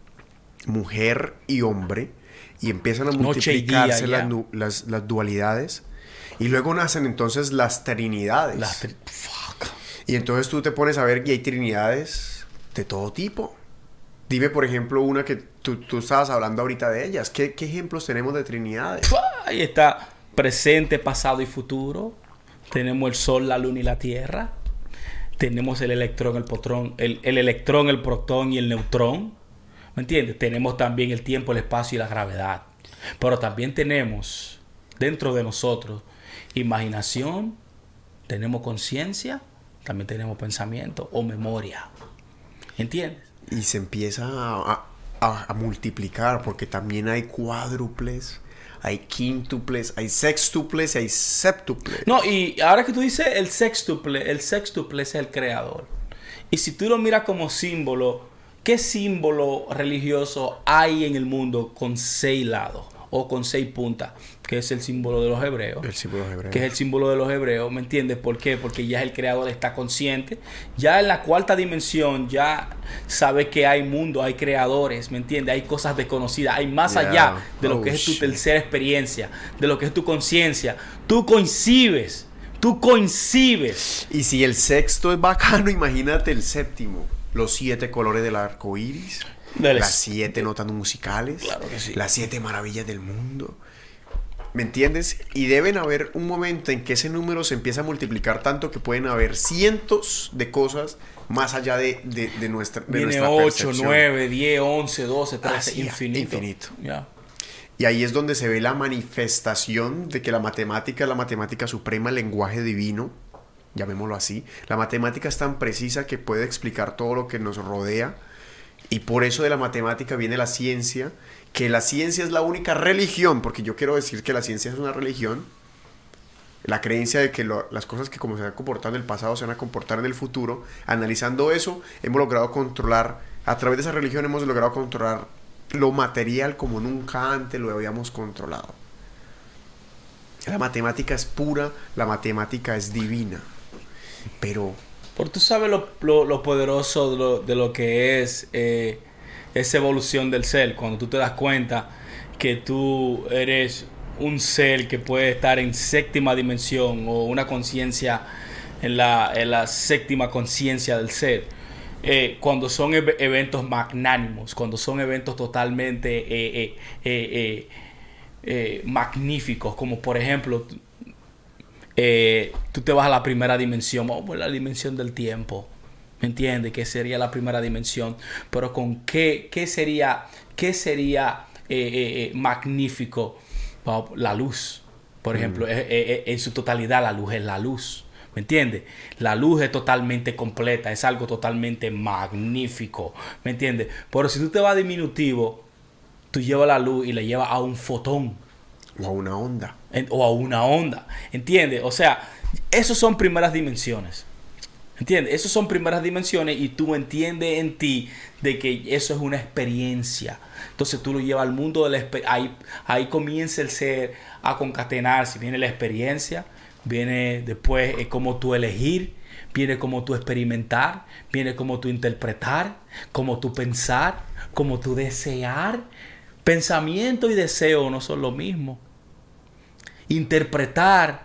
mujer y hombre, y empiezan a multiplicarse día, las, las, las dualidades, y luego nacen entonces las trinidades. Las tri- Fuck. Y entonces tú te pones a ver y hay trinidades de todo tipo. Dime, por ejemplo, una que tú, tú estabas hablando ahorita de ellas. ¿Qué, qué ejemplos tenemos de trinidades? Ahí está presente, pasado y futuro. Tenemos el sol, la luna y la tierra. Tenemos el electrón, el protón, el, el electrón, el protón y el neutrón. ¿Me entiendes? Tenemos también el tiempo, el espacio y la gravedad. Pero también tenemos dentro de nosotros imaginación, tenemos conciencia, también tenemos pensamiento o memoria. ¿Entiendes? Y se empieza a, a, a multiplicar porque también hay cuádruples, hay quíntuples, hay sextuples y hay séptuples. No, y ahora que tú dices el sextuple, el sextuple es el creador. Y si tú lo miras como símbolo, ¿qué símbolo religioso hay en el mundo con seis lados o con seis puntas? Que es el símbolo de los hebreos. El símbolo de los hebreos. Que es el símbolo de los hebreos, ¿me entiendes? ¿Por qué? Porque ya el creador está consciente. Ya en la cuarta dimensión ya sabe que hay mundo, hay creadores, ¿me entiendes? Hay cosas desconocidas, hay más yeah. allá de lo oh, que es tu shit. tercera experiencia, de lo que es tu conciencia. Tú coincides, tú coincides. Y si el sexto es bacano, imagínate el séptimo. Los siete colores del arco iris, Dale. las siete notas musicales, claro que sí. las siete maravillas del mundo. ¿Me entiendes? Y deben haber un momento en que ese número se empieza a multiplicar tanto que pueden haber cientos de cosas más allá de, de, de nuestra, de Viene nuestra ocho, nueve, diez, once, doce, trece, Así, infinito. infinito. Yeah. Y ahí es donde se ve la manifestación de que la matemática es la matemática suprema, el lenguaje divino, llamémoslo así. La matemática es tan precisa que puede explicar todo lo que nos rodea. Y por eso de la matemática viene la ciencia, que la ciencia es la única religión, porque yo quiero decir que la ciencia es una religión, la creencia de que lo, las cosas que como se han comportado en el pasado se van a comportar en el futuro. Analizando eso, hemos logrado controlar, a través de esa religión hemos logrado controlar lo material como nunca antes lo habíamos controlado. La matemática es pura, la matemática es divina, pero... Porque tú sabes lo, lo, lo poderoso de lo, de lo que es eh, esa evolución del ser. Cuando tú te das cuenta que tú eres un ser que puede estar en séptima dimensión o una conciencia en la, en la séptima conciencia del ser. Eh, cuando son ev- eventos magnánimos, cuando son eventos totalmente eh, eh, eh, eh, eh, magníficos, como por ejemplo... Eh, tú te vas a la primera dimensión, vamos a la dimensión del tiempo, ¿me entiendes? Que sería la primera dimensión, pero con qué, qué sería, qué sería eh, eh, eh, magnífico, wow, la luz, por mm. ejemplo, eh, eh, en su totalidad la luz es la luz, ¿me entiendes? La luz es totalmente completa, es algo totalmente magnífico, ¿me entiendes? Pero si tú te vas a diminutivo, tú llevas la luz y la llevas a un fotón. O a una onda. En, o a una onda. ¿Entiendes? O sea, esos son primeras dimensiones. ¿Entiendes? Esos son primeras dimensiones y tú entiendes en ti de que eso es una experiencia. Entonces tú lo llevas al mundo de la experiencia. Ahí, ahí comienza el ser a concatenarse. Viene la experiencia, viene después eh, como tú elegir, viene como tú experimentar, viene como tú interpretar, como tú pensar, como tú desear. Pensamiento y deseo no son lo mismo. Interpretar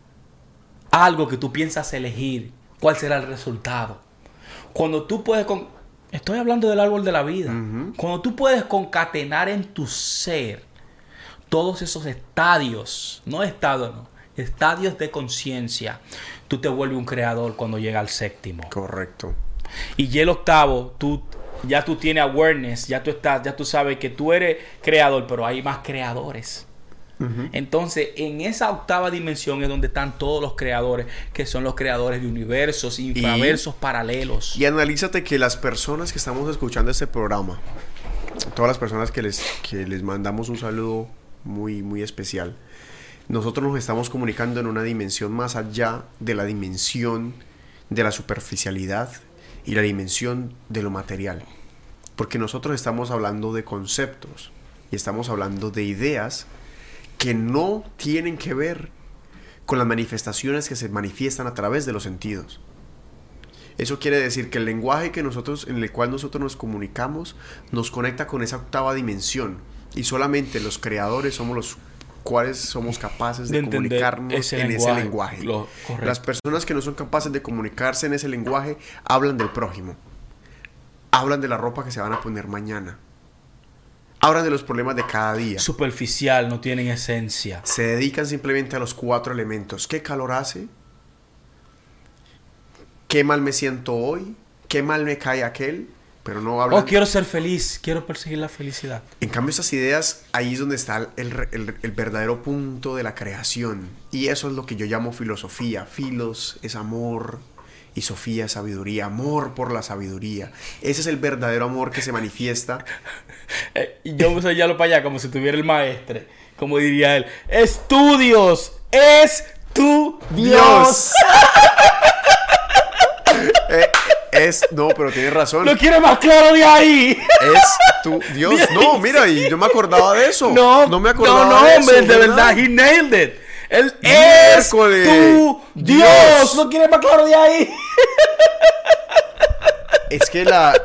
algo que tú piensas elegir, ¿cuál será el resultado? Cuando tú puedes... Con... Estoy hablando del árbol de la vida. Uh-huh. Cuando tú puedes concatenar en tu ser todos esos estadios, no estadios, no, estadios de conciencia, tú te vuelves un creador cuando llega al séptimo. Correcto. Y ya el octavo, tú ya tú tienes awareness, ya tú estás, ya tú sabes que tú eres creador, pero hay más creadores. Uh-huh. Entonces, en esa octava dimensión es donde están todos los creadores, que son los creadores de universos, infraversos, y, paralelos. Y analízate que las personas que estamos escuchando este programa, todas las personas que les, que les mandamos un saludo muy, muy especial, nosotros nos estamos comunicando en una dimensión más allá de la dimensión de la superficialidad y la dimensión de lo material. Porque nosotros estamos hablando de conceptos y estamos hablando de ideas que no tienen que ver con las manifestaciones que se manifiestan a través de los sentidos. Eso quiere decir que el lenguaje que nosotros, en el cual nosotros nos comunicamos nos conecta con esa octava dimensión, y solamente los creadores somos los cuales somos capaces de, de comunicarnos ese en lenguaje, ese lenguaje. Lo, Las personas que no son capaces de comunicarse en ese lenguaje hablan del prójimo, hablan de la ropa que se van a poner mañana, hablan de los problemas de cada día. Superficial, no tienen esencia. Se dedican simplemente a los cuatro elementos. ¿Qué calor hace? ¿Qué mal me siento hoy? ¿Qué mal me cae aquel? Pero no hablan... Oh, quiero ser feliz, quiero perseguir la felicidad. En cambio, esas ideas, ahí es donde está el, el, el verdadero punto de la creación. Y eso es lo que yo llamo filosofía. Filos es amor y Sofía es sabiduría. Amor por la sabiduría. Ese es el verdadero amor que se manifiesta. eh, y yo uso ya lo para allá como si tuviera el maestre. Como diría él. Estudios es tu Dios. eh, Es, no, pero tienes razón. Lo quiere más claro de ahí. Es tu Dios. No, mira, y yo me acordaba de eso. No, no me acordaba no, no, de hombre, eso. De verdad, he nailed it. Él es tu Dios. Dios. Lo quiere más claro de ahí. Es que la,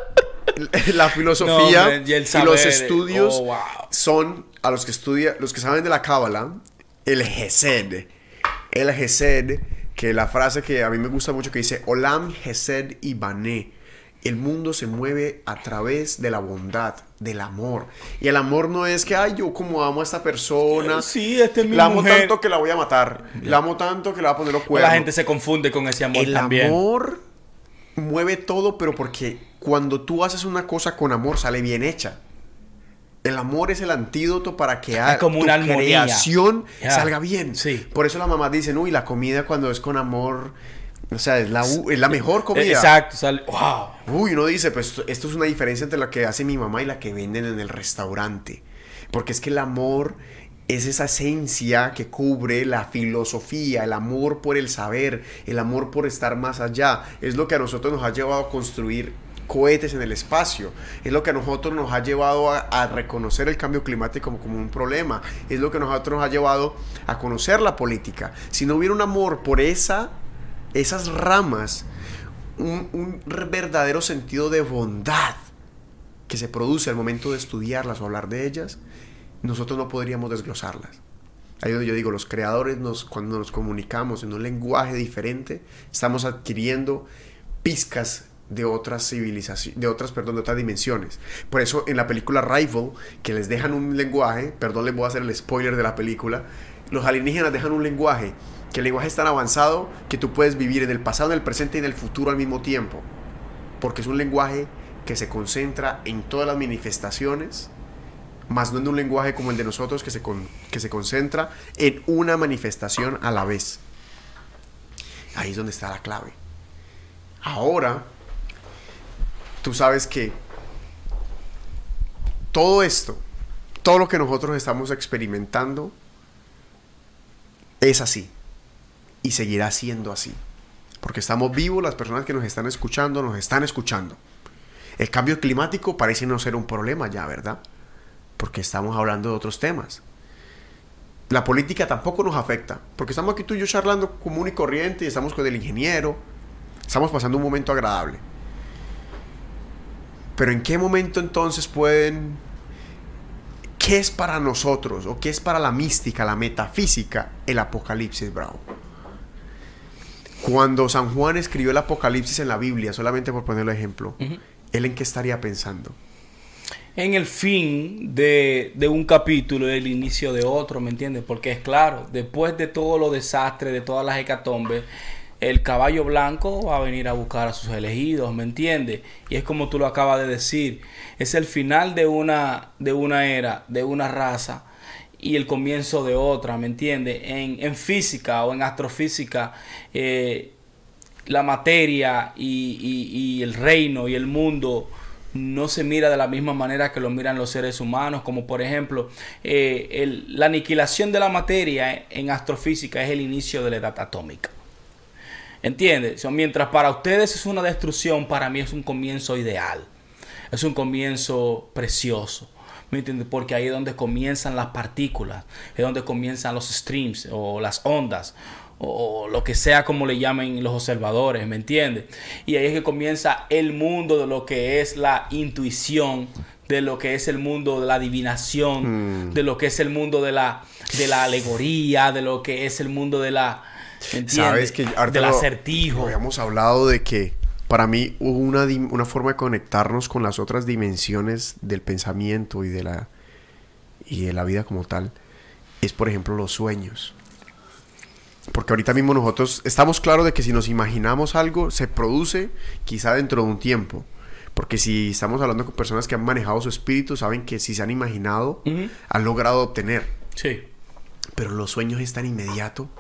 la filosofía no, man, y, y los estudios oh, wow. son, a los que estudian, los que saben de la Cábala, el Gesed. El Gesed, que la frase que a mí me gusta mucho que dice Olam Gesed y Bané, el mundo se mueve a través de la bondad, del amor. Y el amor no es que, ay, yo como amo a esta persona, sí, este es mi la amo mujer. tanto que la voy a matar, la amo tanto que la voy a poner los cuernos. La gente se confunde con ese amor el también. El amor mueve todo, pero porque cuando tú haces una cosa con amor sale bien hecha. El amor es el antídoto para que es como tu una creación yeah. salga bien. Sí. Por eso la mamá dice, uy, la comida cuando es con amor, o sea, es la, es la mejor comida. Exacto. Sale, wow. Uy, uno dice, pues esto, esto es una diferencia entre la que hace mi mamá y la que venden en el restaurante. Porque es que el amor es esa esencia que cubre la filosofía, el amor por el saber, el amor por estar más allá. Es lo que a nosotros nos ha llevado a construir cohetes en el espacio. Es lo que a nosotros nos ha llevado a, a reconocer el cambio climático como, como un problema. Es lo que a nosotros nos ha llevado a conocer la política. Si no hubiera un amor por esa, esas ramas, un, un verdadero sentido de bondad que se produce al momento de estudiarlas o hablar de ellas, nosotros no podríamos desglosarlas. Ahí es donde yo digo, los creadores, nos, cuando nos comunicamos en un lenguaje diferente, estamos adquiriendo pizcas de otras civilizaciones, de otras, perdón, de otras dimensiones. Por eso en la película Rival, que les dejan un lenguaje, perdón, les voy a hacer el spoiler de la película, los alienígenas dejan un lenguaje, que el lenguaje es tan avanzado que tú puedes vivir en el pasado, en el presente y en el futuro al mismo tiempo, porque es un lenguaje que se concentra en todas las manifestaciones, más no en un lenguaje como el de nosotros que se, con, que se concentra en una manifestación a la vez. Ahí es donde está la clave. Ahora tú sabes que todo esto, todo lo que nosotros estamos experimentando es así y seguirá siendo así, porque estamos vivos, las personas que nos están escuchando nos están escuchando. El cambio climático parece no ser un problema ya, ¿verdad? Porque estamos hablando de otros temas. La política tampoco nos afecta, porque estamos aquí tú y yo charlando común y corriente y estamos con el ingeniero, estamos pasando un momento agradable. Pero ¿en qué momento entonces pueden... ¿Qué es para nosotros o qué es para la mística, la metafísica, el Apocalipsis, bravo? Cuando San Juan escribió el Apocalipsis en la Biblia, solamente por ponerlo ejemplo, uh-huh. ¿él en qué estaría pensando? En el fin de, de un capítulo y el inicio de otro, ¿me entiendes? Porque es claro, después de todos los desastres, de todas las hecatombes, el caballo blanco va a venir a buscar a sus elegidos, ¿me entiendes? Y es como tú lo acabas de decir, es el final de una, de una era, de una raza y el comienzo de otra, ¿me entiendes? En, en física o en astrofísica, eh, la materia y, y, y el reino y el mundo no se mira de la misma manera que lo miran los seres humanos, como por ejemplo eh, el, la aniquilación de la materia en astrofísica es el inicio de la edad atómica. ¿Entiendes? So, mientras para ustedes es una destrucción, para mí es un comienzo ideal, es un comienzo precioso. ¿Me entiendes? Porque ahí es donde comienzan las partículas, es donde comienzan los streams o las ondas, o lo que sea como le llamen los observadores, ¿me entiendes? Y ahí es que comienza el mundo de lo que es la intuición, de lo que es el mundo de la adivinación, mm. de lo que es el mundo de la, de la alegoría, de lo que es el mundo de la, ¿me entiendes? Sabes que del acertijo. Habíamos hablado de que para mí hubo una, una forma de conectarnos con las otras dimensiones del pensamiento y de la, y de la vida como tal, es por ejemplo los sueños. Porque ahorita mismo nosotros estamos claros de que si nos imaginamos algo, se produce quizá dentro de un tiempo. Porque si estamos hablando con personas que han manejado su espíritu, saben que si se han imaginado, uh-huh. han logrado obtener. Sí. Pero los sueños es tan inmediato.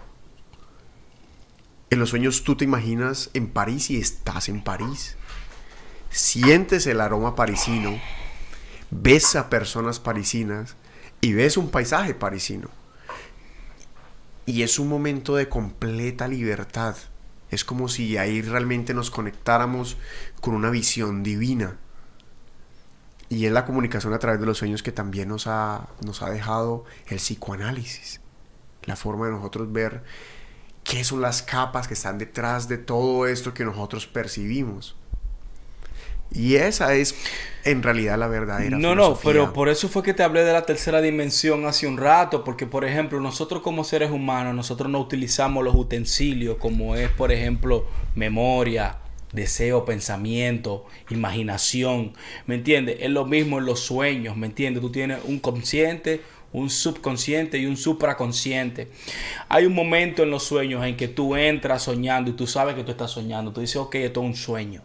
En los sueños tú te imaginas en París y estás en París. Sientes el aroma parisino, ves a personas parisinas y ves un paisaje parisino. Y es un momento de completa libertad. Es como si ahí realmente nos conectáramos con una visión divina. Y es la comunicación a través de los sueños que también nos ha, nos ha dejado el psicoanálisis. La forma de nosotros ver qué son las capas que están detrás de todo esto que nosotros percibimos. Y esa es en realidad la verdadera No, filosofía. No, pero por eso fue que te hablé de la tercera dimensión hace un rato, porque por ejemplo nosotros como seres humanos, nosotros no utilizamos los utensilios como es por ejemplo memoria, deseo, pensamiento, imaginación, ¿me entiendes? Es lo mismo en los sueños, ¿me entiendes? Tú tienes un consciente, un subconsciente y un supraconsciente. Hay un momento en los sueños en que tú entras soñando y tú sabes que tú estás soñando, tú dices, ok, esto es un sueño.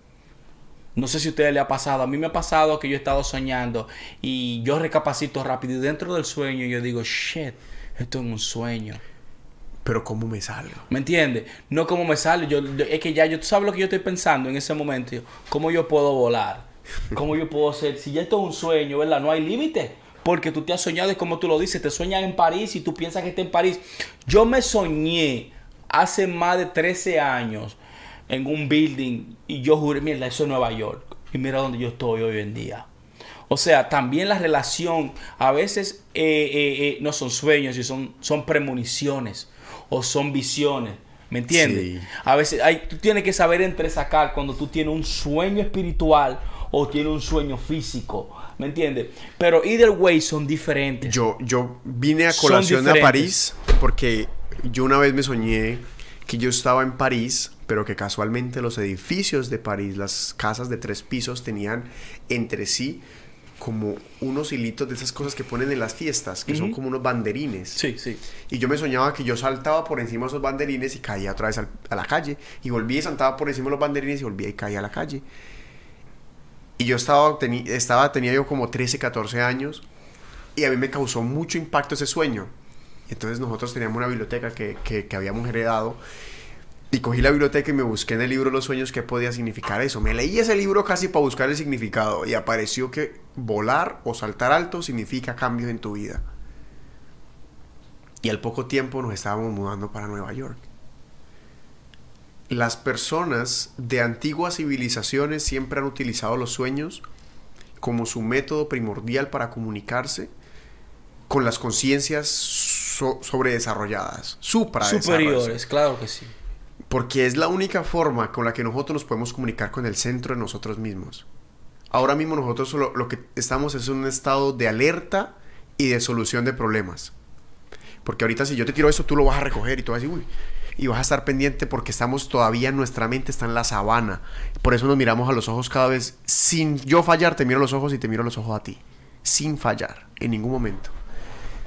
No sé si a ustedes les ha pasado. A mí me ha pasado que yo he estado soñando y yo recapacito rápido y dentro del sueño yo digo, shit, esto es un sueño. Pero ¿cómo me salgo? ¿Me entiendes? No cómo me sale. Yo, es que ya yo, tú sabes lo que yo estoy pensando en ese momento. ¿Cómo yo puedo volar? ¿Cómo yo puedo ser? Si ya esto es un sueño, ¿verdad? No hay límite. Porque tú te has soñado y como tú lo dices, te sueñas en París y tú piensas que está en París. Yo me soñé hace más de trece años en un building y yo juré, mierda, eso es Nueva York y mira dónde yo estoy hoy en día. O sea, también la relación a veces eh, eh, eh, no son sueños y son, son premoniciones o son visiones, ¿me entiendes? Sí. A veces hay, tú tienes que saber entresacar cuando tú tienes un sueño espiritual o tienes un sueño físico, ¿me entiendes? Pero either way son diferentes. Yo, yo vine a colación a París porque yo una vez me soñé que yo estaba en París, pero que casualmente los edificios de París, las casas de tres pisos, tenían entre sí como unos hilitos de esas cosas que ponen en las fiestas, que uh-huh. son como unos banderines. Sí, sí. Y yo me soñaba que yo saltaba por encima de esos banderines y caía otra vez al, a la calle. Y volvía y saltaba por encima de los banderines y volvía y caía a la calle. Y yo estaba, teni- estaba tenía yo como trece, catorce años y a mí me causó mucho impacto ese sueño. Entonces nosotros teníamos una biblioteca que, que, que habíamos heredado y cogí la biblioteca y me busqué en el libro Los Sueños qué podía significar eso. Me leí ese libro casi para buscar el significado y apareció que volar o saltar alto significa cambios en tu vida. Y al poco tiempo nos estábamos mudando para Nueva York. Las personas de antiguas civilizaciones siempre han utilizado los sueños como su método primordial para comunicarse con las conciencias so- sobredesarrolladas, supradesarrolladas. Superiores, claro que sí. Porque es la única forma con la que nosotros nos podemos comunicar con el centro de nosotros mismos. Ahora mismo nosotros lo, lo que estamos es en un estado de alerta y de solución de problemas. Porque ahorita si yo te tiro esto, tú lo vas a recoger y tú vas a decir, uy, y vas a estar pendiente porque estamos todavía, nuestra mente está en la sabana. Por eso nos miramos a los ojos cada vez. Sin yo fallar, te miro a los ojos y te miro a los ojos a ti. Sin fallar, en ningún momento.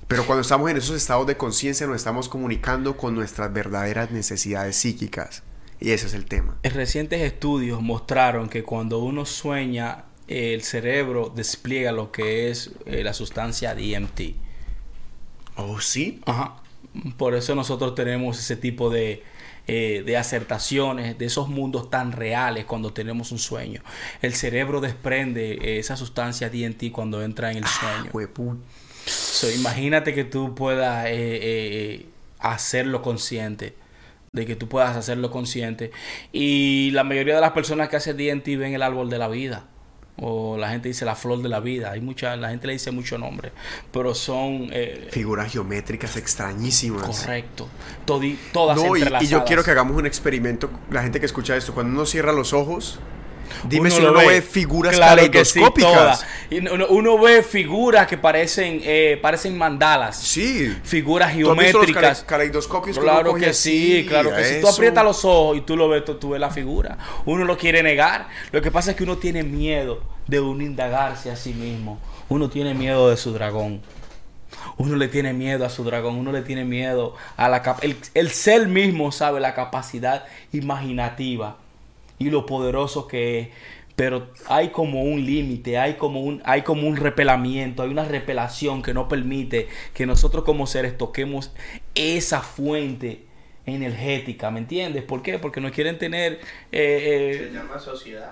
Pero cuando estamos en esos estados de conciencia nos estamos comunicando con nuestras verdaderas necesidades psíquicas. Y ese es el tema. En recientes estudios mostraron que cuando uno sueña, eh, el cerebro despliega lo que es eh, la sustancia D M T. ¿Oh, sí? Ajá. Por eso nosotros tenemos ese tipo de, eh, de acertaciones, de esos mundos tan reales cuando tenemos un sueño. El cerebro desprende eh, esa sustancia D M T cuando entra en el sueño. Ah, so, imagínate que tú puedas eh, eh, hacerlo consciente. De que tú puedas hacerlo consciente. Y la mayoría de las personas que hacen D M T ven el árbol de la vida. O la gente dice la flor de la vida. Hay mucha, la gente le dice muchos nombres. Pero son... Eh, figuras geométricas extrañísimas. Correcto. Todi, todas no, y, entrelazadas. y yo quiero que hagamos un experimento. La gente que escucha esto, cuando uno cierra los ojos, dime uno si uno ve. ve figuras Claro que sí, caleidoscópicas. todas. Y uno, uno ve figuras que parecen eh, parecen mandalas. Sí. Figuras ¿Tú has visto los geométricas. cale- caleidoscopios que Claro uno coge que así? sí, claro que sí. Tú Eso. aprietas los ojos y tú lo ves, tú, tú ves la figura. Uno lo quiere negar. Lo que pasa es que uno tiene miedo de uno indagarse a sí mismo. Uno tiene miedo de su dragón. Uno le tiene miedo a su dragón. Uno le tiene miedo a la cap el, el ser mismo sabe la capacidad imaginativa y lo poderoso que es. Pero hay como un límite, hay como un, hay como un repelamiento, hay una repelación que no permite que nosotros como seres toquemos esa fuente energética, ¿me entiendes? ¿Por qué? Porque nos quieren tener... Eh, Se eh, llama sociedad.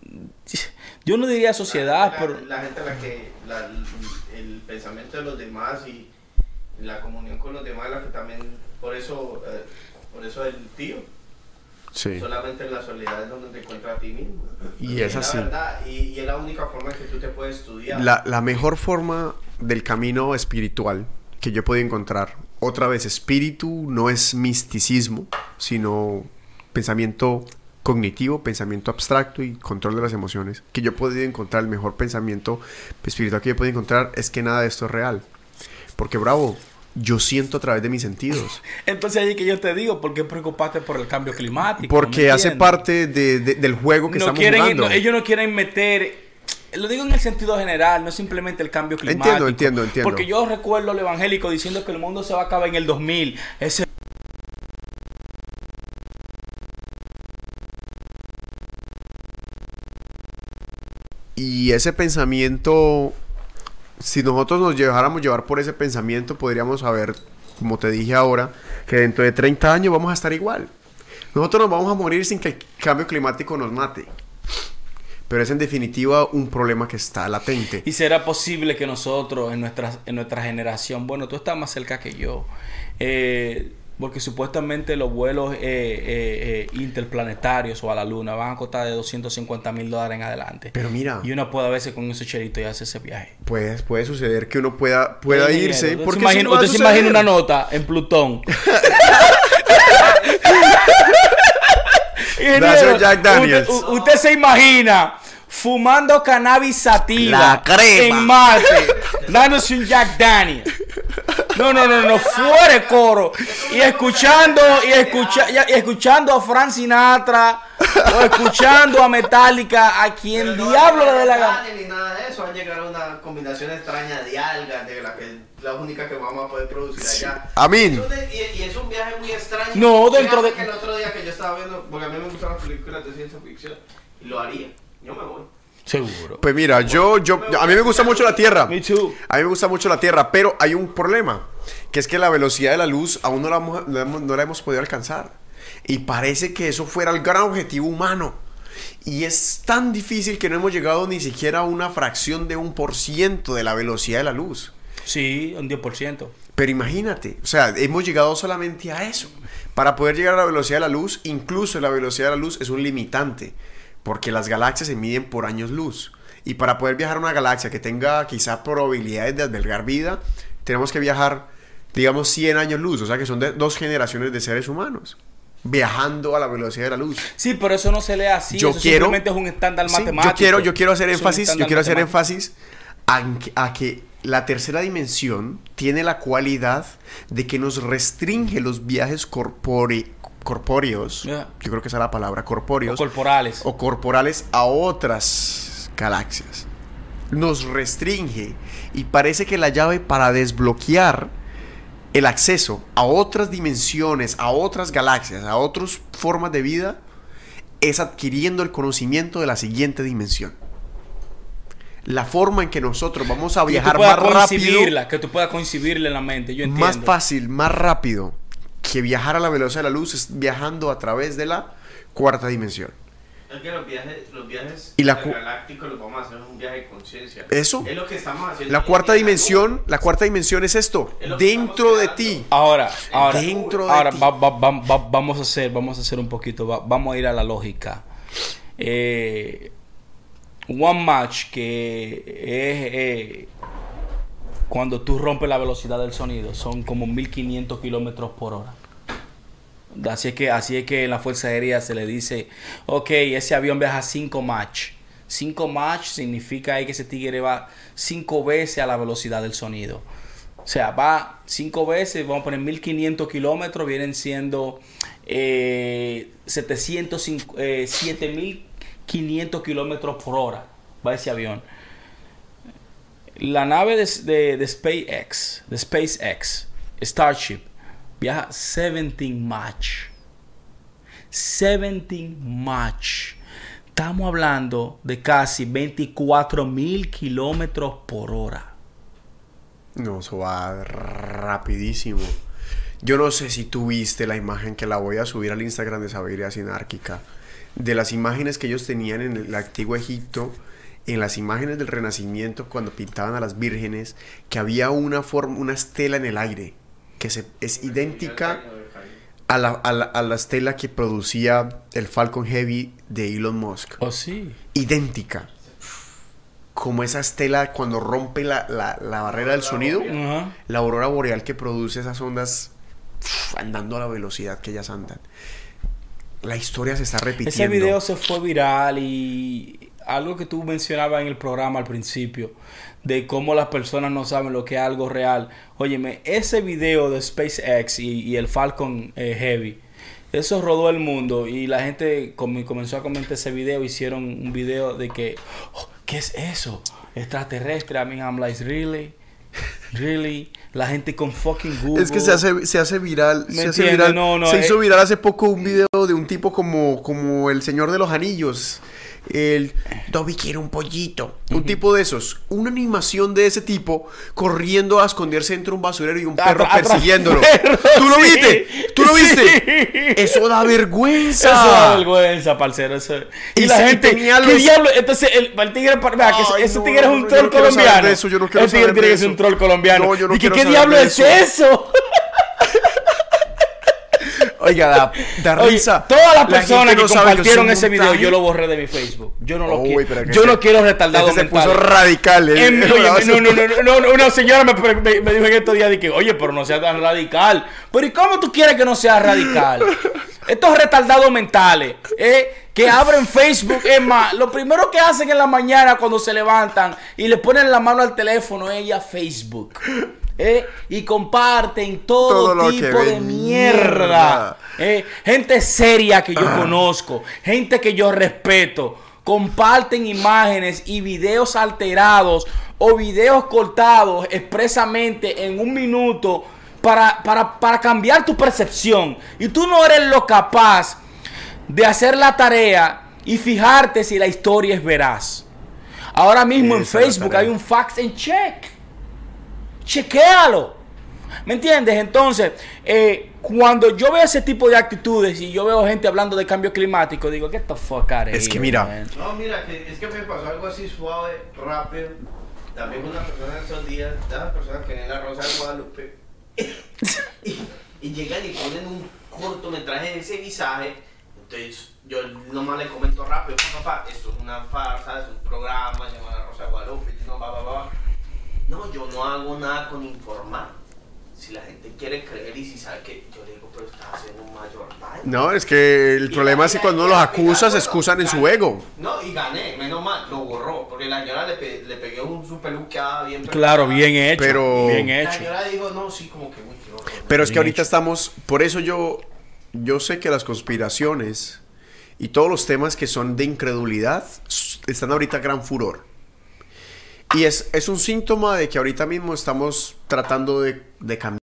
yo no diría sociedad, la, pero... La, la gente a la que la, el pensamiento de los demás y la comunión con los demás, la que también... Por eso, eh, por eso el tío. Sí. Solamente en la soledad es donde te encuentras a ti mismo. Y es la así. verdad, y, y es la única forma que tú te puedes estudiar. La, la mejor forma del camino espiritual que yo he podido encontrar, otra vez, espíritu no es misticismo, sino pensamiento cognitivo, pensamiento abstracto y control de las emociones. Que yo he podido encontrar, el mejor pensamiento espiritual que yo he podido encontrar es que nada de esto es real. Porque, bravo, yo siento a través de mis sentidos. Entonces ahí que yo te digo, ¿por qué preocuparte por el cambio climático? Porque ¿Me hace entiendes? parte de, de, del juego que no estamos quieren, jugando. no, ellos no quieren meter... Lo digo en el sentido general, no simplemente el cambio climático. Entiendo, entiendo, entiendo. Porque yo recuerdo al evangélico diciendo que el mundo se va a acabar en el dos mil. Ese... Y ese pensamiento, si nosotros nos dejáramos llevar por ese pensamiento, podríamos saber, como te dije ahora, que dentro de treinta años vamos a estar igual. Nosotros nos vamos a morir sin que el cambio climático nos mate. Pero es en definitiva un problema que está latente. Y será posible que nosotros, en nuestra, en nuestra generación, bueno, tú estás más cerca que yo, eh, porque supuestamente los vuelos eh, eh, eh, interplanetarios o a la luna van a costar de doscientos cincuenta mil dólares en adelante. Pero mira, y uno puede a veces con ese cherito y hace ese viaje. Pues puede suceder que uno pueda, pueda Oye, irse. ¿Usted, Porque se imagina, eso no va a usted se suceder. imagina una nota en Plutón? Gracias, Jack Daniels. Usted, u- usted se imagina fumando cannabis sativa La crema. en Marte, dándose un Jack Daniels. No, no, no, no, fuera de coro. Y escuchando, y, escucha, y escuchando a Frank Sinatra, o escuchando a Metallica, a quien Pero no diablo va a le dé la llegar gana. a ni nada de eso, va a llegar a una combinación extraña de algas, de la que la única que vamos a poder producir allá. Amén. Es un de- y, y es un viaje muy extraño. No, dentro Fíjate de- que el otro día que yo estaba viendo, porque a mí me gustan las películas de ciencia ficción, y lo haría. Yo me voy. Seguro. Pues mira, yo, yo, a mí me gusta mucho la Tierra. Me too. A mí me gusta mucho la Tierra, pero hay un problema, que es que la velocidad de la luz aún no la, hemos- no hemos- no la hemos podido alcanzar. Y parece que eso fuera el gran objetivo humano. Y es tan difícil que no hemos llegado ni siquiera a una fracción de un por ciento de la velocidad de la luz. Sí, un diez por ciento. Pero imagínate, o sea, hemos llegado solamente a eso. Para poder llegar a la velocidad de la luz, incluso la velocidad de la luz es un limitante, porque las galaxias se miden por años luz. Y para poder viajar a una galaxia que tenga quizá probabilidades de albergar vida, tenemos que viajar, digamos, cien años luz, o sea que son de dos generaciones de seres humanos, viajando a la velocidad de la luz. Sí, pero eso no se lee así. Yo eso quiero- simplemente es un estándar Sí, matemático. yo quiero, yo quiero hacer Es un énfasis, yo estándar quiero hacer matemático. énfasis a, que- a que la tercera dimensión tiene la cualidad de que nos restringe los viajes corpore- corpóreos, Yeah. yo creo que esa es la palabra, corpóreos, O corporales. o corporales a otras galaxias. nos restringe y parece que la llave para desbloquear el acceso a otras dimensiones, a otras galaxias, a otras formas de vida es adquiriendo el conocimiento de la siguiente dimensión. La forma en que nosotros vamos a viajar que tú más rápido, que tú puedas concebirla en la mente, yo entiendo. más fácil, más rápido que viajar a la velocidad de la luz es viajando a través de la cuarta dimensión. Es que los viajes, los viajes y la cu- galácticos los vamos a hacer un viaje de conciencia. Eso. Es lo que estamos haciendo. La cuarta dimensión, la cuarta dimensión es esto, Es lo que dentro de estamos ti. Ahora, ahora, Dentro de ahora ti. va- va- va- va- vamos a hacer, vamos a hacer un poquito, va- vamos a ir a la lógica. Eh, one match que es eh, cuando tú rompes la velocidad del sonido son como mil quinientos kilómetros por hora. Así es que, así es que en la Fuerza Aérea se le dice, ok, ese avión viaja cinco Mach. cinco Mach significa ahí que ese tigre va cinco veces a la velocidad del sonido. O sea, va cinco veces, vamos a poner mil quinientos kilómetros, vienen siendo eh, setecientos, eh, siete mil quinientos kilómetros por hora. Va ese avión. La nave de, de, de SpaceX, de SpaceX, Starship, viaja diecisiete Mach. diecisiete Mach. Estamos hablando de casi veinticuatro mil kilómetros por hora. No, eso va rapidísimo. Yo no sé si tú viste la imagen que la voy a subir al Instagram de Sabiduría Sinárquica. De las imágenes que ellos tenían en el antiguo Egipto, en las imágenes del Renacimiento, cuando pintaban a las vírgenes, que había una forma, una estela en el aire, que se, es idéntica a la, a, la, a la estela que producía el Falcon Heavy de Elon Musk. Oh, sí. Idéntica. Como esa estela cuando rompe la, la, la barrera del sonido, Ajá. la aurora boreal que produce esas ondas pf, andando a la velocidad que ellas andan. La historia se está repitiendo. Ese video se fue viral y algo que tú mencionabas en el programa al principio, de cómo las personas no saben lo que es algo real. Óyeme, ese video de SpaceX y, y el Falcon eh, Heavy, eso rodó el mundo y la gente com- comenzó a comentar ese video, hicieron un video de que, oh, ¿qué es eso? Extraterrestre. I mean, I'm like, really? Really? La gente con fucking Google. Es que se hace, se hace viral. ¿Me Se, hace entiendes? viral. No, no, se eh. hizo viral hace poco un video de un tipo como, como el Señor de los Anillos. El Dobby quiere un pollito. Un Ujú. tipo de esos. Una animación de ese tipo corriendo a esconderse entre un basurero y un Atra- perro atra- persiguiéndolo. perro, ¿Tú lo sí. viste? ¿Tú lo Sí. viste? Eso da vergüenza. Eso da vergüenza, parcero. Eso. Y, Y la si gente, tenía ¿qué los- diablo? Entonces, el, el tigre, vea, que ese, Ay, ese no, tigre es no, un no, yo troll no quiero saber colombiano. de eso, yo no quiero el tigre saber tiene de que ser eso. un troll colombiano. No, yo no ¿Y que, quiero qué saber diablo de es eso. eso? Oiga, da, da Oye, risa. todas las La personas gente que no sabe que compartieron es un ese video, montaje. yo lo borré de mi Facebook. Yo no lo Uy, quiero. pero que Yo este- no quiero retardados este se mentales. puso radical. eh. En- oye, no, no, no, no, no, no, una señora me, me, me dijo en estos días de que, oye, pero no seas tan radical. Pero ¿y cómo tú quieres que no seas radical? Estos retardados mentales, eh, que abren Facebook, es más, lo primero que hacen en la mañana cuando se levantan y le ponen la mano al teléfono es ya Facebook. Eh, y comparten todo, Todo lo tipo que de ven, mierda. mierda. Eh, gente seria que yo conozco, gente que yo respeto, comparten imágenes y videos alterados o videos cortados expresamente en un minuto para, para, para cambiar tu percepción. Y tú no eres lo capaz de hacer la tarea y fijarte si la historia es veraz. Ahora mismo en Esa es la Facebook tarea. hay un fact and check. Chequéalo. ¿Me entiendes? Entonces, eh, cuando yo veo ese tipo de actitudes y yo veo gente hablando de cambio climático, digo, get the fuck out of Es que here, mira. man. No, mira, que, es que me pasó algo así suave, rápido. También una persona en esos días, de las personas que ven la Rosa de Guadalupe, y, y llegan y ponen un cortometraje de ese visaje. Entonces yo nomás le comento rápido, papá, esto es una farsa, es un programa llamado La Rosa de Guadalupe, y no, va, va, va. No, yo no hago nada con informar. Si la gente quiere creer y si sabe que yo le digo, pero estás haciendo un mayor daño. No, es que el Y problema la- es que y cuando la- uno los y la- acusa, se bueno, excusan en su gané. ego. No, y gané, menos mal, lo borró. Porque la señora le, pe le pegué un su peluqueada bien Claro, perfecta. bien hecho. Pero- bien La hecho. señora dijo, no, sí, como que muy qué horror. Pero es que Bien ahorita hecho. estamos, por eso yo, yo sé que las conspiraciones y todos los temas que son de incredulidad s- están ahorita a gran furor. Y es, es un síntoma de que ahorita mismo estamos tratando de, de cambiar